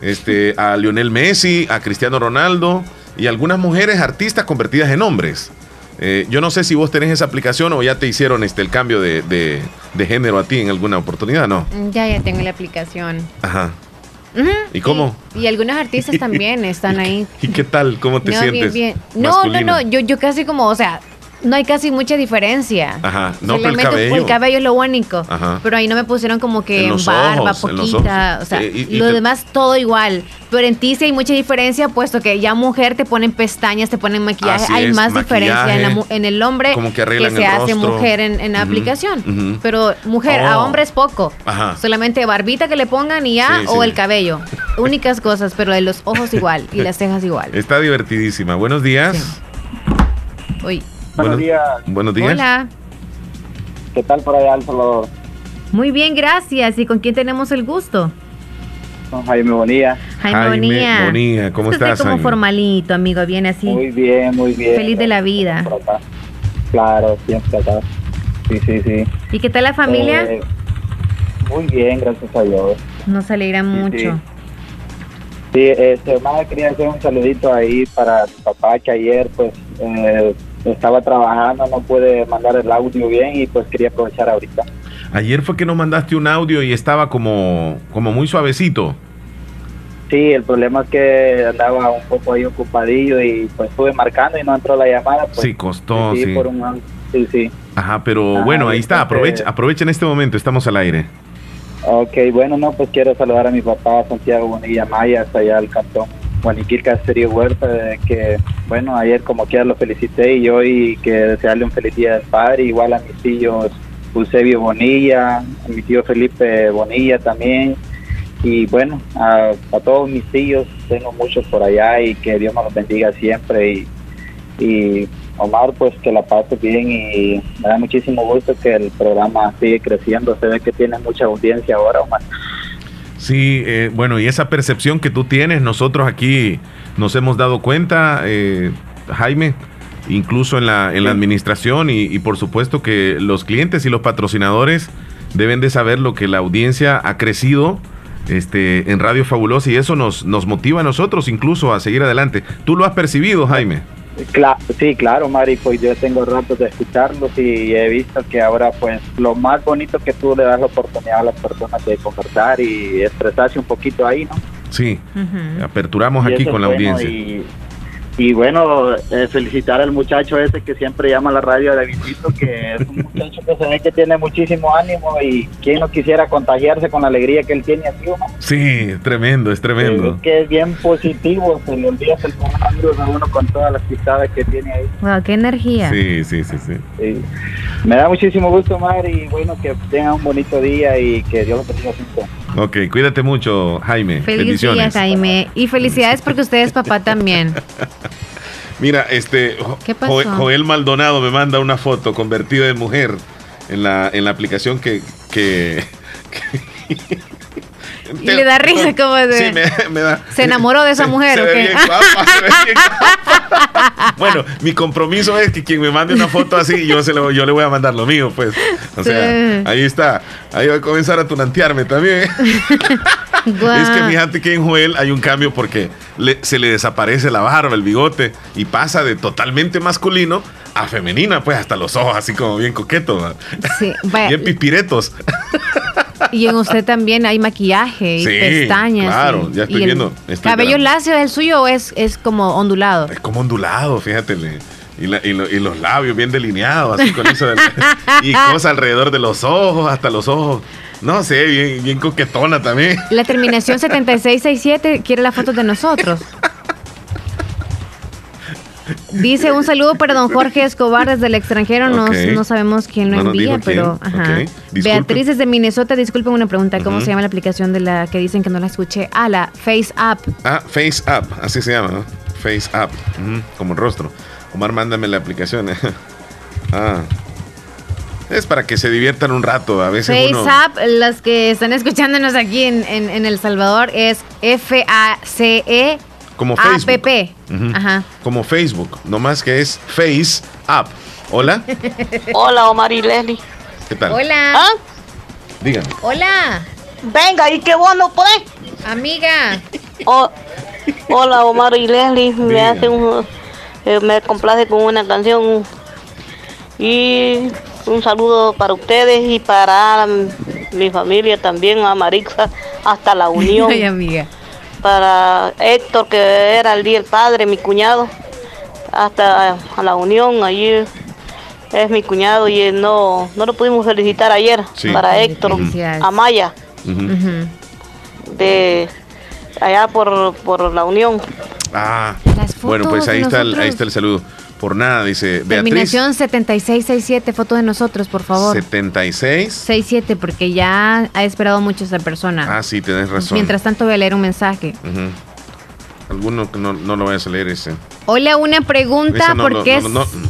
a Lionel Messi, a Cristiano Ronaldo y algunas mujeres artistas convertidas en hombres. Yo no sé si vos tenés esa aplicación o ya te hicieron el cambio de género a ti en alguna oportunidad, ¿no? Ya tengo la aplicación. Ajá. ¿Y cómo? Y algunos artistas también están ahí. ¿Y qué tal? ¿Cómo te sientes? Bien. No, yo casi como, o sea, no hay casi mucha diferencia. Ajá, no, pero el cabello. El cabello es lo único. Ajá. Pero ahí no me pusieron como que en barba, ojos, poquita. O sea, lo demás todo igual. Pero en ti sí hay mucha diferencia, puesto que ya mujer te ponen pestañas, te ponen maquillaje. Así hay es, más maquillaje, diferencia en el hombre como que arreglan se el hace rostro. mujer en la aplicación. Pero mujer a hombre es poco. Ajá. Solamente barbita que le pongan y ya, o el cabello. Únicas cosas, pero de los ojos igual y las cejas igual. Está divertidísima. Buenos días. Sí. Uy. Buenos días. Buenos días. Hola. ¿Qué tal por allá, El Salvador? Muy bien, gracias. ¿Y con quién tenemos el gusto? Con Jaime Bonilla. Jaime Bonilla, ¿cómo estás, como Jaime? formalito, amigo, viene así. Muy bien. Feliz de la vida. Claro, siempre acá. Sí. ¿Y qué tal la familia? Muy bien, gracias a Dios. Nos alegra mucho. Sí, más quería hacer un saludito ahí para mi papá, que ayer pues estaba trabajando, no pude mandar el audio bien y pues quería aprovechar ahorita. Ayer fue que nos mandaste un audio y estaba como muy suavecito. Sí, el problema es que andaba un poco ahí ocupadillo y pues estuve marcando y no entró la llamada. Pues, sí, costó, sí. Sí. Ajá, pero bueno, ahí está, aprovecha en este momento, estamos al aire. Ok, bueno, no, pues quiero saludar a mi papá, Santiago Bonilla Maya, hasta allá al cantón Guaniquil, Caserío Huerta, que, bueno, ayer como quiera lo felicité y hoy que desearle un feliz día del padre, igual a mis tíos Eusebio Bonilla, a mi tío Felipe Bonilla también, y bueno, a todos mis tíos, tengo muchos por allá y que Dios me los bendiga siempre y Omar, pues que la pase bien y me da muchísimo gusto que el programa sigue creciendo, se ve que tiene mucha audiencia ahora, Omar. Sí, bueno, y esa percepción que tú tienes, nosotros aquí nos hemos dado cuenta, Jaime, incluso en la administración y por supuesto que los clientes y los patrocinadores deben de saber lo que la audiencia ha crecido en Radio Fabulosa y eso nos motiva a nosotros incluso a seguir adelante. ¿Tú lo has percibido, Jaime? Sí, claro, Mari, pues yo tengo ratos de escucharlos y he visto que ahora pues lo más bonito que tú le das la oportunidad a las personas de conversar y expresarse un poquito ahí, ¿no? Sí, aperturamos aquí con la audiencia. Y bueno, felicitar al muchacho ese que siempre llama a la radio de Visito, que es un muchacho que se ve que tiene muchísimo ánimo y quien no quisiera contagiarse con la alegría que él tiene así, ¿no? Sí, tremendo, es tremendo. Es que es bien positivo, se le olvida el coronavirus a uno con todas las pisadas que tiene ahí. Wow, qué energía. Sí. Me da muchísimo gusto, Mar, y bueno, que tengan un bonito día y que Dios los bendiga siempre. Ok, cuídate mucho, Jaime. Feliz día, Jaime. Y felicidades porque usted es papá también. Mira, ¿Qué pasó? Joel Maldonado me manda una foto convertido de mujer en la aplicación que y le da risa como de... Sí, me da. ¿Se enamoró de esa mujer o qué? Bueno, mi compromiso es que quien me mande una foto así, yo le voy a mandar lo mío, pues. O sea, ahí está. Ahí va a comenzar a tunantearme también. Es que fíjate que en Joel hay un cambio porque se le desaparece la barba, el bigote, y pasa de totalmente masculino a femenina, pues hasta los ojos así como bien coquetos. Sí, vaya. Bien pispiretos. Y en usted también hay maquillaje y pestañas. Claro, ya estoy viendo. ¿Cabello lacio es el suyo o es como ondulado? Es como ondulado, fíjate. Y los labios bien delineados, así con eso. Y cosas alrededor de los ojos, hasta los ojos. No sé, bien coquetona también. La terminación 7667 quiere las fotos de nosotros. Dice un saludo para don Jorge Escobar desde el extranjero. No sabemos quién lo envía, pero ajá. Beatriz desde Minnesota, disculpen una pregunta. ¿Cómo se llama la aplicación de la que dicen que no la escuché? La Face App. Face App, así se llama, ¿no? Face App, como el rostro. Omar, mándame la aplicación. Es para que se diviertan un rato. A veces Face App, las que están escuchándonos aquí en El Salvador, es FACE. Como Facebook. APP. Ajá. Como Facebook, nomás que es Face App. Hola. Hola, Omar y Leslie. ¿Qué tal? Hola. Dígame. Hola. Venga, ¿y qué bueno, pues? Amiga. Hola, Omar y Leslie. Me complace con una canción. Y un saludo para ustedes y para mi familia también, a Marixa, hasta La Unión. Ay, amiga. Para Héctor, que era el día del padre, mi cuñado, hasta a La Unión, allí es mi cuñado y no lo pudimos felicitar ayer. Sí. Para Héctor Amaya, de allá por La Unión. Bueno, pues ahí está el saludo. Por nada, dice Beatriz. Terminación 7667, foto de nosotros, por favor. 7667, porque ya ha esperado mucho esa persona. Sí, tenés razón. Mientras tanto voy a leer un mensaje. Alguno que no lo vayas a leer ese. Hola, una pregunta, porque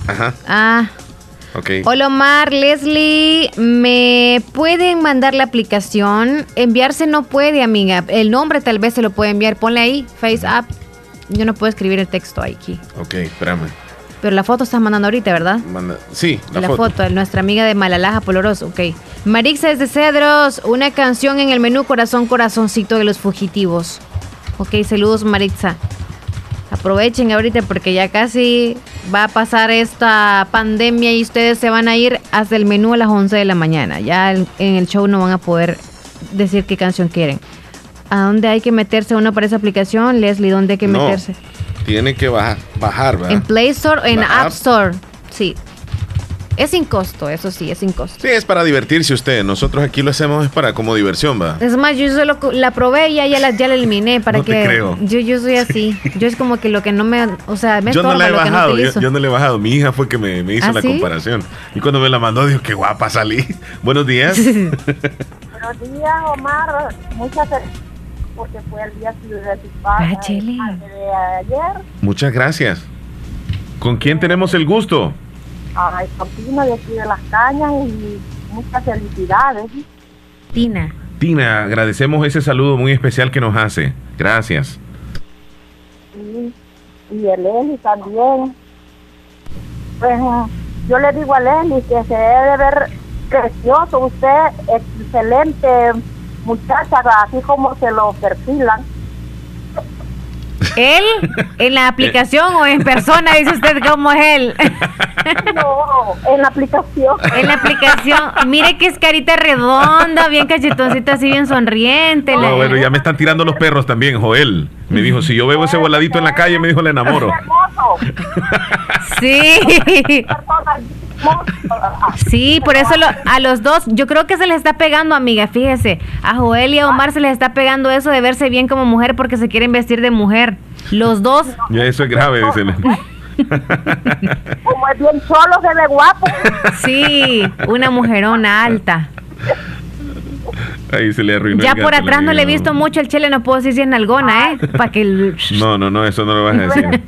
Okay. Hola, Omar, Leslie, ¿me pueden mandar la aplicación? Enviarse no puede, amiga. El nombre tal vez se lo puede enviar. Ponle ahí, Face App. Yo no puedo escribir el texto aquí. Ok, espérame. Pero la foto estás mandando ahorita, ¿verdad? Sí, la foto. Nuestra amiga de Malalaja, Poloroso. Ok. Marixa desde Cedros, una canción en el menú Corazón, Corazoncito de los Fugitivos. Ok, saludos, Marixa. Aprovechen ahorita porque ya casi va a pasar esta pandemia y ustedes se van a ir hasta el menú a las 11 de la mañana. Ya en el show no van a poder decir qué canción quieren. ¿A dónde hay que meterse uno para esa aplicación, Leslie? ¿Dónde hay que meterse? Tiene que bajar, ¿verdad? En Play Store o en App Store. Sí. Es sin costo, eso sí, es sin costo. Sí, es para divertirse usted. Nosotros aquí lo hacemos es para como diversión, ¿va? Es más, yo solo la probé y ya la eliminé para que... Te creo. Yo soy así. Yo es como que lo que no me... O sea, me estorba, yo no la he bajado, no yo no la he bajado. Mi hija fue que me hizo la comparación. Y cuando me la mandó, dijo, qué guapa salí. Buenos días. Buenos días, Omar. Muchas gracias. Porque fue el día de tu padre de ayer. Muchas gracias. ¿Con quién tenemos el gusto? Con Tina de aquí de Las Cañas y muchas felicidades. Tina, agradecemos ese saludo muy especial que nos hace. Gracias. Sí, y el Leslie también. Pues yo le digo a Leslie que se debe ver precioso usted, excelente muchacha, así como se lo perfilan. ¿Él? ¿En la aplicación o en persona? Dice usted cómo es él. No, en la aplicación. En la aplicación. Mire que es carita redonda, bien cachetoncita, así bien sonriente. No, bueno, ya me están tirando los perros también, Joel. Me dijo, si yo veo ese voladito en la calle, me dijo, le enamoro. Sí. Sí, por eso a los dos, yo creo que se les está pegando, amiga, fíjese. A Joel y a Omar se les está pegando eso de verse bien como mujer porque se quieren vestir de mujer. Los dos. Ya eso es grave, dicen. Como es bien solo, se ve guapo. Sí, una mujerona alta. Ahí se le arruinó. Ya por atrás no le he visto mucho el Chele, no puedo decir si es nalgona, para que No, eso no lo vas a decir.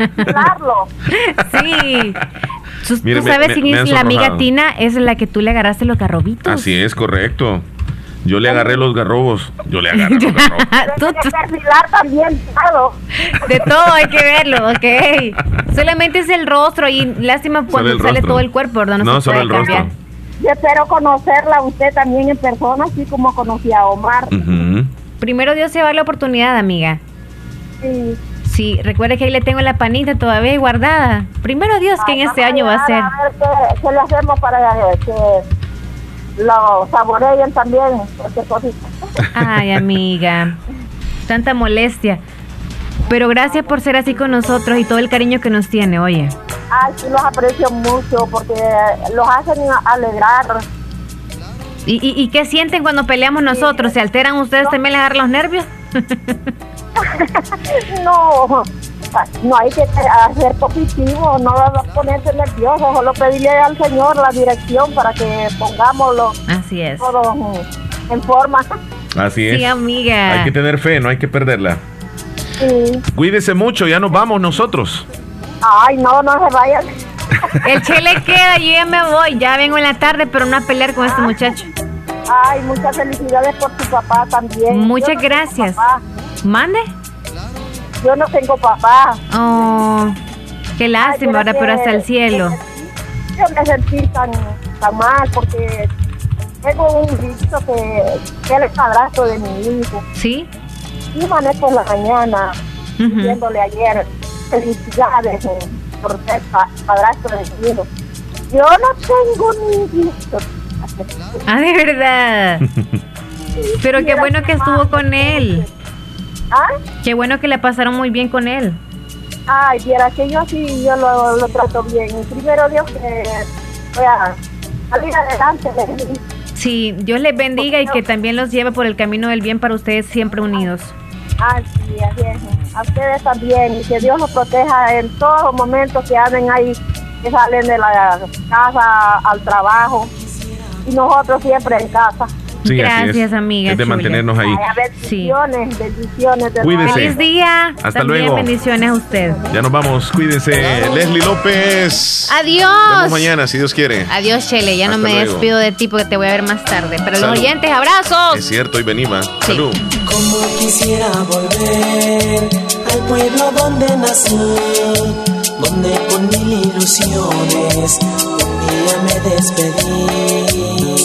Sí. ¿Tú sabes quién es la amiga Tina? Es la que tú le agarraste los garrobitos. Así es, correcto. Yo le agarré los garrobos. Tú perfilar también, claro. De todo hay que verlo, ok. Solamente es el rostro y lástima cuando sale todo el cuerpo, ¿verdad? No, solo el rostro. Yo espero conocerla a usted también en persona, así como conocí a Omar. Primero Dios se va a dar la oportunidad, amiga. Sí. Sí, recuerde que ahí le tengo la panita todavía guardada. Primero Dios que en este año va a ser. A ver qué le hacemos para que lo saboreen también. Ay, amiga, tanta molestia. Pero gracias por ser así con nosotros y todo el cariño que nos tiene, oye. Ay, sí, los aprecio mucho porque los hacen alegrar. ¿Y qué sienten cuando peleamos nosotros? ¿Se alteran ustedes también, les agarran los nervios? No hay que hacer positivo, no ponerse nervioso, solo pedirle al Señor la dirección para que pongámoslo. Así es. Todo en forma. Así es. Sí, amiga. Hay que tener fe, no hay que perderla. Sí. Cuídese mucho, ya nos vamos nosotros. Ay, no se vayan. El Chele queda, yo ya me voy, ya vengo en la tarde, pero no a pelear con este muchacho. Ay, muchas felicidades por tu papá también. Muchas gracias. ¿Mande? Yo no tengo papá. Oh, qué lástima, ahora, pero hasta el cielo. Yo me sentí tan mal porque tengo un hijito que él es padrastro de mi hijo. ¿Sí? Y mané por la mañana diciéndole ayer felicidades por ser padrastro de mi hijo. Yo no tengo ni hijito. Ah, de verdad. Pero qué bueno que estuvo con él. ¿Ah? Qué bueno que le pasaron muy bien con él. Ay, viera que yo sí, yo lo trato bien. Y primero Dios que voy a salir adelante. Sí, Dios les bendiga y que también los lleve por el camino del bien para ustedes siempre unidos. Ay, sí, así es. A ustedes también. Y que Dios los proteja en todos los momentos que anden ahí, que salen de la casa al trabajo. Y nosotros siempre en casa. Sí, gracias, amiga. Es de mantenernos ahí. Bendiciones, bendiciones. Cuídese. Feliz día. Hasta también luego. Bendiciones a usted. Ya nos vamos. Cuídense. Leslie López. Adiós. Nos vemos mañana, si Dios quiere. Adiós, Chele. Ya Hasta no me luego. despido de ti porque te voy a ver más tarde. Pero Salud. los oyentes, abrazos. Es cierto, hoy venimos. Sí. Salud. Como quisiera volver al pueblo donde nací, donde con mil ilusiones un día me despedí.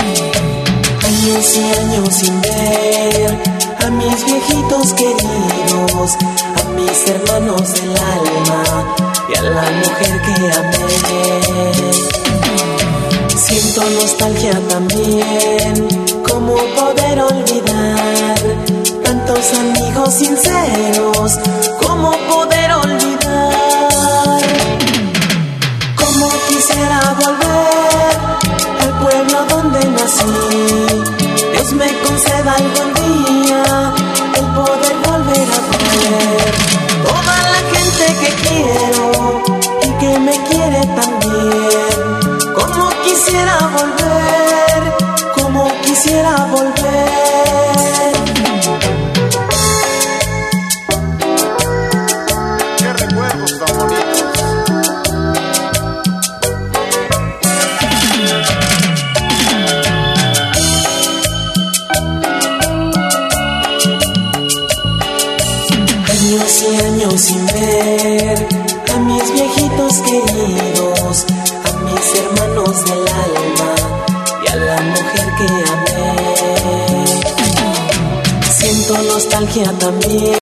Años y años sin ver a mis viejitos queridos, a mis hermanos del alma y a la mujer que amé. Siento nostalgia también, cómo poder olvidar tantos amigos sinceros, cómo poder olvidar. Cómo quisiera volver al pueblo donde nací. Dios me conceda algún día el poder volver a ver toda la gente que quiero y que me quiere también. Como quisiera volver, como quisiera volver. Qué recuerdos tan bonitos. Años y años sin ver a mis viejitos queridos, a mis hermanos del alma y a la mujer que amé. Siento nostalgia también.